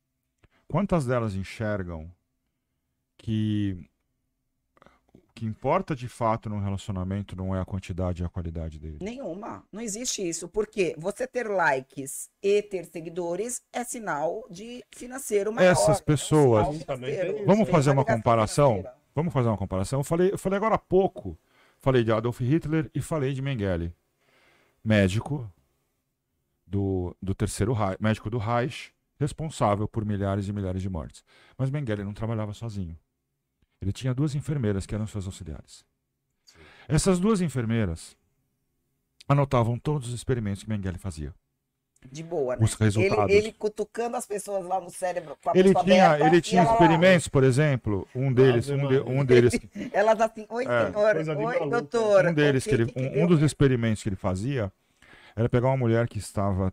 que o que importa de fato num relacionamento não é a quantidade e a qualidade dele? Nenhuma. Não existe isso. Porque você ter likes e ter seguidores é sinal de financeiro maior. Essas pessoas- É um sinal financeiro. Também tem Vamos Tem fazer uma ligação comparação? financeira. Vamos fazer uma comparação? Eu falei agora há pouco, falei de Adolf Hitler e falei de Mengele, médico do Terceiro Reich, médico do Reich, responsável por milhares e milhares de mortes. Mas Mengele não trabalhava sozinho. Ele tinha 2 enfermeiras que eram suas auxiliares. Essas 2 enfermeiras anotavam todos os experimentos que Mengele fazia. De boa, né? Os resultados. Ele cutucando as pessoas lá no cérebro com a Ele pessoa tinha, aberta, ele e tinha ela lá. experimentos, por exemplo, um deles, Elas assim, oi, senhor, coisa de oi, maluco. doutor. um deles o que ele, deu? um dos experimentos que ele fazia era pegar uma mulher que estava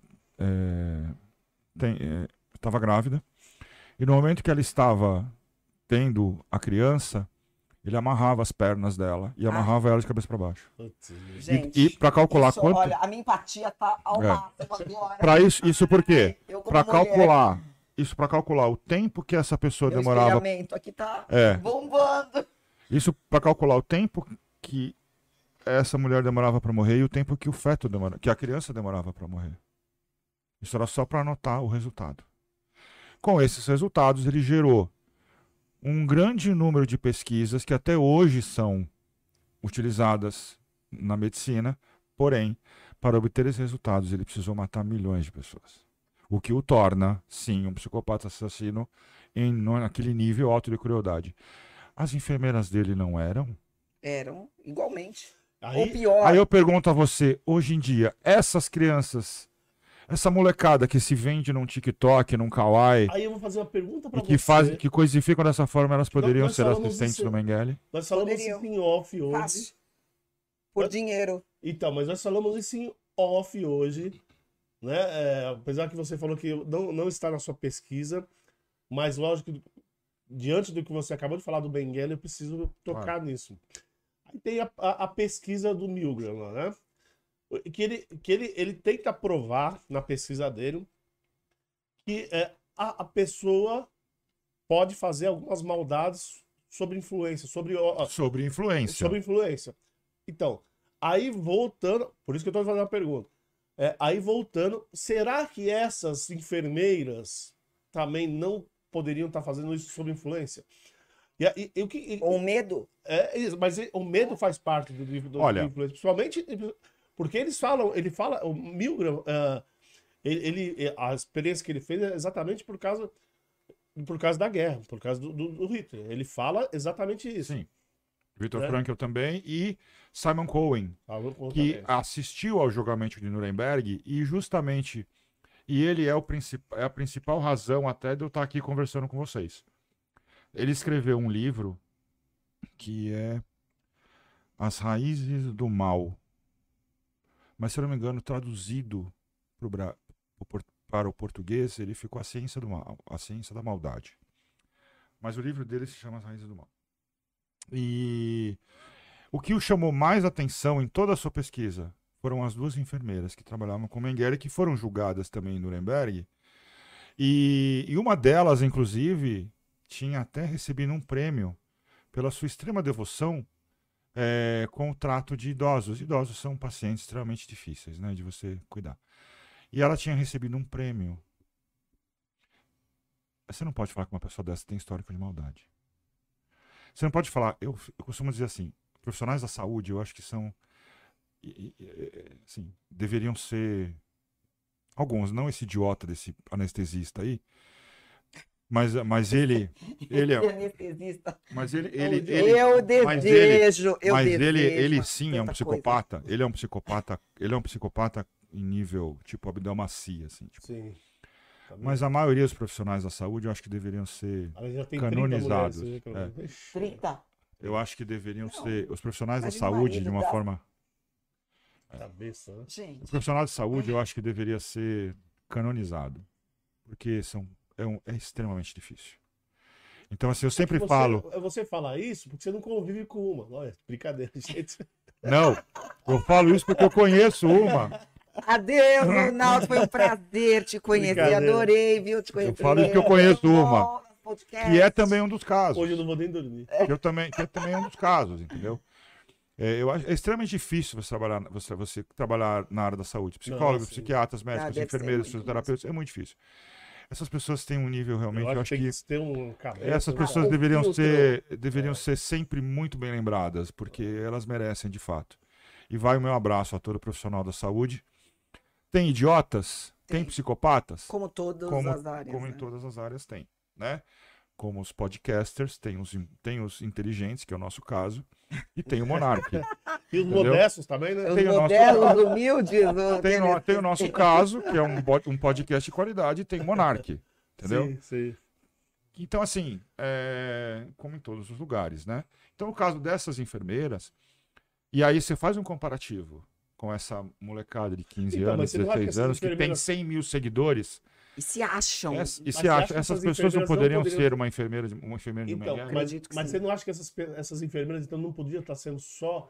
grávida e no momento que ela estava tendo a criança, ele amarrava as pernas dela e amarrava ela de cabeça para baixo. Gente, E para calcular isso, quanto, olha, a minha empatia tá ao É. máximo agora. para isso por quê? Eu como Para mulher, calcular o tempo que essa pessoa meu demorava, espelhamento aqui tá É. bombando. isso para calcular o tempo que essa mulher demorava para morrer e o tempo que que a criança demorava para morrer. Isso era só para anotar o resultado. Com esses resultados, ele gerou um grande número de pesquisas que até hoje são utilizadas na medicina, porém, para obter esses resultados, ele precisou matar milhões de pessoas. O que o torna, sim, um psicopata assassino naquele nível alto de crueldade. As enfermeiras dele não eram? Eram igualmente. Ou pior. Aí eu pergunto a você, hoje em dia, essas crianças, essa molecada que se vende num TikTok, num Kawaii, Aí eu vou fazer uma pergunta pra e que você. que coisificam dessa forma, elas poderiam nós ser falamos assistentes isso- do Mengele? Nós falamos Poderiam. isso em off hoje. Fácil. Por dinheiro. Então, mas nós falamos isso em off hoje, né? Apesar que você falou que não está na sua pesquisa, mas lógico que diante do que você acabou de falar do Mengele, eu preciso tocar nisso. Aí tem a pesquisa do Milgram, lá, né? Que ele tenta provar na pesquisa dele que a pessoa pode fazer algumas maldades sobre influência, sobre influência. Então, aí voltando, por isso que eu estou fazendo a pergunta. Aí voltando, será que essas enfermeiras também não poderiam estar fazendo isso sob influência? Ou medo. Mas o medo faz parte do Olha, influência, principalmente porque ele fala, o Milgram, a experiência que ele fez é exatamente por causa da guerra, por causa do Hitler. Ele fala exatamente isso. Sim. Viktor Né? Frankl também e Simon Cohen, que assistiu ao julgamento de Nuremberg e justamente ele é a principal razão até de eu estar aqui conversando com vocês. Ele escreveu um livro que é As Raízes do Mal, mas se eu não me engano traduzido para o português ele ficou A Ciência do Mal, A Ciência da Maldade. Mas o livro dele se chama As Raízes do Mal. E o que o chamou mais atenção em toda a sua pesquisa foram as duas enfermeiras que trabalhavam com Mengele, que foram julgadas também em Nuremberg. E uma delas, inclusive, tinha até recebido um prêmio pela sua extrema devoção com o trato de idosos. Idosos são pacientes extremamente difíceis, né, de você cuidar. E ela tinha recebido um prêmio. Você não pode falar que uma pessoa dessa tem histórico de maldade. Você não pode falar, eu costumo dizer assim, profissionais da saúde, eu acho que são, assim, deveriam ser, alguns, não esse idiota desse anestesista aí, mas ele Anestesista. mas ele sim é um psicopata, ele é um psicopata em nível, tipo, abdelmaci, assim, tipo. Sim. Mas a maioria dos profissionais da saúde eu acho que deveriam ser canonizados. 30? Eu acho que deveriam ser os profissionais da Imagina o saúde marido de uma da- forma. Cabeça, né? Gente, Os profissionais de saúde eu acho que deveria ser canonizado. Porque é extremamente difícil. Então, assim, eu sempre falo. Você fala isso porque você não convive com uma. Olha, brincadeira, gente. Não, eu falo isso porque eu conheço uma. adeus, Ronaldo. Foi um prazer te conhecer. Brincadeira. Adorei, viu? Te conhecer. Eu falo isso que eu conheço uma. Bom, podcast. Que é também um dos casos. Hoje eu não vou nem dormir. Que é também um dos casos, entendeu? Eu acho extremamente difícil você trabalhar na área da saúde. Psicólogos, Não, sim. psiquiatras, médicos, deve ser enfermeiros, muito fisioterapeutas, é muito difícil. Essas pessoas têm um nível realmente, eu acho que ter um cabeça, essas um pessoas filtro. deveriam ser sempre muito bem lembradas, porque elas merecem de fato. E vai o meu abraço a todo profissional da saúde. Tem idiotas, tem psicopatas, Como todas as áreas. como em né? todas as áreas tem, né? Como os podcasters, tem os inteligentes, que é o nosso caso, e tem o monarca. E os Entendeu? modestos também, né? Os Tem o nosso- modelos humildes. Tem o nosso caso, que é um podcast de qualidade, e tem o monarca, entendeu? Sim, sim. Então, assim, como em todos os lugares, né? Então, o caso dessas enfermeiras, e aí você faz um comparativo com essa molecada de 15 Então, anos, mas você não acha que 16 essas anos, que tem enfermeiras- 100 mil seguidores, E se acham. e Mas se você acha acha, que essas essas pessoas não enfermeiras não poderiam poderiam- ser uma enfermeira de Então, Mengele? Acredito que mas sim. você não acha que essas enfermeiras então não podiam estar sendo só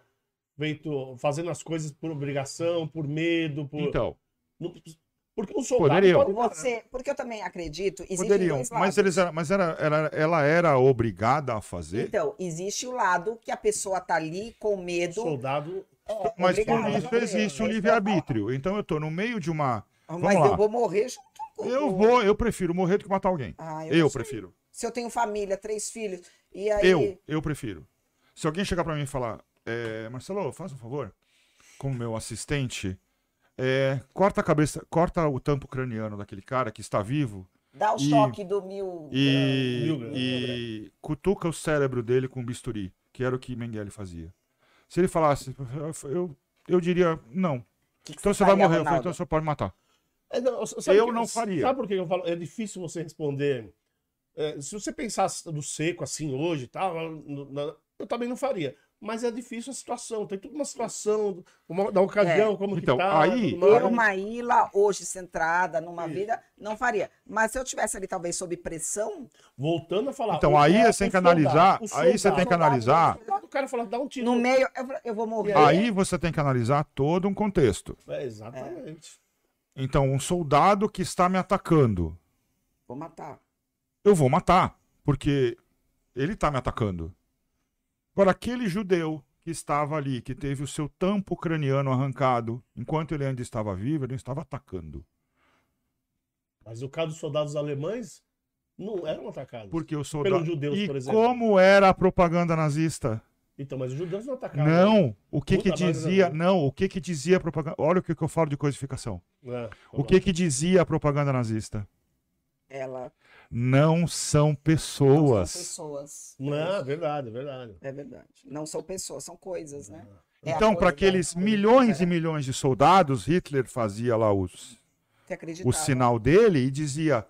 fazendo as coisas por obrigação, por medo, por. Então, Não- porque um soldado Poderiam. pode Porque eu também acredito, existem poderiam, dois mas, lados. ela era obrigada a fazer, Então, existe o lado que a pessoa tá ali com medo. soldado. mas por obrigada a isso fazer, existe um né? livre-arbítrio. Então, eu estou no meio de uma... Mas Vamos lá. eu vou morrer junto com Eu prefiro morrer do que matar alguém. Ah, Eu não sei. prefiro. Se eu tenho família, 3 filhos, e aí. Eu prefiro. Se alguém chegar pra mim e falar, Marcelo, faz um favor, como meu assistente, corta a cabeça, corta o tampo craniano daquele cara que está vivo Dá o e- choque do mil. e cutuca o cérebro dele com um bisturi, que era o que Mengele fazia. Se ele falasse, eu diria, não. Que Então você vai faria, morrer. Eu falei, Ronaldo? então você pode matar. Eu não faria. Sabe por que eu falo? É difícil você responder. Se você pensasse do seco assim hoje e tal, eu também não faria. Mas é difícil a situação. Tem tudo uma situação, da ocasião, como Então, que tá. aí- tudo mais. Eu, Maíla, hoje centrada numa Isso. vida, não faria. Mas se eu tivesse ali, talvez, sob pressão, Voltando a falar. Então, aí você tem que analisar. o Aí você tem que analisar. O cara fala, dá um tiro. no meio, eu vou morrer. Aí você tem que analisar todo um contexto. Exatamente. Então, um soldado que está me atacando, Vou matar. eu vou matar, porque ele está me atacando. Agora, aquele judeu que estava ali, que teve o seu tampo craniano arrancado, enquanto ele ainda estava vivo, ele estava atacando. Mas o caso dos soldados alemães não eram atacados. Porque o soldado... Pelos judeus, E por exemplo. como era a propaganda nazista? Então, mas os judeus não atacavam. Não, o que que Puta, dizia, mas- não, o que que dizia a propaganda? Olha o que eu falo de codificação. O que que dizia a propaganda nazista? Ela Não são não pessoas. são pessoas. Não, é verdade, é verdade. É verdade. Não são pessoas, são coisas, né? É a Então, coisa para aqueles da- milhões e milhões de soldados, Hitler fazia lá que o acreditava. sinal dele e dizia: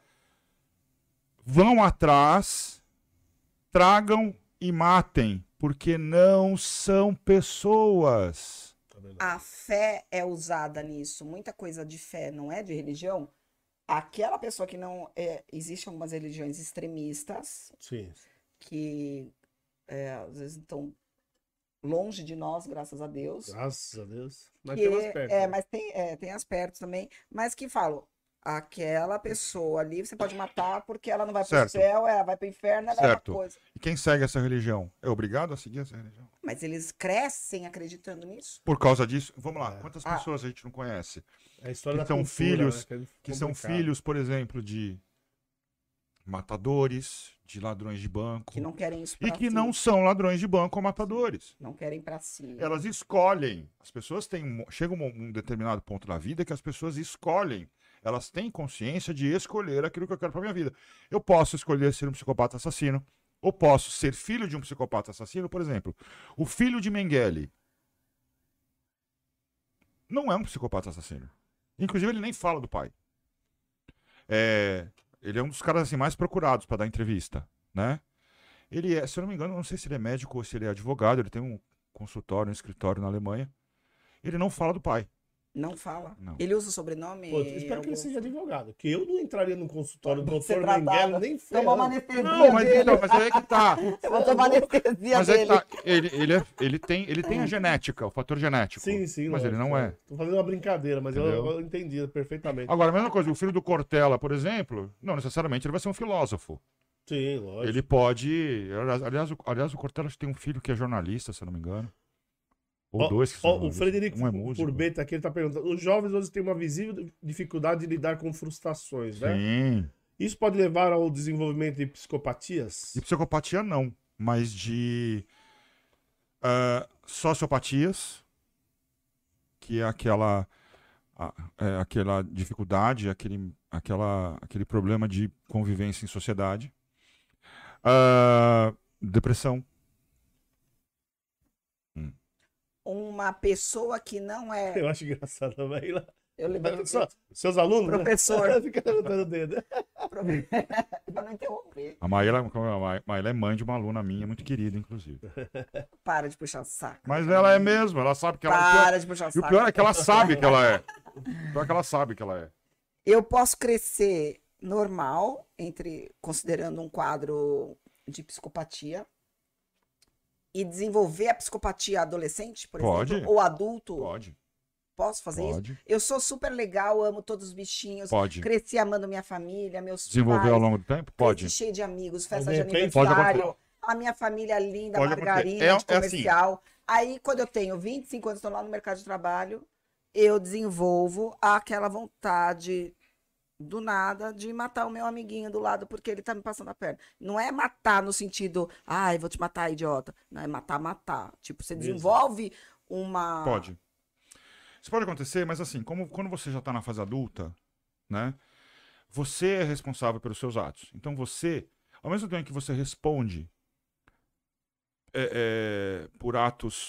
vão atrás, tragam e matem, porque não são pessoas. É verdade. A fé é usada nisso. Muita coisa de fé, não é de religião. Aquela pessoa que não é, existem algumas religiões extremistas Sim. que às vezes estão longe de nós, graças a Deus. Graças a Deus. Mas Que tem umas perto. né? mas tem as perto também, mas que falam, aquela pessoa ali você pode matar porque ela não vai para o Certo. céu, ela vai para o inferno, ela é Certo. uma coisa. E quem segue essa religião é obrigado a seguir essa religião? Mas eles crescem acreditando nisso. Por causa disso, vamos lá, É. quantas Ah. pessoas a gente não conhece? É a história que da são cultura, filhos- né? é Que são complicado. filhos, por exemplo, de matadores, de ladrões de banco, Que não querem isso e pra que si. não são ladrões de banco ou matadores. Não querem para si. Elas escolhem. As pessoas têm. Chega um determinado ponto da vida que as pessoas escolhem. Elas têm consciência de escolher aquilo que eu quero para minha vida. Eu posso escolher ser um psicopata assassino, ou posso ser filho de um psicopata assassino, por exemplo. O filho de Mengele não é um psicopata assassino. Inclusive, ele nem fala do pai. Ele é um dos caras assim, mais procurados para dar entrevista, né? Ele é, se eu não me engano, não sei se ele é médico ou se ele é advogado, ele tem um consultório, um escritório na Alemanha. Ele não fala do pai. Não fala. Não. Ele usa o sobrenome. Pô, espero que ele seja advogado. Que eu não entraria no consultório do Vou ser doutor tratado. Mengele nem Tomar uma ferrando. anestesia Não, mas, dele. então, mas aí é que tá. Eu vou tomar anestesia Mas aí que dele. tá. Ele tem a genética, o fator genético. Sim, sim. Mas ele lógico. não é. Tô fazendo uma brincadeira, mas Entendeu? eu entendi perfeitamente. Agora, a mesma coisa, o filho do Cortella, por exemplo, não necessariamente ele vai ser um filósofo. Sim, lógico. Ele pode. Aliás, o Cortella tem um filho que é jornalista, se eu não me engano. Ou Ó, dois que são ó, o jornalistas. Frederico Um é músico. Furbeta aqui, ele tá perguntando. Os jovens hoje têm uma visível dificuldade de lidar com frustrações, né? Sim. Isso pode levar ao desenvolvimento de psicopatias? De psicopatia, não. Mas de sociopatias, que é aquela dificuldade, aquele problema de convivência em sociedade. Depressão. Uma pessoa que não é. Eu acho engraçado, velho. Eu levanto Seus alunos? né? Professor. Fica levantando o dedo. Pra não interromper. A Maíla é mãe de uma aluna minha, muito querida, inclusive. Para de puxar o saco. Mas ela é mesmo, ela sabe que ela Para de puxar o E saco. o pior é que ela sabe que ela é. O pior é que ela sabe que ela é. Eu posso crescer normal, considerando um quadro de psicopatia, e desenvolver a psicopatia adolescente, por Pode. exemplo, ou adulto. Pode, Posso fazer isso? pode, Eu sou super legal, amo todos os bichinhos. pode. Cresci amando minha família, meus Desenvolver pais. ao longo do tempo? Pode. Cresci cheio de amigos, festa Mas de de repente pode aniversário. A minha família linda, Pode acontecer. margarina, É de assim. comercial. Aí, quando eu tenho 25 anos, estou lá no mercado de trabalho, eu desenvolvo aquela vontade do nada de matar o meu amiguinho do lado porque ele tá me passando a perna. Não é matar no sentido, ai, vou te matar, idiota. Não, é matar. Tipo, você desenvolve uma... Pode. Isso pode acontecer, mas assim, quando você já está na fase adulta, né? Você é responsável pelos seus atos. Então você, ao mesmo tempo que você responde por atos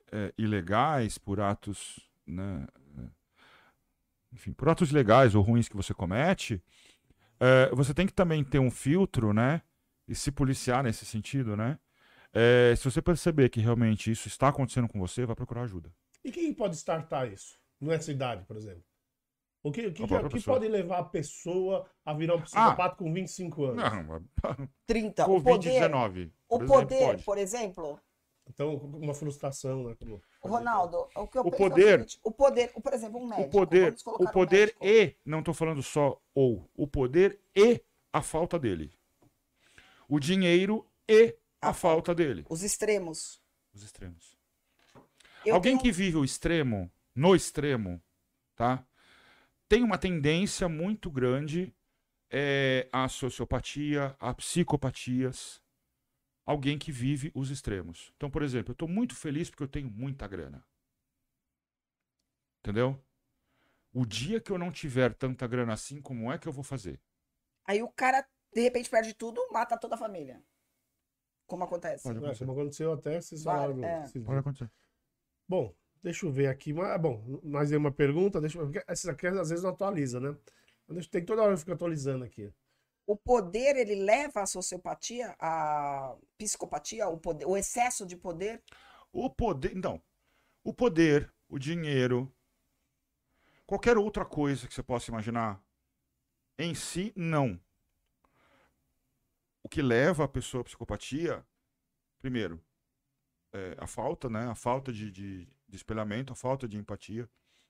ilegais, por atos, né, enfim, por atos legais ou ruins que você comete, você tem que também ter um filtro, né, e se policiar nesse sentido, né? Se você perceber que realmente isso está acontecendo com você, vai procurar ajuda. E quem pode startar isso? Nessa idade, por exemplo? O que A própria pessoa. pode levar a pessoa a virar um psicopata com 25 anos? Não, 30. Covid-19. O poder, por exemplo. Então, uma frustração, né? Como... Ronaldo, o que eu penso poder, é o seguinte, o poder, por exemplo, um médico. O poder não estou falando só o poder e a falta dele. O dinheiro e a falta dele. Os extremos. Os extremos. Eu que vive o extremo, no extremo, tá? Tem uma tendência muito grande à sociopatia, a psicopatias. Alguém que vive os extremos. Então, por exemplo, eu estou muito feliz porque eu tenho muita grana. Entendeu? O dia que eu não tiver tanta grana assim, como é que eu vou fazer? Aí o cara, de repente, perde tudo, mata toda a família. Como acontece? Pode acontecer. Como aconteceu até vocês falaram. Pode acontecer. Bom, deixa eu ver aqui. Mais uma pergunta. Essas aqui às vezes não atualiza, né? Tem toda hora que fica atualizando aqui. O poder, ele leva à sociopatia, à psicopatia, o excesso de poder? O poder, o dinheiro, qualquer outra coisa que você possa imaginar, em si, não. O que leva a pessoa à psicopatia, primeiro, a falta, né? A falta de espelhamento, a falta de empatia.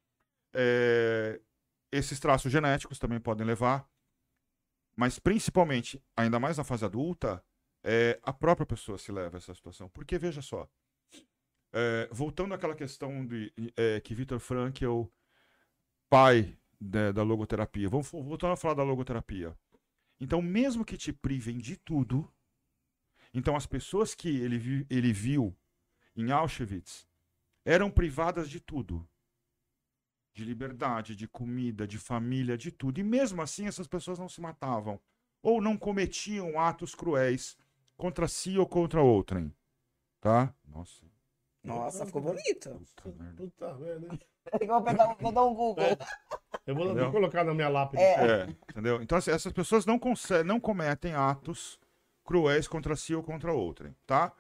Esses traços genéticos também podem levar. Mas, principalmente, ainda mais na fase adulta, a própria pessoa se leva a essa situação. Porque, veja só, voltando àquela questão que Viktor Frankl, pai da logoterapia, vamos voltando a falar da logoterapia. Então, mesmo que te privem de tudo, então as pessoas que ele viu em Auschwitz eram privadas de tudo. De liberdade, de comida, de família, de tudo. E mesmo assim essas pessoas não se matavam. Ou não cometiam atos cruéis contra si ou contra outrem. Tá? Nossa, ficou bonito. Puta merda. Vou dar um Google. Eu vou colocar na minha lápide. Entendeu? Então assim, essas pessoas não cometem atos cruéis contra si ou contra outrem. Tá?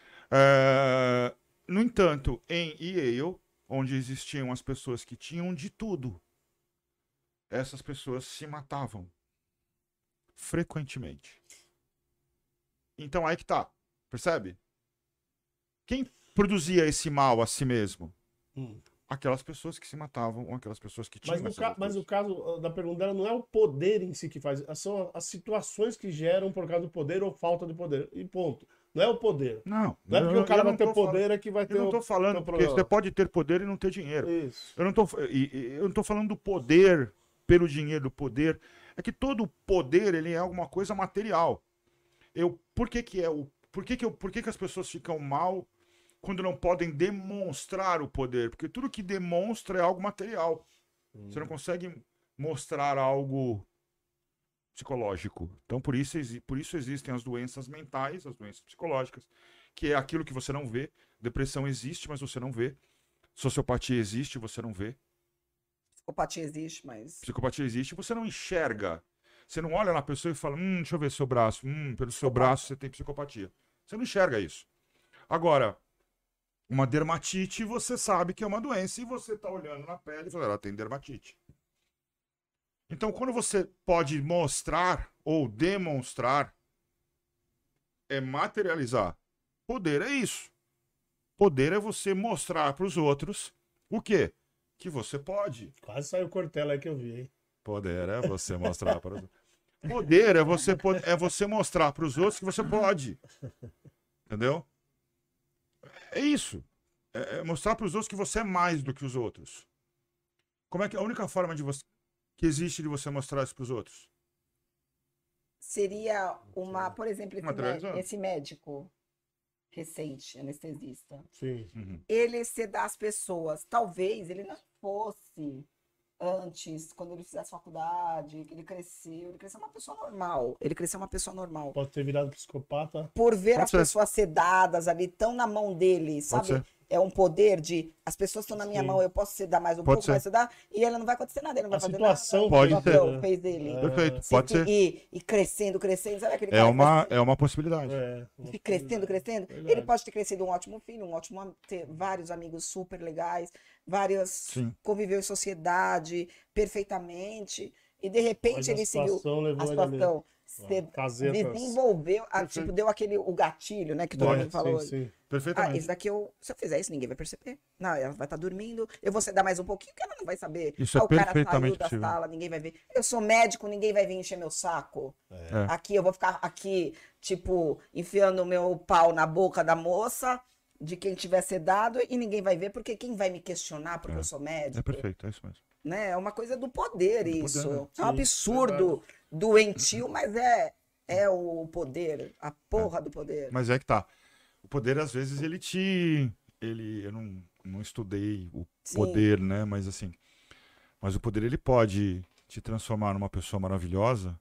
No entanto, em Yale, onde existiam as pessoas que tinham de tudo, essas pessoas se matavam frequentemente. Então aí que tá, percebe? Quem produzia esse mal a si mesmo? Aquelas pessoas que se matavam, ou aquelas pessoas que tinham mas o caso da pergunta dela não é o poder em si que faz, são as situações que geram por causa do poder ou falta de poder, e ponto. Não é o poder. Não é porque o cara vai ter poder é que vai ter. Eu não tô falando porque você pode ter poder e não ter dinheiro. Isso. Eu não tô falando do poder pelo dinheiro, do poder. É que todo poder, ele é alguma coisa material. Por que as pessoas ficam mal quando não podem demonstrar o poder? Porque tudo que demonstra é algo material. Você não consegue mostrar algo psicológico. Então, por isso existem as doenças mentais, as doenças psicológicas, que é aquilo que você não vê. Depressão existe, mas você não vê. Sociopatia existe, você não vê. Psicopatia existe, mas... Psicopatia existe, você não enxerga. Você não olha na pessoa e fala, deixa eu ver seu braço. Pelo seu braço você tem psicopatia. Você não enxerga isso. Agora, uma dermatite, você sabe que é uma doença e você tá olhando na pele e fala, ela tem dermatite. Então, quando você pode mostrar ou demonstrar, é materializar. Poder é isso. Poder é você mostrar para os outros o quê? Que você pode. Quase saiu o Cortella aí que eu vi, hein? Poder é você mostrar para os outros. Poder é você mostrar para os outros que você pode. Entendeu? É isso. É mostrar para os outros que você é mais do que os outros. Como é que a única forma que existe de você mostrar isso para os outros? Seria por exemplo, esse médico recente, anestesista. Sim. Ele sedar as pessoas. Talvez ele não fosse antes, quando ele fizesse faculdade, que ele cresceu uma pessoa normal. Ele cresceu uma pessoa normal. Pode ter virado psicopata. Por ver as pessoas sedadas ali, tão na mão dele, sabe? é um poder de as pessoas estão na minha Sim. mão, eu posso dar mais um Pode pouco, ser. mais você dá, e ele não vai acontecer nada, ele não vai A fazer situação nada. Pode o ser. papel fez dele. Perfeito, Você pode ser. E crescendo, sabe aquele É cara uma possibilidade. que crescendo. Verdade. Ele pode ter crescido um ótimo filho, ter vários amigos super legais, Sim. conviveu em sociedade perfeitamente, e de repente Mas a ele seguiu situação levou a ele ali. situação. Você Casetas. desenvolveu, Perfeito. tipo, deu o gatilho, né, que todo mundo falou. Sim. Perfeitamente. Esse daqui se eu fizer isso, ninguém vai perceber. Não, ela vai estar dormindo, eu vou dar mais um pouquinho, que ela não vai saber. Isso é o cara perfeitamente saiu da possível. sala, ninguém vai ver. Eu sou médico, ninguém vai vir encher meu saco. É. Aqui, eu vou ficar aqui, tipo, enfiando o meu pau na boca da moça, de quem tiver sedado, e ninguém vai ver, porque quem vai me questionar porque eu sou médico? É perfeito, é isso mesmo. Né? É uma coisa do poder isso. poder, né? É um absurdo doentio, mas é o poder, a porra do poder. Mas é que tá. O poder, às vezes, eu não estudei o Sim. poder, né? Mas assim. Mas o poder, ele pode te transformar numa pessoa maravilhosa,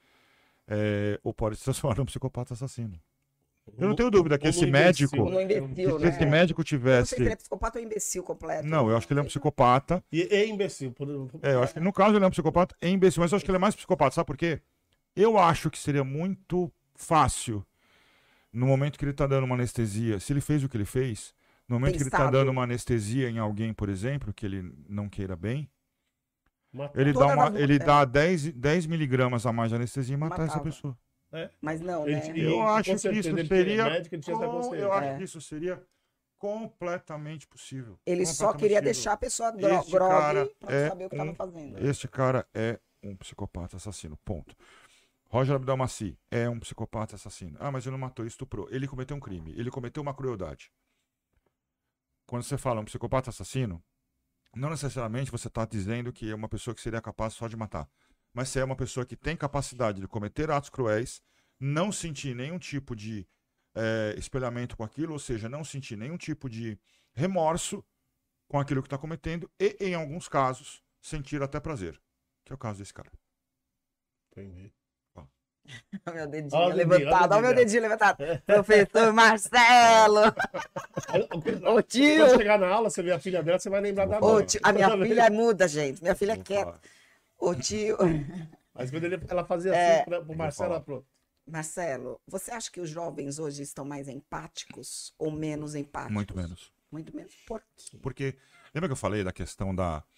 ou pode te transformar num psicopata assassino. Eu não tenho dúvida que Ou esse no médico. imbecil, No imbecil, Se né? esse médico Eu não sei se ele tivesse. é psicopata ou imbecil completo. Não, eu acho que ele é um psicopata. E é imbecil. Eu acho que no caso ele é um psicopata e imbecil, mas eu acho que ele é mais psicopata, sabe por quê? Eu acho que seria muito fácil, no momento que ele tá dando uma anestesia, se ele fez o que ele fez, no momento que ele tá Pensado. dando uma anestesia em alguém, por exemplo, que ele não queira bem, Matar. ele Todas dá, as- ele dá 10 miligramas a mais de anestesia e matar essa Matava. pessoa. Mas não, Ele- né? e- Eu com acho que certeza isso ele seria. é médico, ele tinha essa consciência. Eu acho É. que isso seria completamente possível. Ele só Completamente queria possível. deixar a pessoa Este cara grog pra não é saber o que tava fazendo. Este cara é um psicopata assassino. Ponto. Roger Abdelmaci é um psicopata assassino. Ah, mas ele não matou e estuprou. Ele cometeu um crime. Ele cometeu uma crueldade. Quando você fala um psicopata assassino, não necessariamente você está dizendo que é uma pessoa que seria capaz só de matar. Mas se é uma pessoa que tem capacidade de cometer atos cruéis, não sentir nenhum tipo de espelhamento com aquilo, ou seja, não sentir nenhum tipo de remorso com aquilo que está cometendo e, em alguns casos, sentir até prazer. Que é o caso desse cara. Entendi. Olha meu dedinho Olha o dedinho, levantado, olha o olha meu dedinho. dedinho levantado. Professor Marcelo! Ô tio! Quando chegar na aula, você vê a filha dela, você vai lembrar da Ô mãe. tio, a minha filha é muda, gente. Minha filha é Vou quieta. falar. Ô tio. Mas quando ela fazia É. assim pro Marcelo, ela falou, Marcelo, você acha que os jovens hoje estão mais empáticos ou menos empáticos? Muito menos. Muito menos. Por quê? Porque, lembra que eu falei da questão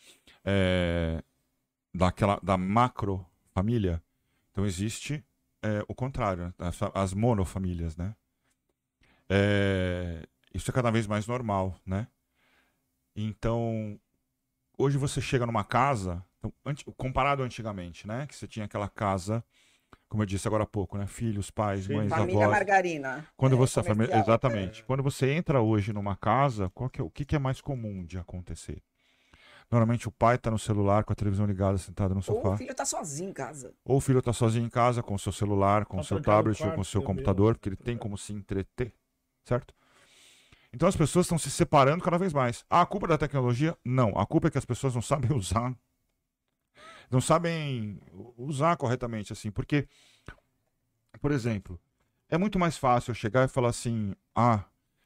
da macro família? Então existe o contrário, né? As monofamílias, né? Isso é cada vez mais normal, né? Então, hoje você chega numa casa, então, comparado antigamente, né? Que você tinha aquela casa, como eu disse agora há pouco, né? Filhos, pais, Sim. mães, Família avós. Margarina. Quando É, você comercial. exatamente. Quando você entra hoje numa casa, o que é mais comum de acontecer? Normalmente o pai está no celular com a televisão ligada, sentado no Ou sofá. o filho tá sozinho em casa. Ou o filho está sozinho em casa com o seu celular, com Tá o seu trancado no tablet ou com o quarto, seu meu computador, Deus. porque ele tem como se entreter, certo? Então as pessoas estão se separando cada vez mais. Ah, a culpa é da tecnologia? Não. A culpa é que as pessoas não sabem usar. Não sabem usar corretamente, assim. Porque, por exemplo, é muito mais fácil eu chegar e falar assim: ah,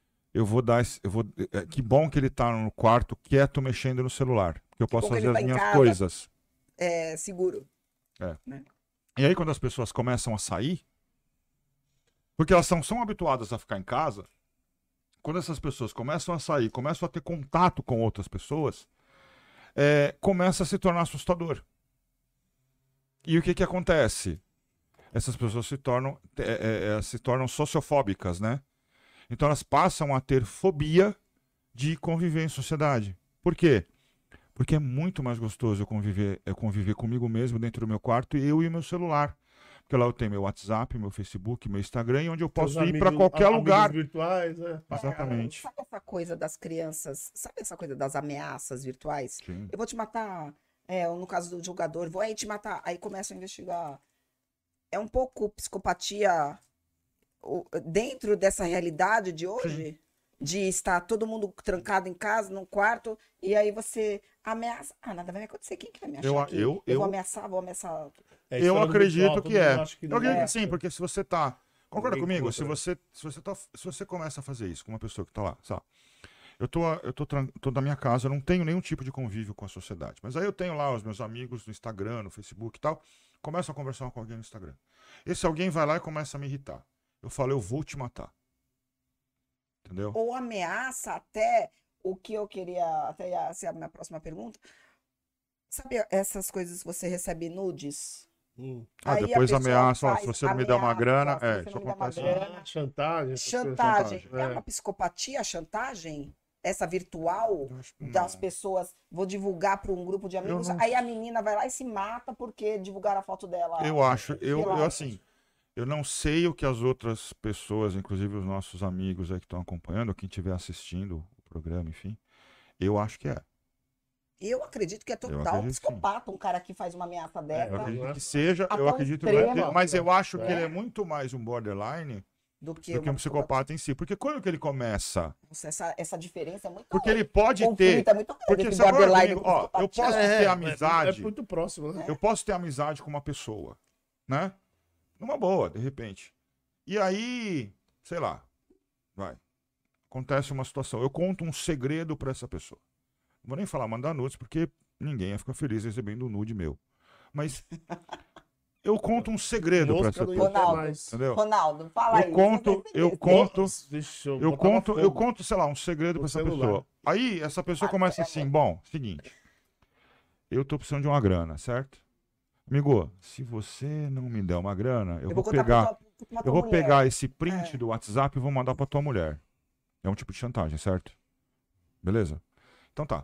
que bom que ele tá no quarto quieto mexendo no celular. Que eu posso bom que fazer ele as tá em minhas casa. coisas. É seguro. E aí, quando as pessoas começam a sair, porque elas são habituadas a ficar em casa, quando essas pessoas começam a sair, começam a ter contato com outras pessoas, começa a se tornar assustador. E o que acontece? Essas pessoas se tornam sociofóbicas, né? Então elas passam a ter fobia de conviver em sociedade. Por quê? Porque é muito mais gostoso eu conviver comigo mesmo dentro do meu quarto, eu e o meu celular. Porque lá eu tenho meu WhatsApp, meu Facebook, meu Instagram, e onde eu posso seus ir para amigos- qualquer amigos lugar. virtuais, né? Exatamente. Sabe essa coisa das crianças? Sabe essa coisa das ameaças virtuais? Sim. Eu vou te matar. No caso do jogador, vou aí te matar. Aí começam a investigar. É um pouco psicopatia dentro dessa realidade de hoje? De estar todo mundo trancado em casa, num quarto, e aí você ameaça. Ah, nada vai acontecer. Quem que vai me achar aqui? Eu vou ameaçar, É, Eu história do acredito virtual, que todo mundo é. acha que Eu não acredito é. que sim, porque se você tá. Concorda Ninguém comigo? Se contra. você começa a fazer isso com uma pessoa que tá lá, sabe? tô da minha casa, eu não tenho nenhum tipo de convívio com a sociedade. Mas aí eu tenho lá os meus amigos no Instagram, no Facebook e tal. Começo a conversar com alguém no Instagram. Esse alguém vai lá e começa a me irritar. Eu falo, eu vou te matar. Entendeu? Ou ameaça até o que eu queria, até ia ser a minha próxima pergunta. Sabe essas coisas que você recebe nudes? Aí a Depois pessoa ameaça, ó, se faz você não me der uma grana, ameaça, se você isso não me der uma acontece. grana. Chantagem. Chantagem. É É. uma psicopatia a chantagem? Essa virtual Eu acho que das não. pessoas, vou divulgar para um grupo de amigos, não- aí a menina vai lá e se mata porque divulgaram a foto dela. Eu acho, eu Pelada. assim, eu não sei o que as outras pessoas, inclusive os nossos amigos aí que estão acompanhando, ou quem estiver assistindo o programa, enfim, eu acho que é. Eu acredito que é total acredito que sim. psicopata um cara que faz uma ameaça Eu dessa. acredito que seja, Até eu um acredito extremo. mas eu acho que É. ele é muito mais um borderline Do que do que uma um psicopata em si. Porque quando que ele começa? Nossa, essa diferença é muito Porque ele pode conflito ter. é muito grande Porque entre sabe, borderline amigo, e ó, eu psicopatia. posso ter amizade. É muito próximo, né? Eu posso ter amizade com uma pessoa, né? Numa boa, de repente. E aí, sei lá, vai. Acontece uma situação. Eu conto um segredo pra essa pessoa. Não vou nem falar mandar nudes, porque ninguém ia ficar feliz recebendo um nude meu. Mas eu conto um segredo pra Mosca essa não pessoa. ia ter Ronaldo. mais. Entendeu? Ronaldo, fala aí. Eu conto, Vixe, eu botava fogo conto, sei lá, um segredo no pra essa celular. pessoa. Aí essa pessoa começa assim, bom, seguinte, eu tô precisando de uma grana, certo? Amigo, se você não me der uma grana, eu vou contar pegar, pra tua eu vou mulher. pegar esse print do WhatsApp e vou mandar pra tua mulher. É um tipo de chantagem, certo? Beleza? Então tá.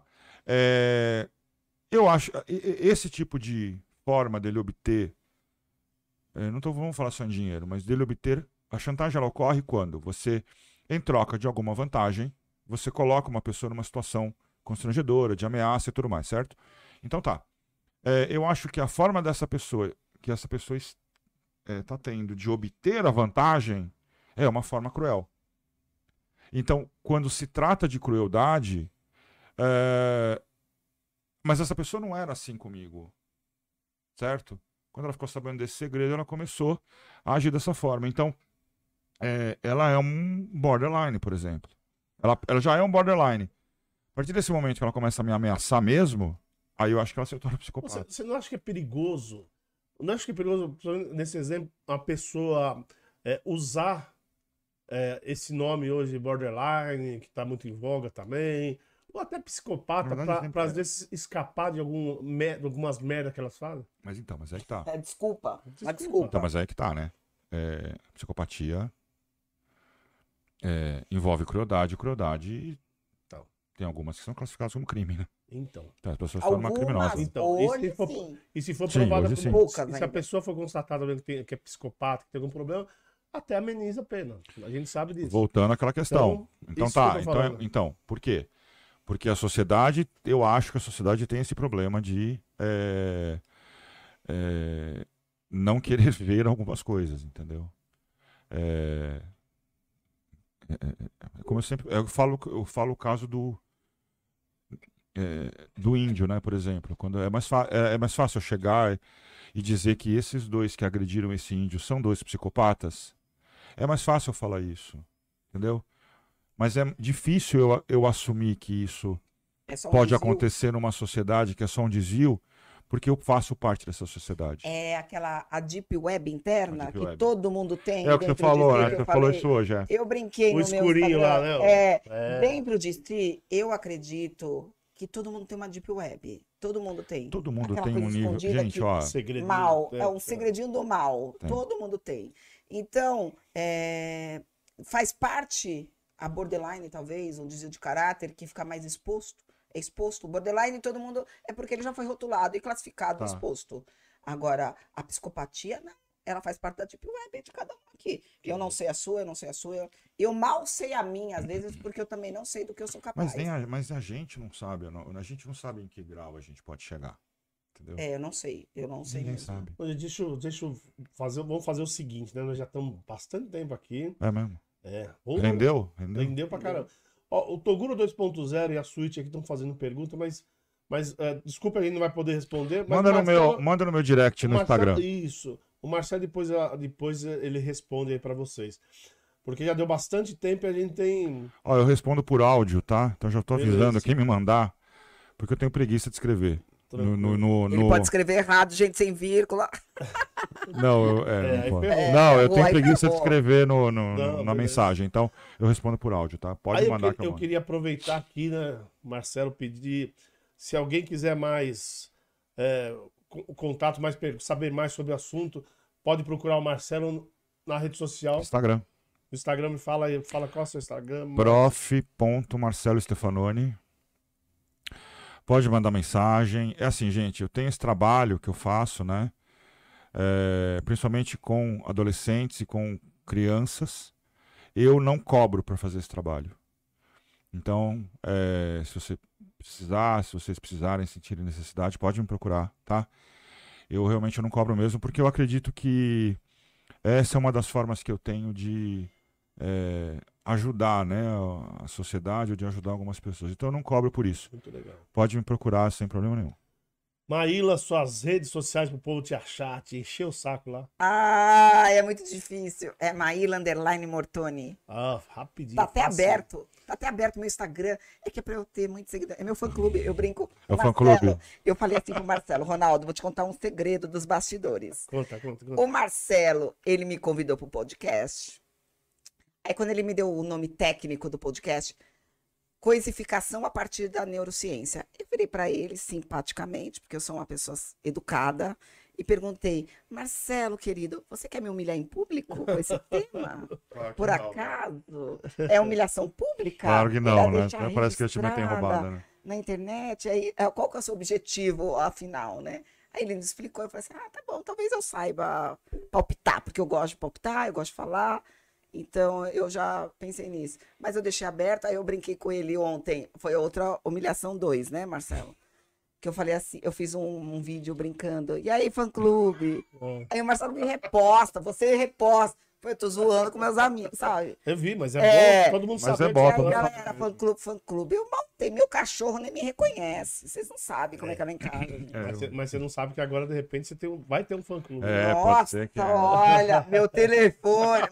Eu acho, esse tipo de forma dele obter, vamos falar só em dinheiro, mas dele obter, a chantagem ela ocorre quando você, em troca de alguma vantagem, você coloca uma pessoa numa situação constrangedora, de ameaça e tudo mais, certo? Então tá. Eu acho que a forma que essa pessoa está tendo de obter a vantagem é uma forma cruel. Então, quando se trata de crueldade, mas essa pessoa não era assim comigo, certo? Quando ela ficou sabendo desse segredo, ela começou a agir dessa forma. Então, ela é um borderline, por exemplo. Ela já é um borderline. A partir desse momento que ela começa a me ameaçar mesmo, aí eu acho que ela se torna psicopata. Você não acha que é perigoso? Não acha que é perigoso, nesse exemplo, a pessoa usar esse nome hoje, borderline, que está muito em voga também, ou até psicopata, Na verdade, sempre para às vezes escapar de algumas merdas que elas fazem? Mas então, mas aí que tá. Desculpa. Uma Desculpa. desculpa. Então, mas aí que tá, né? Psicopatia envolve crueldade. E crueldade Então. tem algumas que são classificadas como crime, né? Então. Então as pessoas se tornam uma Algumas, criminosa. Então, hoje, e se for, sim. e se for Sim, provada hoje sim. Poucas se a ainda. pessoa for constatada que é psicopata, que tem algum problema, até ameniza a pena. A gente sabe disso. Voltando àquela questão. Então isso tá, que eu tô falando. então, por quê? Porque a sociedade, eu acho que a sociedade tem esse problema de não querer ver algumas coisas, entendeu? Como eu falo o caso do índio, né, por exemplo. Quando é mais fácil eu chegar e dizer que esses dois que agrediram esse índio são dois psicopatas. É mais fácil eu falar isso, entendeu? Mas é difícil eu assumir que isso É só um pode desvio. acontecer numa sociedade que é só um desvio, porque eu faço parte dessa sociedade. É a deep web interna A deep que web. todo mundo tem. É o que você dentro de falou, si, né? que eu Você falou falei. isso hoje, Eu brinquei O no meu escurinho lá, Instagram. né? Dentro de si, eu acredito que todo mundo tem uma deep web. Todo mundo tem. Todo mundo Aquela tem um coisa nível. escondida Gente, que ó. Segredinho. mal, é um segredinho do mal. Tem. Todo mundo tem. Então, faz parte a borderline, talvez, um desvio de caráter que fica mais exposto. É exposto. O borderline, todo mundo. É porque ele já foi rotulado e classificado, Tá. exposto. Agora, a psicopatia, não. Ela faz parte da deep web de cada um aqui. Eu não sei a sua, eu não sei a sua. Eu mal sei a minha, às vezes, porque eu também não sei do que eu sou capaz. Mas a gente não sabe, a gente não sabe em que grau a gente pode chegar. Entendeu? Eu não sei. Eu não sei Ninguém mesmo. sabe. Olha, deixa eu fazer. Vamos fazer o seguinte, né? Nós já estamos bastante tempo aqui. É mesmo. Rendeu Rendeu? pra caramba. Ó, o Toguro 2.0 e a Switch aqui estão fazendo pergunta, mas desculpa, a gente não vai poder responder. Mas Manda no meu direct no Instagram. Isso. O Marcelo depois ele responde aí pra vocês. Porque já deu bastante tempo e a gente tem... Ó, eu respondo por áudio, tá? Então já tô avisando Beleza. quem me mandar, porque eu tenho preguiça de escrever. Ele pode escrever errado, gente, sem vírgula. Não, aí não pode. ferrou. Não, eu Aí tenho preguiça de ferrou. escrever Não, na beleza. mensagem, então eu respondo por áudio, tá? Pode Aí mandar que eu eu mando. queria aproveitar aqui, né, Marcelo, pedir, se alguém quiser mais contato, saber mais sobre o assunto, pode procurar o Marcelo na rede social. Instagram. No Instagram, me fala aí, fala qual é o seu Instagram. prof.marcelostefanoni. Pode mandar mensagem. É assim, gente, eu tenho esse trabalho que eu faço, né? Principalmente com adolescentes e com crianças. Eu não cobro para fazer esse trabalho. Então, se vocês precisarem, sentirem necessidade, pode me procurar, tá? Eu realmente não cobro mesmo, porque eu acredito que essa é uma das formas que eu tenho de ajudar, né, a sociedade, ou de ajudar algumas pessoas. Então eu não cobro por isso. Muito legal. Pode me procurar sem problema nenhum. Maíla, suas redes sociais pro povo te achar, te encher o saco lá. Ah, é muito difícil. É Maíla _ Mortoni. Ah, rapidinho. Tá até fácil. aberto. Tá até aberto meu Instagram. É que é pra eu ter muito seguidor. É meu fã-clube. Eu brinco. É o Marcelo, fã-clube. Eu falei assim pro Marcelo, Ronaldo, vou te contar um segredo dos bastidores. Conta. O Marcelo, ele me convidou pro podcast. Aí quando ele me deu o nome técnico do podcast, coisificação a partir da neurociência. Eu virei para ele simpaticamente, porque eu sou uma pessoa educada, e perguntei: Marcelo, querido, você quer me humilhar em público com esse tema? Por acaso? É humilhação pública? Claro que Irá não, né? deixar Parece que eu te meto em registrada roubada, né? na internet? Aí, qual que é o seu objetivo, afinal, né? Aí ele me explicou, eu falei assim, tá bom, talvez eu saiba palpitar, porque eu gosto de palpitar, eu gosto de falar. Então, eu já pensei nisso. Mas eu deixei aberto, aí eu brinquei com ele ontem. Foi outra humilhação 2, né, Marcelo? Que eu falei assim, eu fiz um vídeo brincando. E aí, fã-clube? Aí o Marcelo me reposta, você reposta. Eu tô zoando com meus amigos, sabe? Eu vi, mas é bom todo mundo Mas saber. é bom, E aí, todo mundo galera, fã-clube. Eu montei, meu cachorro nem me reconhece. Vocês não sabem como é que é lá em casa. gente. Mas você não sabe que agora, de repente, vai ter um fã-clube. Pode Nossa, ser que olha, meu telefone,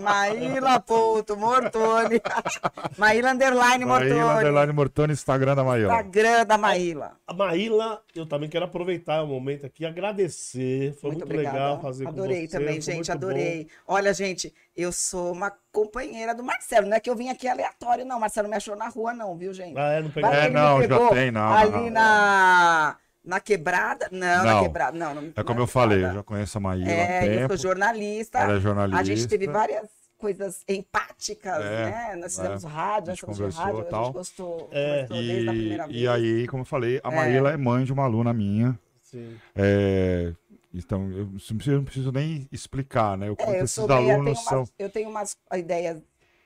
Maíla.mortoni. Maíla _ Mortoni. Maíla Mortoni, Instagram da Maíla. Instagram da Maíla. A Maíla, eu também quero aproveitar o momento aqui e agradecer. Foi muito obrigada. legal fazer Adorei com você. também, foi gente, muito adorei. Olha, gente, eu sou uma companheira do Marcelo. Não é que eu vim aqui aleatório, não. Marcelo me achou na rua, não, viu, gente? Bom. Ah, não pegou. Vai que ele me não, já pegou tem, não, ali não. na quebrada. Não, Não. na quebrada. Não, É como eu falei, eu já conheço a Maíla há eu sou tempo. jornalista. Ela é jornalista. A gente teve várias coisas empáticas, É, né? Nós fizemos rádio, A nós gente fomos de conversou rádio, e a tal. gente gostou desde a primeira vez. E aí, como eu falei, a Maíla é mãe de uma aluna minha. Sim. Então, eu não preciso nem explicar, né? O quanto eu esses sou meio, alunos são. eu tenho umas ideias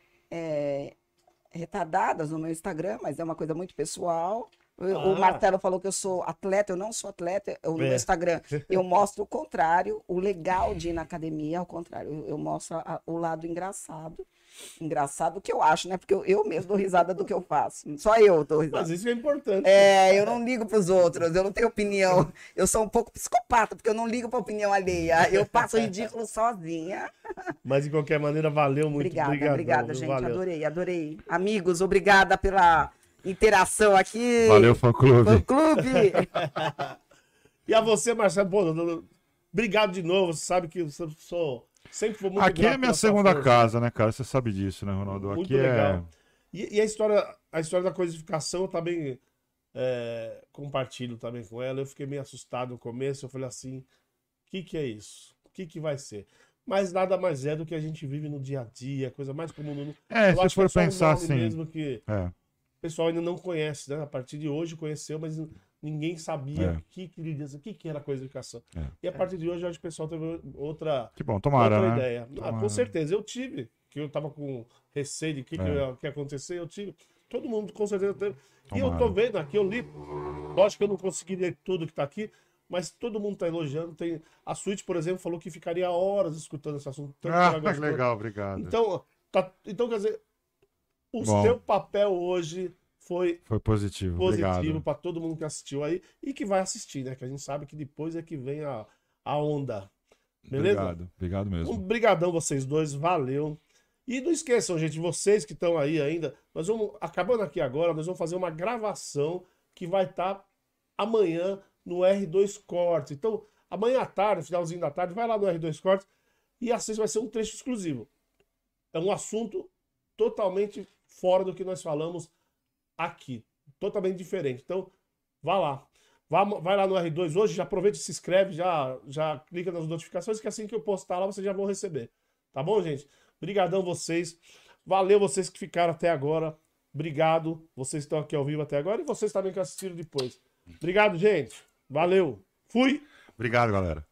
retardadas no meu Instagram, mas é uma coisa muito pessoal. O Marcelo falou que eu sou atleta, eu não sou atleta. No meu Instagram eu mostro o contrário, o legal de ir na academia, ao contrário, eu mostro o lado engraçado. Engraçado que eu acho, né? Porque eu mesmo dou risada do que eu faço. Só eu dou risada. Mas isso é importante. Eu não ligo pros outros, eu não tenho opinião. Eu sou um pouco psicopata, porque eu não ligo pra opinião alheia. Eu passo ridículo sozinha. Mas de qualquer maneira, valeu muito. Obrigada, viu? gente. Valeu. Adorei. Amigos, obrigada pela interação aqui. Valeu, fã-clube. Fã-clube. E a você, Marcelo, obrigado de novo. Você sabe que eu sempre fui muito Aqui grato é minha pela sua segunda força. casa, né, cara? Você sabe disso, né, Ronaldo? Muito Aqui legal. E a história da coisificação eu também compartilho também com ela. Eu fiquei meio assustado no começo. Eu falei assim, o que é isso? O que vai ser? Mas nada mais é do que a gente vive no dia a dia, coisa mais comum. Eu se for só um pensar nome assim. mesmo que o pessoal ainda não conhece, né? A partir de hoje conheceu, mas ninguém sabia o que era coisificação. E a partir de hoje, acho que o pessoal teve outra, Que bom, tomara, outra né? ideia. Tomara. Com certeza, eu tive, que eu tava com receio de que ia acontecer, eu tive. Todo mundo, com certeza, teve. E eu tô vendo aqui, eu li, lógico que eu não consegui ler tudo que tá aqui, mas todo mundo tá elogiando. A Suíte, por exemplo, falou que ficaria horas escutando esse assunto. Tanto que ela gostou. Legal, obrigado. Então, quer dizer, o Bom. seu papel hoje foi positivo, positivo obrigado. para todo mundo que assistiu aí e que vai assistir, né? Que a gente sabe que depois é que vem a onda. Beleza? Obrigado mesmo. Um brigadão vocês dois, valeu. E não esqueçam, gente, vocês que estão aí ainda, nós vamos, acabando aqui agora, nós vamos fazer uma gravação que vai estar amanhã no R2 Cortes. Então, amanhã à tarde, finalzinho da tarde, vai lá no R2 Cortes e assiste, vai ser um trecho exclusivo. É um assunto totalmente fora do que nós falamos aqui. Totalmente diferente. Então, vá lá. Vai lá no R2 hoje, já aproveita e se inscreve, já clica nas notificações, que assim que eu postar lá, vocês já vão receber. Tá bom, gente? Obrigadão vocês. Valeu vocês que ficaram até agora. Obrigado. Vocês estão aqui ao vivo até agora e vocês também que assistiram depois. Obrigado, gente. Valeu. Fui. Obrigado, galera.